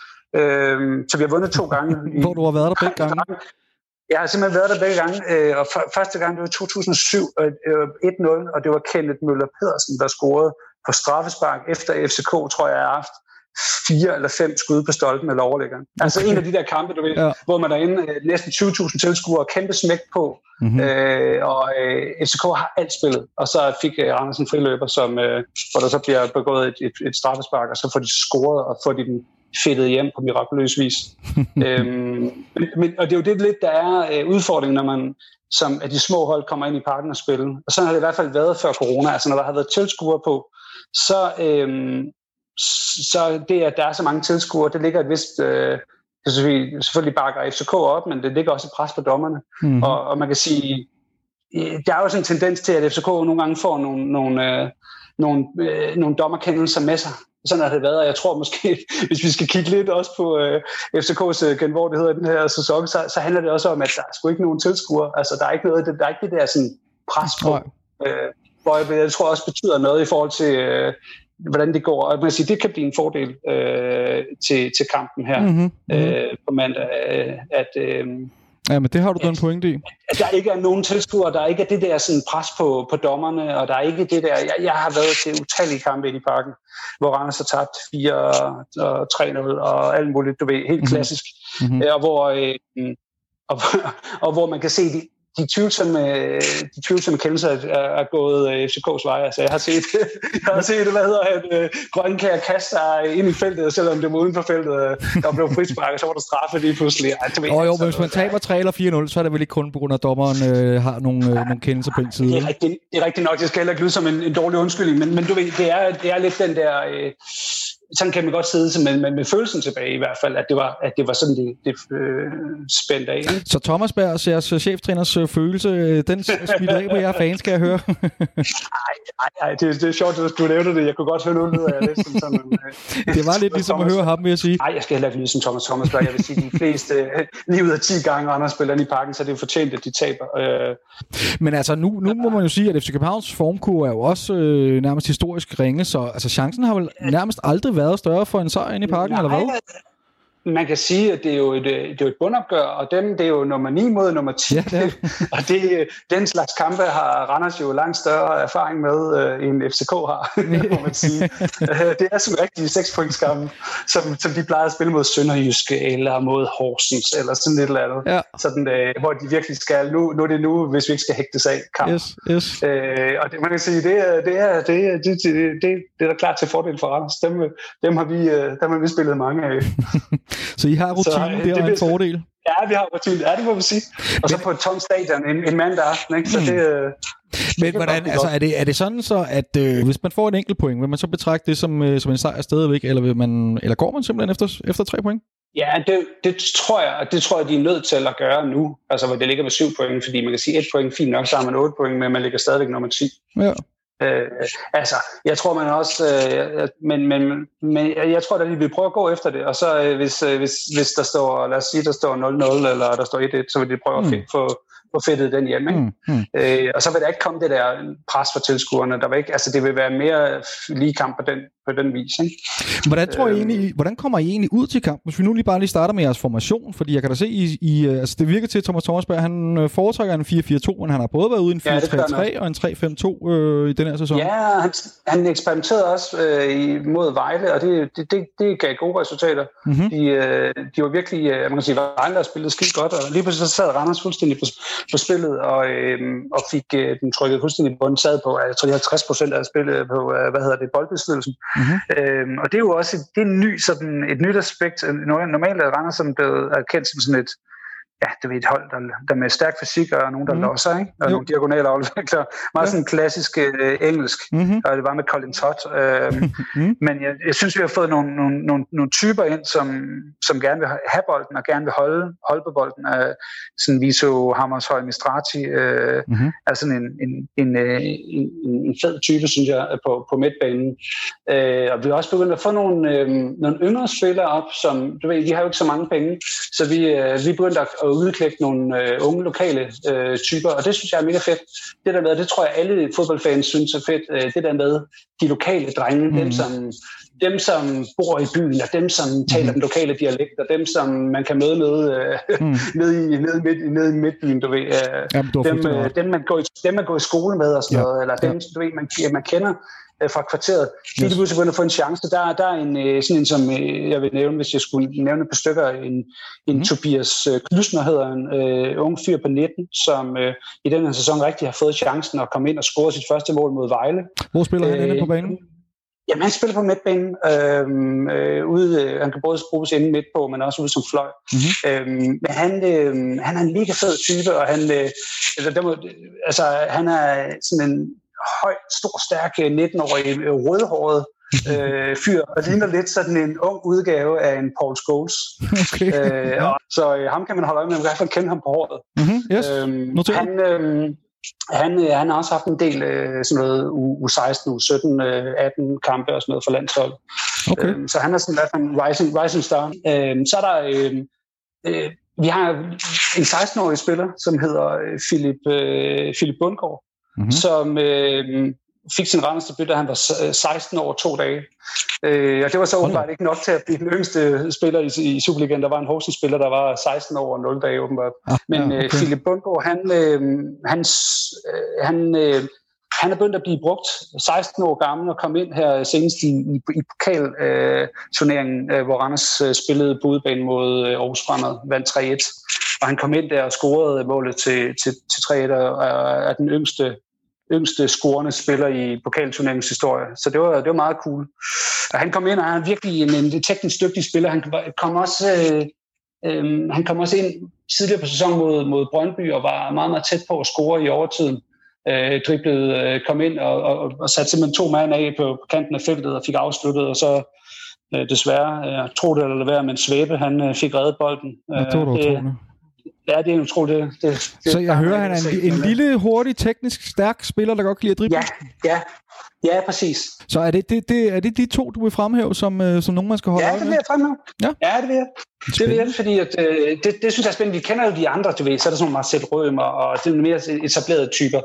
Så vi har vundet 2 gange. Hvor du har været der begge gange? Jeg har simpelthen været der begge gange. Og første gang det var i 2007 1-0. Og det var Kenneth Møller Pedersen, der scorede på straffespark efter FCK, tror jeg har haft 4 eller 5 skud på stolpen eller overliggeren. Okay. Altså en af de der kampe, du ved, hvor man er inde næsten 20.000 tilskuere, kæmpe smæk på, og FCK har alt spillet. Og så fik Randers en friløber, hvor der så bliver begået et straffespark, og så får de scoret, og får de den fedtet hjem på mirakuløs vis. Og det er jo det lidt, der er udfordringen, når man som at de små hold kommer ind i parken og spiller. Og sådan har det i hvert fald været før corona. Altså når der har været tilskuere på, så det, at der er så mange tilskuere, det ligger et vist... selvfølgelig bakker FCK op, men det ligger også et pres på dommerne. Og man kan sige, der er jo sådan en tendens til, at FCK nogle gange får nogle dommerkendelser med sig. Sådan har det været, og jeg tror måske, hvis vi skal kigge lidt også på FCK's genvordighed i den her sæson, så handler det også om, at der er sgu ikke nogen tilskuere. Altså, der er ikke noget, der er ikke det der sådan pres på, hvor jeg tror også betyder noget i forhold til, hvordan det går. Og man kan sige, det kan blive en fordel til kampen her på mandag, ja, men det har du da en pointe i. At der ikke er nogen tilskuere, der ikke er det der sådan pres på dommerne, og der er ikke det der... Jeg har været til utallige kampe i parken, hvor Randers har tabt 4-3-0 og alt muligt, du ved, helt klassisk. Og hvor man kan se, de tvivlsomme kendelser er gået FCK's vej. Altså, jeg har set hvad hedder han, Grønkær kaste ind i feltet, selvom det var uden for feltet, der blev frispark, og så var der straffe lige pludselig. Jo, men hvis man taber 3 eller 4-0, så er det vel ikke kun på grund af, at dommeren har nogle kendelser på en side. Det er rigtigt nok, det skal heller ikke lyde som en dårlig undskyldning, men du ved, det er lidt den der... sådan kan man godt sidde med følelsen tilbage i hvert fald, at det var sådan, det spændte af. Ikke? Så Thomas Bergs, jeres cheftræners følelse, den smitter af på jer fans, skal jeg høre? Nej, det er sjovt, at du nævnte det. Jeg kunne godt høre noget ud af det. Det var lidt ligesom at høre ham, vil jeg sige. Nej, jeg skal heller ikke lyde som Thomas Berg. Jeg vil sige, de fleste 9 ud af 10 gange andre spiller i parken, så det er jo fortjent, at de taber. Men altså, nu må man jo sige, at FC Københavns formkurve er jo også nærmest historisk ringe, så altså, chancen har vel nærmest aldrig været større for en sejr inde i parken, eller hvad? Man kan sige, at det er jo et bundopgør, og det er jo nummer 9 mod nummer 10. Ja, og den slags kampe har Randers jo langt større erfaring med, end FCK har, må man sige. Det er sådan rigtige 6-pointskampe, som de plejer at spille mod Sønderjyske, eller mod Horsens, eller sådan et eller andet. Ja. Sådan, hvor de virkelig skal, nu er det nu, hvis vi ikke skal hægtes af kamp. Yes. Og det, man kan sige, det er da klart til fordel for Randers. Dem har vi spillet mange af. Så I har rutinen, det er en fordel? Ja, vi har rutinen, det må vi sige. Og så på et tomt stadion en mandag aften, ikke? Så det... Men hvordan, altså, er det sådan så, at hvis man får en enkelt point, vil man så betragte det som en sejr stadigvæk, eller går man simpelthen efter 3 point? Ja, det tror jeg, de er nødt til at gøre nu. Altså, hvor det ligger med 7 point, fordi man kan sige 1 point fint nok, så har man 8 point, men man ligger stadigvæk nummer 10. Ja. Altså, jeg tror man også, men jeg tror, at de vil prøve at gå efter det, og så hvis der står, lad os sige, der står 0-0, eller der står 1-1, så vil de prøve at få fedtet den hjem, ikke? Og så vil der ikke komme det der pres for tilskuerne, der vil ikke, altså det vil være mere lige kamp på den vis, ikke? Hvordan kommer I egentlig ud til kampen? Hvis vi nu lige starter med jeres formation, fordi jeg kan da se, altså det virker til, at Thomas Berg, han foretrækker en 4-4-2, men han har både været ude i en 4-3-3 og en 3-5-2 i den her sæson. Ja, han eksperimenterede også mod Vejle, og det gav gode resultater. De var virkelig, man kan sige, Vejle har spillet skide godt, og lige pludselig så sad Randers fuldstændig på spillet, og fik den trykket fuldstændig på. Den sad på, jeg tror, de 50% af spillet på, boldbesiddelsen. Og det er jo også et nyt aspekt. Normalt er Randers som blevet kendt som sådan et et hold, der med stærk fysik og nogen, der losser, ikke? Og nogle diagonaler afleveringer. Meget sådan klassisk engelsk. Og det var med Colin Todd. Men jeg synes, vi har fået nogle typer ind, som gerne vil have bolden og gerne vil holde på bolden. Sådan Viso Hammershøj Mistrati. Er sådan en fed type, synes jeg, på midtbanen. Og vi har også begyndt at få nogle yngre spillere op, som, du ved, de har jo ikke så mange penge, så vi begyndte at udklække nogle unge lokale typer, og det synes jeg er mega fedt. Det der med, det tror jeg alle fodboldfans synes er fedt, det der med de lokale drenge, dem som bor i byen, og dem som taler den lokale dialekt, og dem som man kan møde nede i midtbyen, du ved. Dem man går i skole med og sådan noget, eller dem, du ved, man kender. fra kvarteret. De er begyndt at få en chance. Der er sådan en, som jeg vil nævne, hvis jeg skulle nævne et par stykker, en Tobias Knudsen hedder en ung fyr på 19, som i den her sæson rigtig har fået chancen at komme ind og score sit første mål mod Vejle. Hvor spiller han inde på banen? Jamen, han spiller på midtbanen. Han kan både bruges inde midt på, men også ude som fløj. Men han er en mega fed type, og han er sådan en høj, stor, stærk 19-årig rødhåret fyr, og ligner lidt sådan en ung udgave af en Paul Scholes. Okay. Så ham kan man holde øje med, man kan i hvert fald kende ham på håret. Yes. Han har også haft en del sådan noget U16, U17, 18 kampe og sådan noget for landshold. Okay. Så han er sådan i hvert fald en rising star. Så er der vi har en 16-årig spiller, som hedder Philip Bundgaard, som fik sin Randers debut, da han var 16 år og 2 dage. Og det var så åbenbart ikke nok til at blive den yngste spiller i Superligaen. Der var en Horsens-spiller, der var 16 år og 0 dage åbenbart. Men Philip Bundgaard, han er begyndt at blive brugt 16 år gammel og kom ind her senest i pokalturneringen, hvor Randers spillede på udebane mod Aarhus Fremad, vandt 3-1. Og han kom ind der og scorede målet til 3-1 og er den yngste scorende spiller i pokalturneringens historie. Så det var meget cool. Og han kom ind, og han er virkelig en teknisk dygtig spiller. Han kom også ind tidligere på sæsonen mod Brøndby og var meget, meget tæt på at score i overtiden. Kom ind og satte simpelthen 2 mand af på kanten af feltet og fik afsluttet, og så desværre, tro det eller lade være, men Svæbe, han fik reddet bolden. Ja, det er utroligt. Så jeg hører, han er en lille, hurtig, teknisk stærk spiller, der godt kan lide at drible? Ja, præcis. Så er det de 2, du vil fremhæve, som nogen, man skal holde øje med? Ja, det vil jeg fremhæve. Ja, det vil jeg. Det vil jeg, fordi at, det synes jeg er spændende. Vi kender jo de andre, du ved. Så er der sådan nogle Marcel Rømer, og det er mere etablerede typer.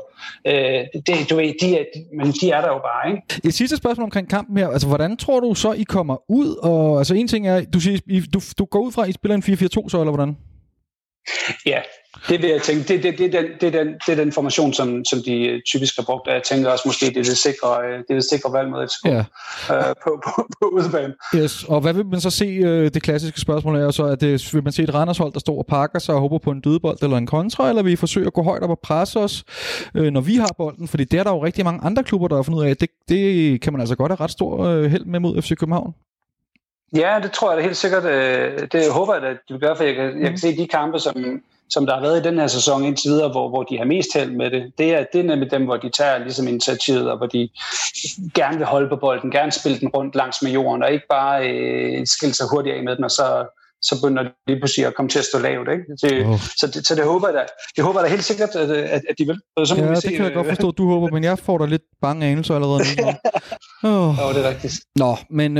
Du ved, men de er der jo bare, ikke? Et sidste spørgsmål omkring kampen her. Altså, hvordan tror du så, I kommer ud? Og, altså, en ting er, du siger, du går ud fra, at I spiller en 4-4-2 så, eller hvordan? Ja, det vil jeg tænke. Det er den formation, som de typisk har brugt. Jeg tænker også måske, det er det sikre valg mod et skub på udebane. Yes. Og hvad vil man så se? Det klassiske spørgsmål er så, at vil man se et Randershold, der står og pakker sig og håber på en dødebold eller en kontra, eller vil I forsøge at gå højt op og presse os, når vi har bolden? Fordi det er der jo rigtig mange andre klubber, der har fundet ud af. Det kan man altså godt have ret stor held med mod FC København. Ja, det tror jeg da helt sikkert. Det håber jeg, at de vil gøre, for jeg kan se de kampe, som der har været i den her sæson indtil videre, hvor de har mest held med det. Det er nemlig dem, hvor de tager ligesom initiativet, og hvor de gerne vil holde på bolden, gerne spille den rundt langs med jorden, og ikke bare skille sig hurtigt af med den, og så begynder de lige pludselig at komme til at stå lavt. Ikke? Så det håber jeg da. Det håber jeg da helt sikkert, at de vil. Så ja, det kan jeg godt forstå, at du håber, men jeg får da lidt bange anelser allerede nu. Det er rigtigt. Nå, men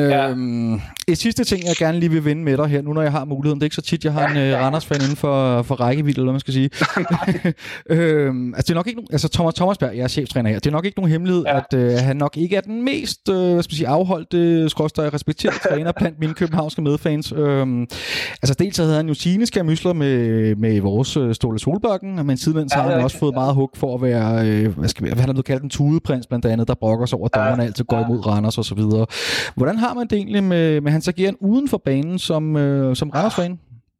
et sidste ting, jeg gerne lige vil vende med dig her, nu når jeg har muligheden. Det er ikke så tit, jeg har en Randers-fan inden for rækkevidde, eller hvad man skal sige. Altså, det er nok ikke Thomas Berg, jeg er cheftræner her. Det er nok ikke nogen hemmelighed, at han nok ikke er den mest afholdte, skråstreg respekterede træner blandt mine københavnske medfans. Altså dels så havde han jo sine skærmysler med vores Ståle Solbakken, men sidenhen så har han også fået meget hug for at være, hvad han er blevet kaldt en tudeprins blandt andet, der brokker sig over, at dommerne altid går imod Randers og så videre. Hvordan har man det egentlig med hans ageren uden for banen som Randers-fan?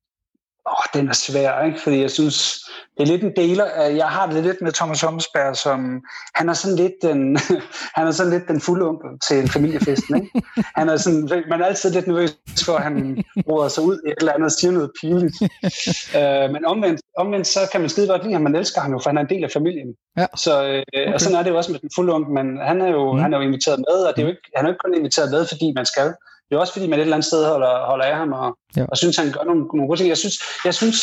Den er svær, ikke? Fordi jeg synes, det er lidt en deler. Jeg har det lidt med Thomas Homsberg, som han er sådan lidt den fulde onkel til familiefesten, ikke? Man er altid lidt nervøs for, at han råder sig ud i et eller andet og siger noget pinligt. Men omvendt så kan man skide godt lide, at man elsker ham jo, for han er en del af familien. Ja. Så og sådan er det jo også med den fulde onkel, men han er jo inviteret med, og det er jo ikke, han er jo ikke kun inviteret med, fordi man skal. Det er også fordi, man et eller andet sted holder af ham, og synes, han gør nogle gode ting. Jeg synes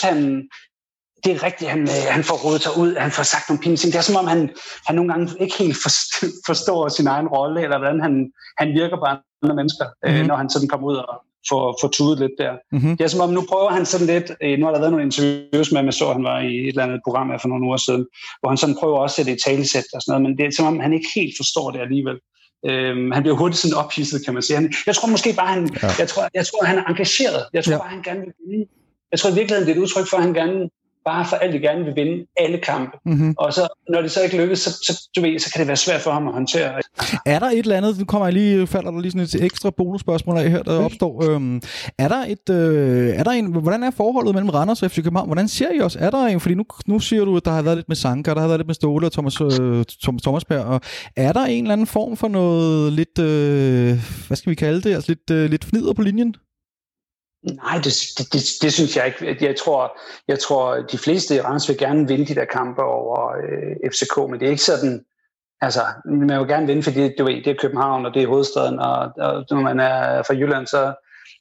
det er rigtigt, han får rodet sig ud, han får sagt nogle pinlige ting. Det er som om, han nogle gange ikke helt forstår sin egen rolle, eller hvordan han virker på andre mennesker, når han sådan kommer ud og får tudet lidt der. Det er som om, nu prøver han sådan lidt, nu har der været nogle interviews med, så han var i et eller andet program for nogle uger siden, hvor han sådan prøver også at sætte et talesæt og sådan noget, men det er som om, han ikke helt forstår det alligevel. Han bliver hurtigt sådan ophidset, kan man sige. Jeg tror måske bare, jeg tror, han er engageret. Jeg tror bare, han gerne vil vinde. Jeg tror i virkeligheden, det er et udtryk for, at han gerne bare for alt gerne vil vinde alle kampe. Og så, når det så ikke lykkes, så kan det være svært for ham at håndtere. Er der et eller andet, nu falder der lige sådan et ekstra bonusspørgsmål af her, der opstår. Hvordan er forholdet mellem Randers og FC København? Hvordan ser I også? Er der en, fordi nu siger du, at der har været lidt med Sanka, der har været lidt med Ståle og Thomasberg, og er der en eller anden form for noget lidt, hvad skal vi kalde det, altså lidt fnider på linjen? Nej, det synes jeg ikke. Jeg tror, de fleste i Randers vil gerne vinde de der kampe over FCK, men det er ikke sådan. Altså, man vil gerne vinde, fordi det er København, og det er hovedstaden, og når man er fra Jylland, så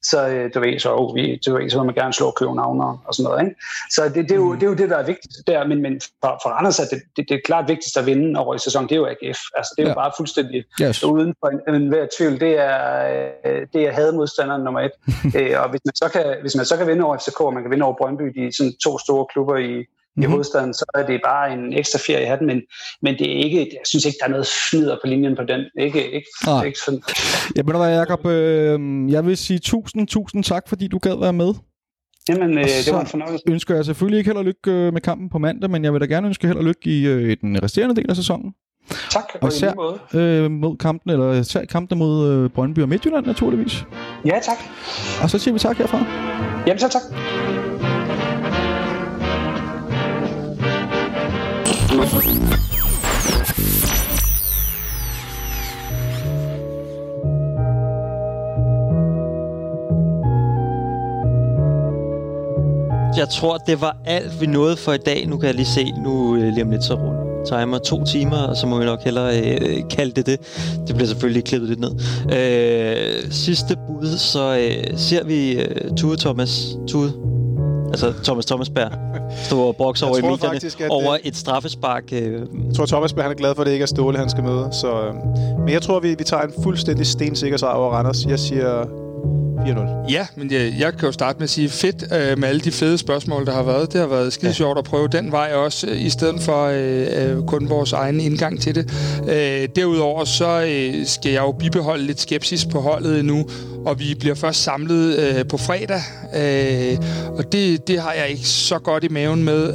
vil man gerne slå København og sådan noget, ikke? Så det er jo det, der er vigtigt der, men for Randers er det er klart vigtigst at vinde over i sæsonen, det er jo AGF. Altså, det er jo bare fuldstændig uden for enhver tvivl. Det er hademodstanderen nummer 1. Og hvis man så kan vinde over FCK, og man kan vinde over Brøndby, de sådan 2 store klubber i hovedstaden, så er det bare en ekstra fjer i hatten, men det er ikke, jeg synes ikke, der er noget fnider på linjen på den. Ikke sådan. Ja, men Jacob, jeg vil sige tusind tak, fordi du gad være med. Jamen, det var en fornøjelse. Ønsker jeg selvfølgelig ikke held og lykke med kampen på mandag, men jeg vil da gerne ønske held og lykke i den resterende del af sæsonen. Tak, og især mod kampen, eller især kampen mod Brøndby og Midtjylland, naturligvis. Ja, tak. Og så siger vi tak herfra. Jamen, så tak. Jeg tror, det var alt, vi nåede for i dag. Nu kan jeg lige se, lige om lidt så timer 2 timer, og så må vi nok hellere kalde det det. Det bliver selvfølgelig klippet lidt ned. Sidste bud, så ser vi Tude. Altså Thomasberg stod og brokser over i medierne faktisk, over et straffespark. Jeg tror, Thomasberg han er glad for, at det ikke er Ståle, han skal møde. Så, men jeg tror, vi tager en fuldstændig stensikker sejr over Randers. Jeg siger 4-0. Ja, men jeg kan jo starte med at sige fedt med alle de fede spørgsmål, der har været. Det har været skide sjovt at prøve den vej også, i stedet for kun vores egen indgang til det. Derudover så skal jeg jo bibeholde lidt skepsis på holdet endnu, og vi bliver først samlet på fredag, og det har jeg ikke så godt i maven med,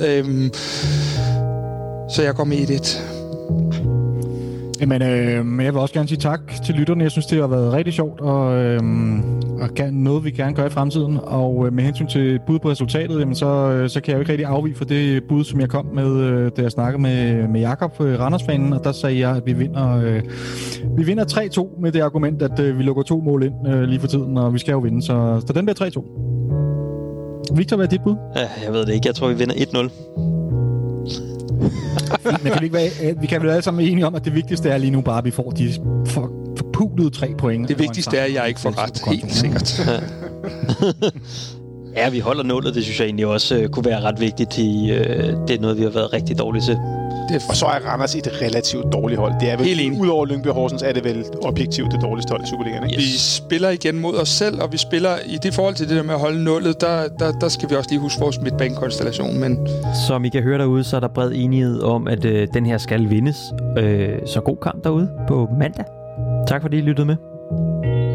så jeg går med i det. Jamen, jeg vil også gerne sige tak til lytterne. Jeg synes, det har været rigtig sjovt, og noget, vi gerne gør i fremtiden. Og med hensyn til bud på resultatet, jamen, så kan jeg jo ikke rigtig afvige for det bud, som jeg kom med, da jeg snakkede med Jakob, Randers-fanen, og der sagde jeg, at vi vinder 3-2 med det argument, at vi lukker 2 mål ind lige for tiden, og vi skal jo vinde, så den bliver 3-2. Victor, hvad er dit bud? Jeg ved det ikke. Jeg tror, vi vinder 1-0. Men vi kan vel alle sammen enige om, at det vigtigste er lige nu bare, at vi får de forpulede 3 point. Det vigtigste er, at jeg ikke får ret. Helt sikkert. Ja, vi holder nullet. Det synes jeg egentlig også kunne være ret vigtigt. Det er noget, vi har været rigtig dårlige til. Og så er Randers et relativt dårligt hold. Det er vel, udover Lyngby og Horsens, er det vel objektivt det dårligste hold i Superligaen, ikke? Yes. Vi spiller igen mod os selv, og vi spiller i det forhold til det der med at holde nullet, der skal vi også lige huske vores midtbanekonstellation. Men som I kan høre derude, så er der bred enighed om, at den her skal vindes. Så god kamp derude på mandag. Tak fordi I lyttede med.